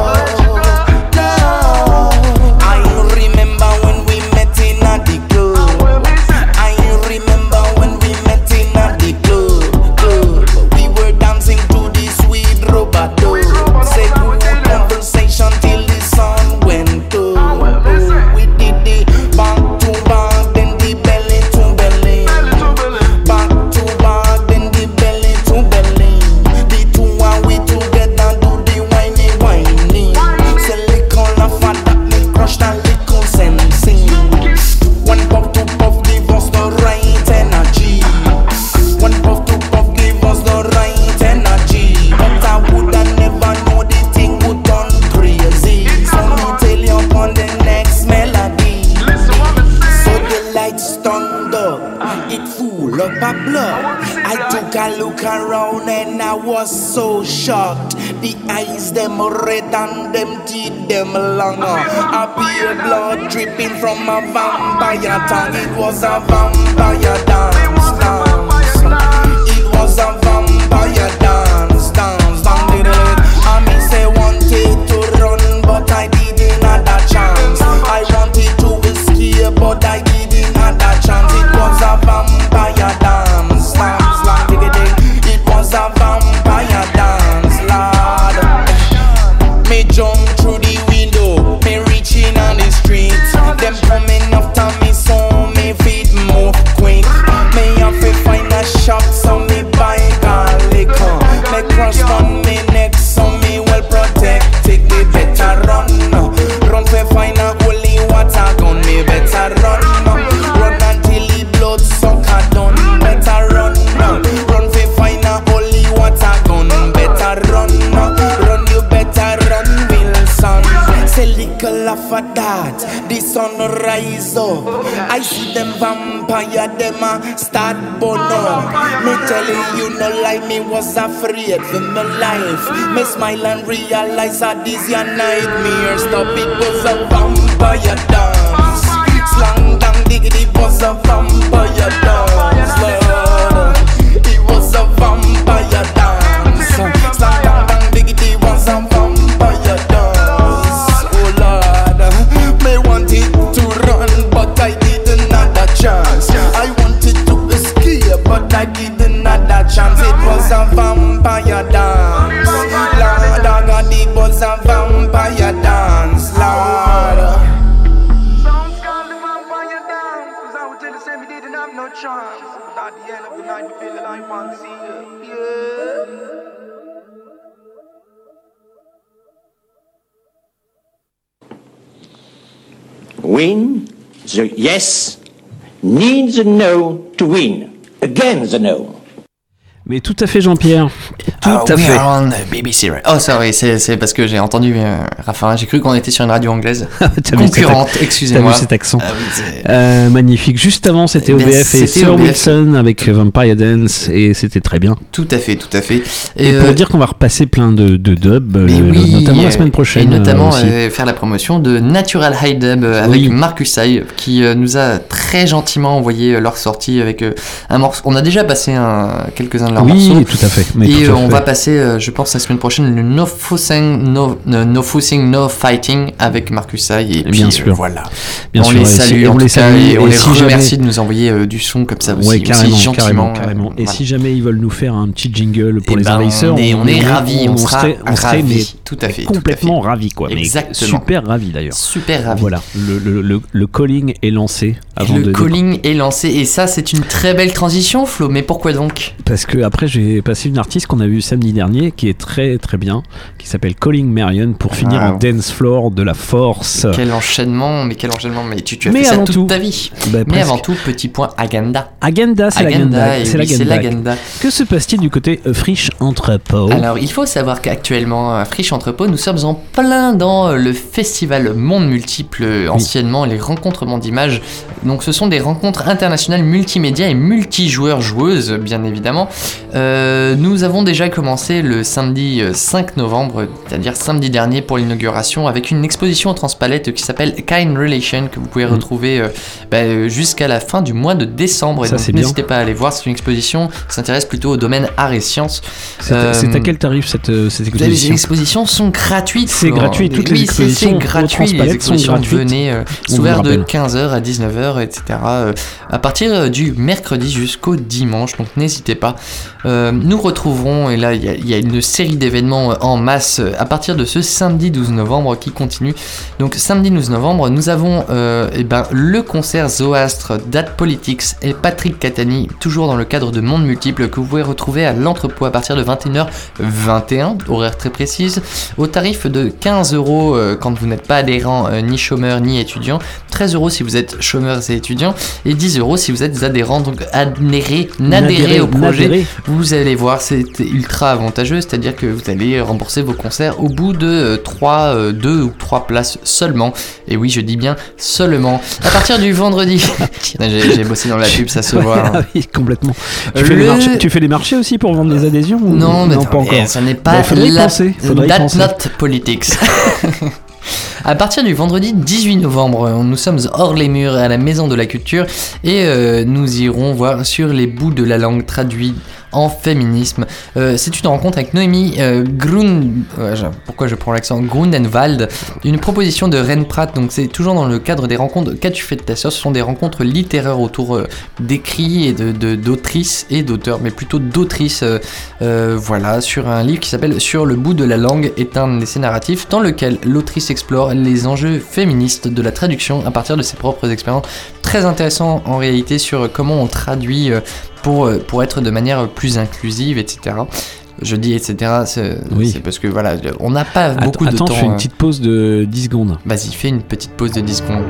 No. I remember when we met in a the club. I remember when we met in a the club. club. We were dancing to the sweet rubber-dub. Say good conversation till the sun went up. We did the back to back, then the belly to belly. Back to back, then the belly to belly. The two and we together do the whiny whiny. Say little laugh and that me crushed a little sensing. One puff, two puff, give us the right energy. One puff, two puff, give us the right energy. But I woulda never know the thing would turn crazy. So me tell you upon the next melody. So the lights turned up, it full up a blood. I took a look around and I was so shocked. The eyes them red and them teeth them longer. A pure blood dripping from a vampire tongue. It was a vampire dance, dance. It was a vampire dance, dance, dance. I me say wanted to run, but I didn't have a chance. I wanted to escape, but I didn't have a chance. It was a vampire dance, dance, like it was a vampire dance, lad. Me jump through the window, me reaching on the street. Them coming after me, so me feet move quick. a little of a that. The sun rise up. I see them vampire, them a start burn up. Me telling you no lie, me was afraid for my life. Me smile and realize that this your nightmare. Stop, it was a vampire dance. Slang down diggity was a vampire dance. Lord, it was a vampire dance. Slang down down diggity was a vampire dance. Oh Lord, me wanted to run, but I didn't have a chance. I wanted to escape, but I didn't have a chance. It was a vampire dance. Lord, God, it was a vampire dance. Lord. No chance. At the end of the night, you feel like one see you. Yeah. Win the yes needs a no to win. Again the no. Mais tout à fait, Jean-Pierre. Tout oh, à fait. On B B C. Oh, sorry, c'est, c'est parce que j'ai entendu euh, Raphaël. J'ai cru qu'on était sur une radio anglaise. Concurrente, excusez-moi. T'as vu cet accent. Ah, oui, euh, magnifique. Juste avant, c'était eh bien, O B F et Sir O B F. Wilson avec Vampire Dance et c'était très bien. Tout à fait, tout à fait. Et, et euh, pour dire qu'on va repasser plein de, de dubs, euh, oui, notamment la semaine prochaine. Et notamment euh, aussi. Euh, faire la promotion de Natural High Dub euh, avec oui. Marcus Hay qui euh, nous a très gentiment envoyé euh, leur sortie avec euh, un morceau. On a déjà passé un, quelques-uns de leurs oui, morceaux. Oui, tout à fait. Mais et tout à on fait. va passer, euh, je pense, la semaine prochaine, le No Fussing, No, no, Fussing, No Fighting avec Marcus Hay. Et, et puis, bien sûr. Euh, voilà. Bien on sûr, les salue, et en on tout les cas, salue, et on et les si remercie jamais... de nous envoyer euh, du son comme ça aussi, ouais, carrément, aussi gentiment. Carrément, carrément. Et voilà. si jamais ils veulent nous faire un petit jingle pour et les ben, envahisseurs, on est, on est ravis, on, on sera serait, on serait mais tout à fait, complètement ravis, quoi. Exactement. Mais super ravis d'ailleurs. Super ravis. Voilà, le, le, le, le calling est lancé. Avant le de calling est lancé et ça c'est une très belle transition, Flo. Mais pourquoi donc ? Parce que après j'ai passé une artiste qu'on a vue samedi dernier qui est très très bien, qui s'appelle Calling Marion pour finir ah. en dance floor de la force. Quel enchaînement, mais quel enchaînement, mais tu, tu as mais fait ça toute tout, ta vie. Bah, mais presque. avant tout, petit point agenda. Agenda, c'est l'agenda. C'est oui, l'agenda. Que se passe-t-il du côté euh, Friche Entrepôt ? Alors, il faut savoir qu'actuellement, à Friche Entrepôt, nous sommes en plein dans le festival Monde Multiple, oui. anciennement les rencontres Monde Images. Donc, ce sont des rencontres internationales multimédia et multijoueurs-joueuses, bien évidemment. Euh, nous avons déjà commencé le samedi cinq novembre, c'est-à-dire samedi dernier pour l'inauguration, avec une exposition en transpalette qui s'appelle Kind Relation, que vous pouvez retrouver euh, bah, jusqu'à la fin du mois de décembre. Et ça, donc, n'hésitez bien. pas à aller voir, c'est une exposition qui s'intéresse plutôt au domaine art et sciences. C'est, euh, c'est à quel tarif cette, cette exposition ? Les expositions sont gratuites. C'est gratuit, toutes les oui, expositions c'est, c'est gratuit, les expositions sont gratuites. Venez, euh, c'est ouvert de quinze heures à dix-neuf heures, et cetera. Euh, à partir du mercredi jusqu'au dimanche, donc n'hésitez pas. Euh, nous retrouverons, et là il y, y a une série d'événements en masse à partir de ce samedi douze novembre qui continue. Donc samedi douze novembre, nous avons euh, eh ben, le concert Zoastre, Date Politics et Patrick Catani, toujours dans le cadre de Monde Multiple, que vous pouvez retrouver à l'entrepôt à partir de vingt et une heures vingt et un, horaire très précise, au tarif de quinze euros euh, quand vous n'êtes pas adhérent euh, ni chômeur ni étudiant, treize euros si vous êtes chômeur et étudiant, et dix euros si vous êtes adhérent, donc adhéré, n'adhérez au projet. N'adhérez. Vous allez voir, c'est ultra avantageux, c'est-à-dire que vous allez rembourser vos concerts au bout de trois, deux ou trois places seulement. Et oui, je dis bien seulement. À partir du vendredi. j'ai, j'ai bossé dans la pub, ça se voit. Hein. Oui, complètement. Tu, Le... fais les marchés, tu fais les marchés aussi pour vendre des adhésions ou... Non, mais non, pas encore. Ça n'est pas bon, faudrait la... y penser. Faudrait That's y penser. not politics. À partir du vendredi dix-huit novembre, nous sommes hors les murs à la Maison de la Culture et euh, nous irons voir Sur les bouts de la langue traduit en féminisme. Euh, c'est une rencontre avec Noémie euh, Grun... Euh, pourquoi je prends l'accent Grundenwald, une proposition de Ren Pratt, donc c'est toujours dans le cadre des rencontres Qu'as-tu fait de ta sœur ? Ce sont des rencontres littéraires autour euh, d'écrits et de, de, d'autrices et d'auteurs, mais plutôt d'autrices, euh, euh, voilà, sur un livre qui s'appelle Sur le bout de la langue, est un essai narratif dans lequel l'autrice explore les enjeux féministes de la traduction à partir de ses propres expériences. Très intéressant en réalité sur comment on traduit euh, pour, pour être de manière plus inclusive, et cetera. Je dis et cetera, c'est, oui. c'est parce que voilà, on n'a pas beaucoup attends, de temps. Attends, fais une euh... petite pause de dix secondes. Vas-y, fais une petite pause de dix secondes.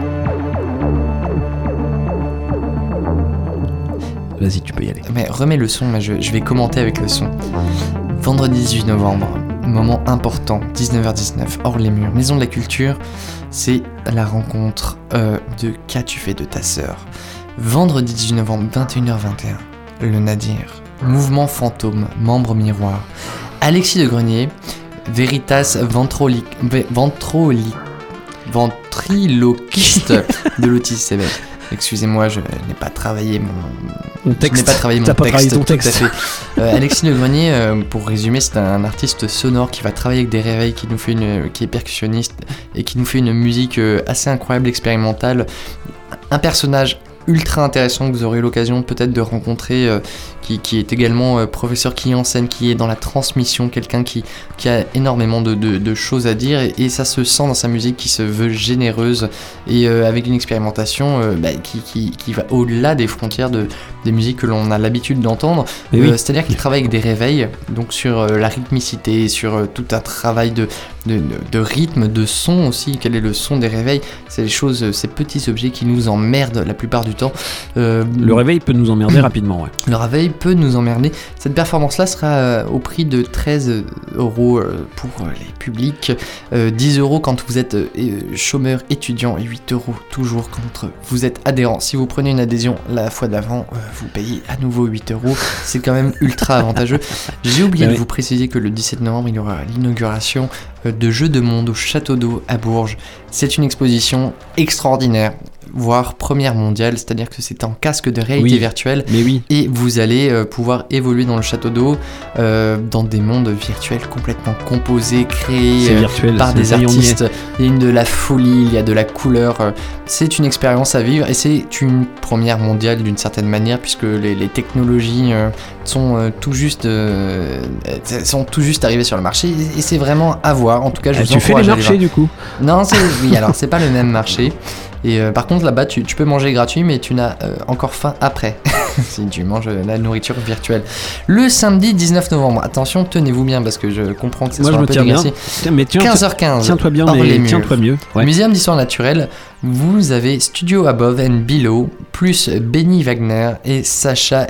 Vas-y, tu peux y aller. Mais remets le son, mais je, je vais commenter avec le son. Vendredi dix-huit novembre, moment important, dix-neuf heures dix-neuf, hors les murs, Maison de la Culture, c'est la rencontre euh, de Qu'as-tu fait de ta sœur ? Vendredi dix-huit novembre, vingt et une heures vingt et un, le Nadir, Mouvement Fantôme, Membre Miroir, Alexis de Grenier, Veritas Ventroli... Ventroli... ventriloquiste de l'autisme sévère. Excusez-moi, je n'ai pas travaillé mon, mon texte. Je n'ai pas travaillé mon T'as texte. Pas travaillé ton tout texte. à fait. Euh, Alexis de Grenier, euh, pour résumer, c'est un artiste sonore qui va travailler avec des réveils, qui nous fait une, qui est percussionniste et qui nous fait une musique euh, assez incroyable, expérimentale. Un personnage ultra intéressant que vous aurez l'occasion peut-être de rencontrer, euh, qui, qui est également euh, professeur, qui enseigne, qui est dans la transmission, quelqu'un qui, qui a énormément de, de, de choses à dire, et, et ça se sent dans sa musique, qui se veut généreuse et euh, avec une expérimentation euh, bah, qui, qui, qui va au-delà des frontières de, des musiques que l'on a l'habitude d'entendre. Euh, oui. C'est-à-dire qu'il travaille avec des réveils, donc sur euh, la rythmicité, sur euh, tout un travail de, de, de, de rythme, de son aussi. Quel est le son des réveils ? C'est les choses, euh, ces petits objets qui nous emmerdent la plupart du temps. Euh, le réveil peut nous emmerder rapidement, ouais. Le réveil peut nous emmerder. Cette performance-là sera euh, au prix de treize euros euh, pour euh, les publics, euh, dix euros quand vous êtes euh, chômeur étudiant et huit euros toujours quand vous êtes adhérent. Si vous prenez une adhésion la fois d'avant, euh, vous payez à nouveau huit euros. C'est quand même ultra avantageux. J'ai oublié oui. de vous préciser que le dix-sept novembre, il y aura l'inauguration euh, de Jeux de Monde au Château d'Eau à Bourges. C'est une exposition extraordinaire, voire première mondiale, c'est-à-dire que c'est en casque de réalité oui, virtuelle, mais oui. et vous allez euh, pouvoir évoluer dans le château d'eau euh, dans des mondes virtuels complètement composés, créés euh, virtuel, par des artistes. Est. Il y a de la folie, il y a de la couleur, euh, c'est une expérience à vivre et c'est une première mondiale d'une certaine manière puisque les, les technologies euh, sont, euh, tout juste, euh, sont tout juste arrivées sur le marché et, et c'est vraiment à voir. En tout cas, je ah, vous tu fais les marchés du coup ? Non, c'est, oui, alors c'est pas le même marché. Et euh, par contre là-bas tu, tu peux manger gratuit mais tu n'as euh, encore faim après si tu manges la nourriture virtuelle. Le samedi dix-neuf novembre, attention, tenez-vous bien parce que je comprends que c'est un peu dégressif. quinze heures quinze, tiens-toi bien, mais tiens-toi mieux. Ouais. Muséum d'histoire naturelle, vous avez Studio Above and Below plus Benny Wagner et Sacha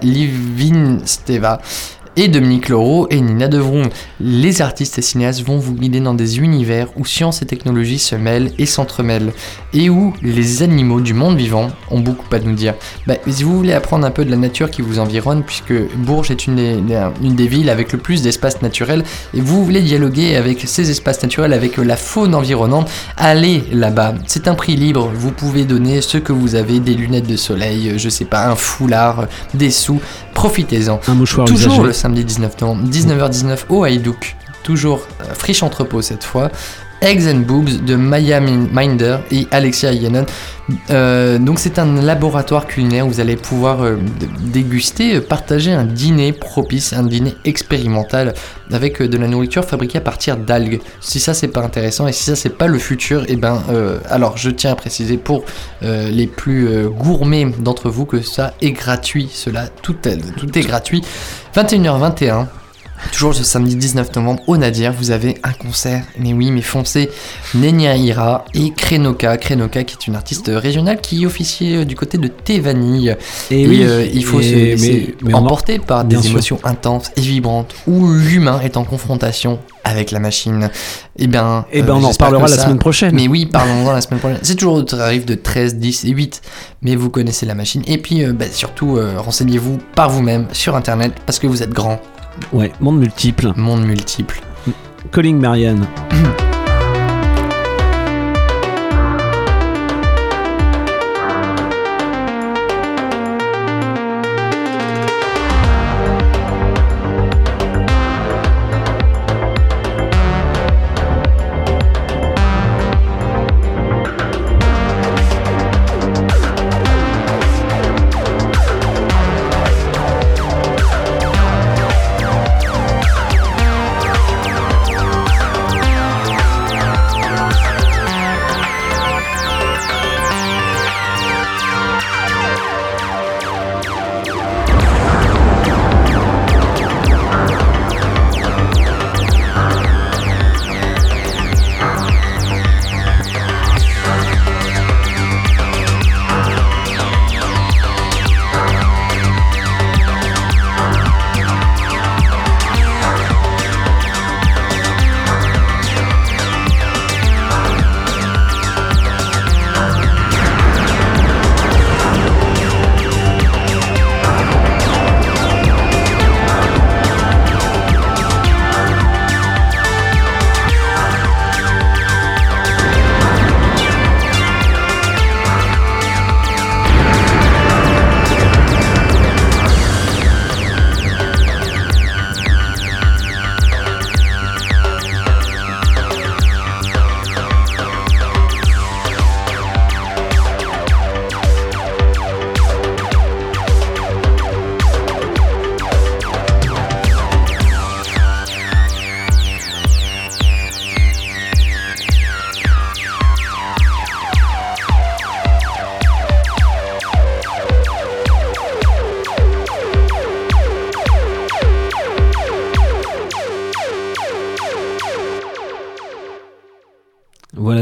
Livinsteva et Dominique Leroux et Nina Devroux. Les artistes et cinéastes vont vous guider dans des univers où science et technologie se mêlent et s'entremêlent, et où les animaux du monde vivant ont beaucoup à nous dire. Bah, si vous voulez apprendre un peu de la nature qui vous environne, puisque Bourges est une des, une des villes avec le plus d'espaces naturels, et vous voulez dialoguer avec ces espaces naturels, avec la faune environnante, allez là-bas. C'est un prix libre, vous pouvez donner ce que vous avez, des lunettes de soleil, je sais pas, un foulard, des sous, profitez-en. Un mouchoir Toujours usagé. Le samedi dix-neuf novembre, dix-neuf heures dix-neuf au Haïdouk, toujours euh, Friche Entrepôt cette fois, Eggs and Boobs de Maya Minder et Alexia Yannon. Euh, donc c'est un laboratoire culinaire où vous allez pouvoir euh, déguster, partager un dîner propice, un dîner expérimental avec euh, de la nourriture fabriquée à partir d'algues. Si ça c'est pas intéressant et si ça c'est pas le futur, et ben euh, alors je tiens à préciser pour euh, les plus euh, gourmets d'entre vous que ça est gratuit, cela tout est, tout est gratuit. vingt et une heures vingt et un. Toujours ce samedi dix-neuf novembre au Nadir, vous avez un concert, mais oui, mais foncez, Nenia Ira et Krenoka, Krenoka qui est une artiste régionale qui officie du côté de Thévanille. Et, et oui, euh, il faut et se laisser mais, mais emporter par des émotions sûr. intenses et vibrantes où l'humain est en confrontation avec la machine. Et bien, et ben euh, on en reparlera la semaine prochaine. Mais oui, parlons-en la semaine prochaine. C'est toujours au tarif de treize, dix et huit, mais vous connaissez la machine. Et puis, euh, bah, surtout, euh, renseignez-vous par vous-même sur Internet parce que vous êtes grand. Ouais, monde multiple. Monde multiple. Calling Marianne.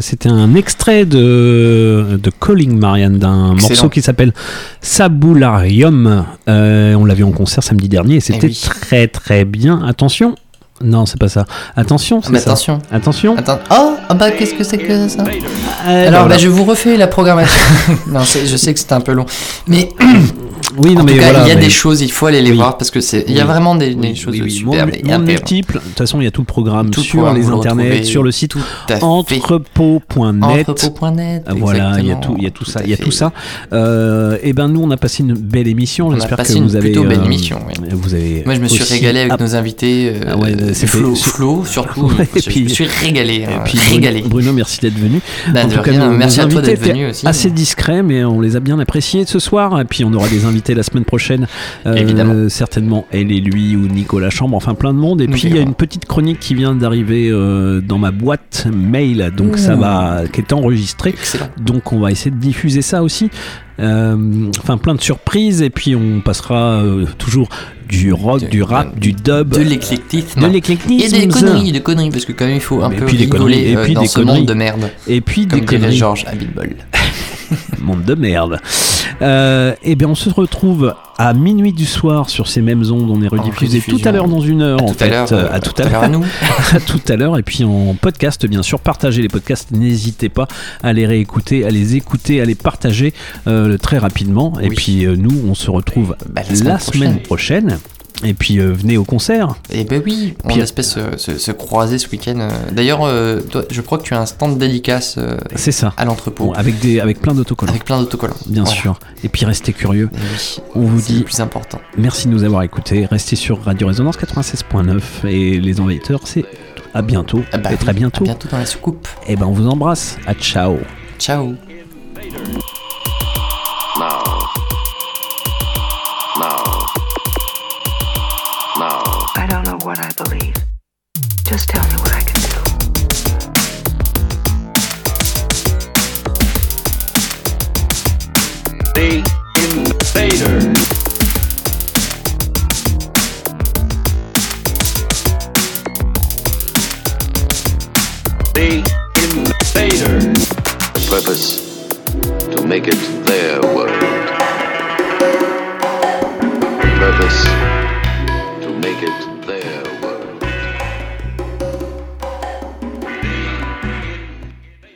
c'était un extrait de, de Calling Marianne, d'un Excellent. morceau qui s'appelle Sabularium. Euh, on l'a vu en concert samedi dernier et c'était Eh oui. très très bien. Attention. Non, c'est pas ça. Attention, c'est Mais ça. attention. Attention. Attends. Oh, ah bah qu'est-ce que c'est que ça Euh, Alors, voilà. bah, je vous refais la programmation. non, c'est- je sais que c'était un peu long, mais Oui, non, en mais tout cas, voilà, il y a mais- des choses, il faut aller les Oui. voir parce que c'est, il y a Oui. vraiment des, des Oui, choses oui, oui. superbes. Monde, et monde aberrantes. multiple. De toute façon, il y a tout le programme Tout le sur programme, les vous le internets, retrouvez sur le site tout à fait. entrepôt point net. entrepôt point net. Voilà, il y a exactement. tout, il y a tout ça, à il y a fait. tout ça. Euh, et ben nous, on a passé une belle émission. On a J'espère passé que une vous avez. plutôt belle euh, émission, oui. Vous avez. Moi, je me suis aussi régalé avec app- nos invités. Euh, Ah ouais, c'était- Flo, c'est- Flo, surtout. Ouais, je, et puis- je me suis régalé. hein, Et puis régalé. Bruno, Bruno, merci d'être venu. Bah, en de tout cas, rien, nos, merci nos à toi invités d'être étaient venu aussi. assez discrets, mais on les a bien appréciés ce soir. Et puis on aura des invités la semaine prochaine, euh, Évidemment. certainement elle et lui ou Nicolas Chambre, enfin plein de monde. Et Nous puis il y a verrons. une petite chronique qui vient d'arriver euh, dans ma boîte mail, donc Ouh. ça va, qui est enregistrée. Excellent. Donc on va essayer de diffuser ça aussi. Euh, enfin plein de surprises et puis on passera euh, toujours du rock, De- du rap, du dub, De l'éclectisme. de l'éclectisme. Et des conneries, des conneries, parce que quand même il faut un Et peu puis des rigoler conneries, et euh, puis dans des ce conneries. monde de merde. Et puis Comme des dirait conneries. Georges Abitbol. Monde de merde. Euh, et bien on se retrouve à minuit du soir sur ces mêmes ondes. On est rediffusé tout rediffusion. à l'heure dans une heure. À en tout à fait. l'heure, Euh, euh, à tout à l'heure à nous. à tout à l'heure. Et puis en podcast, bien sûr. Partagez les podcasts. N'hésitez pas à les réécouter, à les écouter, à les partager euh, très rapidement. Et Oui. puis euh, nous, on se retrouve Bah, la la semaine semaine prochaine. Et puis euh, venez au concert. Et ben oui, on Puis- espère se, se, se croiser ce week-end. euh. D'ailleurs, euh, toi, je crois que tu as un stand dédicace euh, C'est ça. à l'entrepôt. Bon, avec des, avec plein d'autocollants. Avec plein d'autocollants. Bien Voilà. sûr. Et puis restez curieux. Et oui, On vous c'est le dit plus important. merci de nous avoir écoutés. Restez sur Radio Résonance quatre-vingt-seize point neuf et les envahisseurs, c'est à bientôt. Ah bah et oui, très bientôt. à bientôt dans la soucoupe. Et ben on vous embrasse. À ciao. Ciao. Now. Now. Now. I don't know what I believe. Just tell me what I can do. The Invader. The Invader. The purpose to make it their world.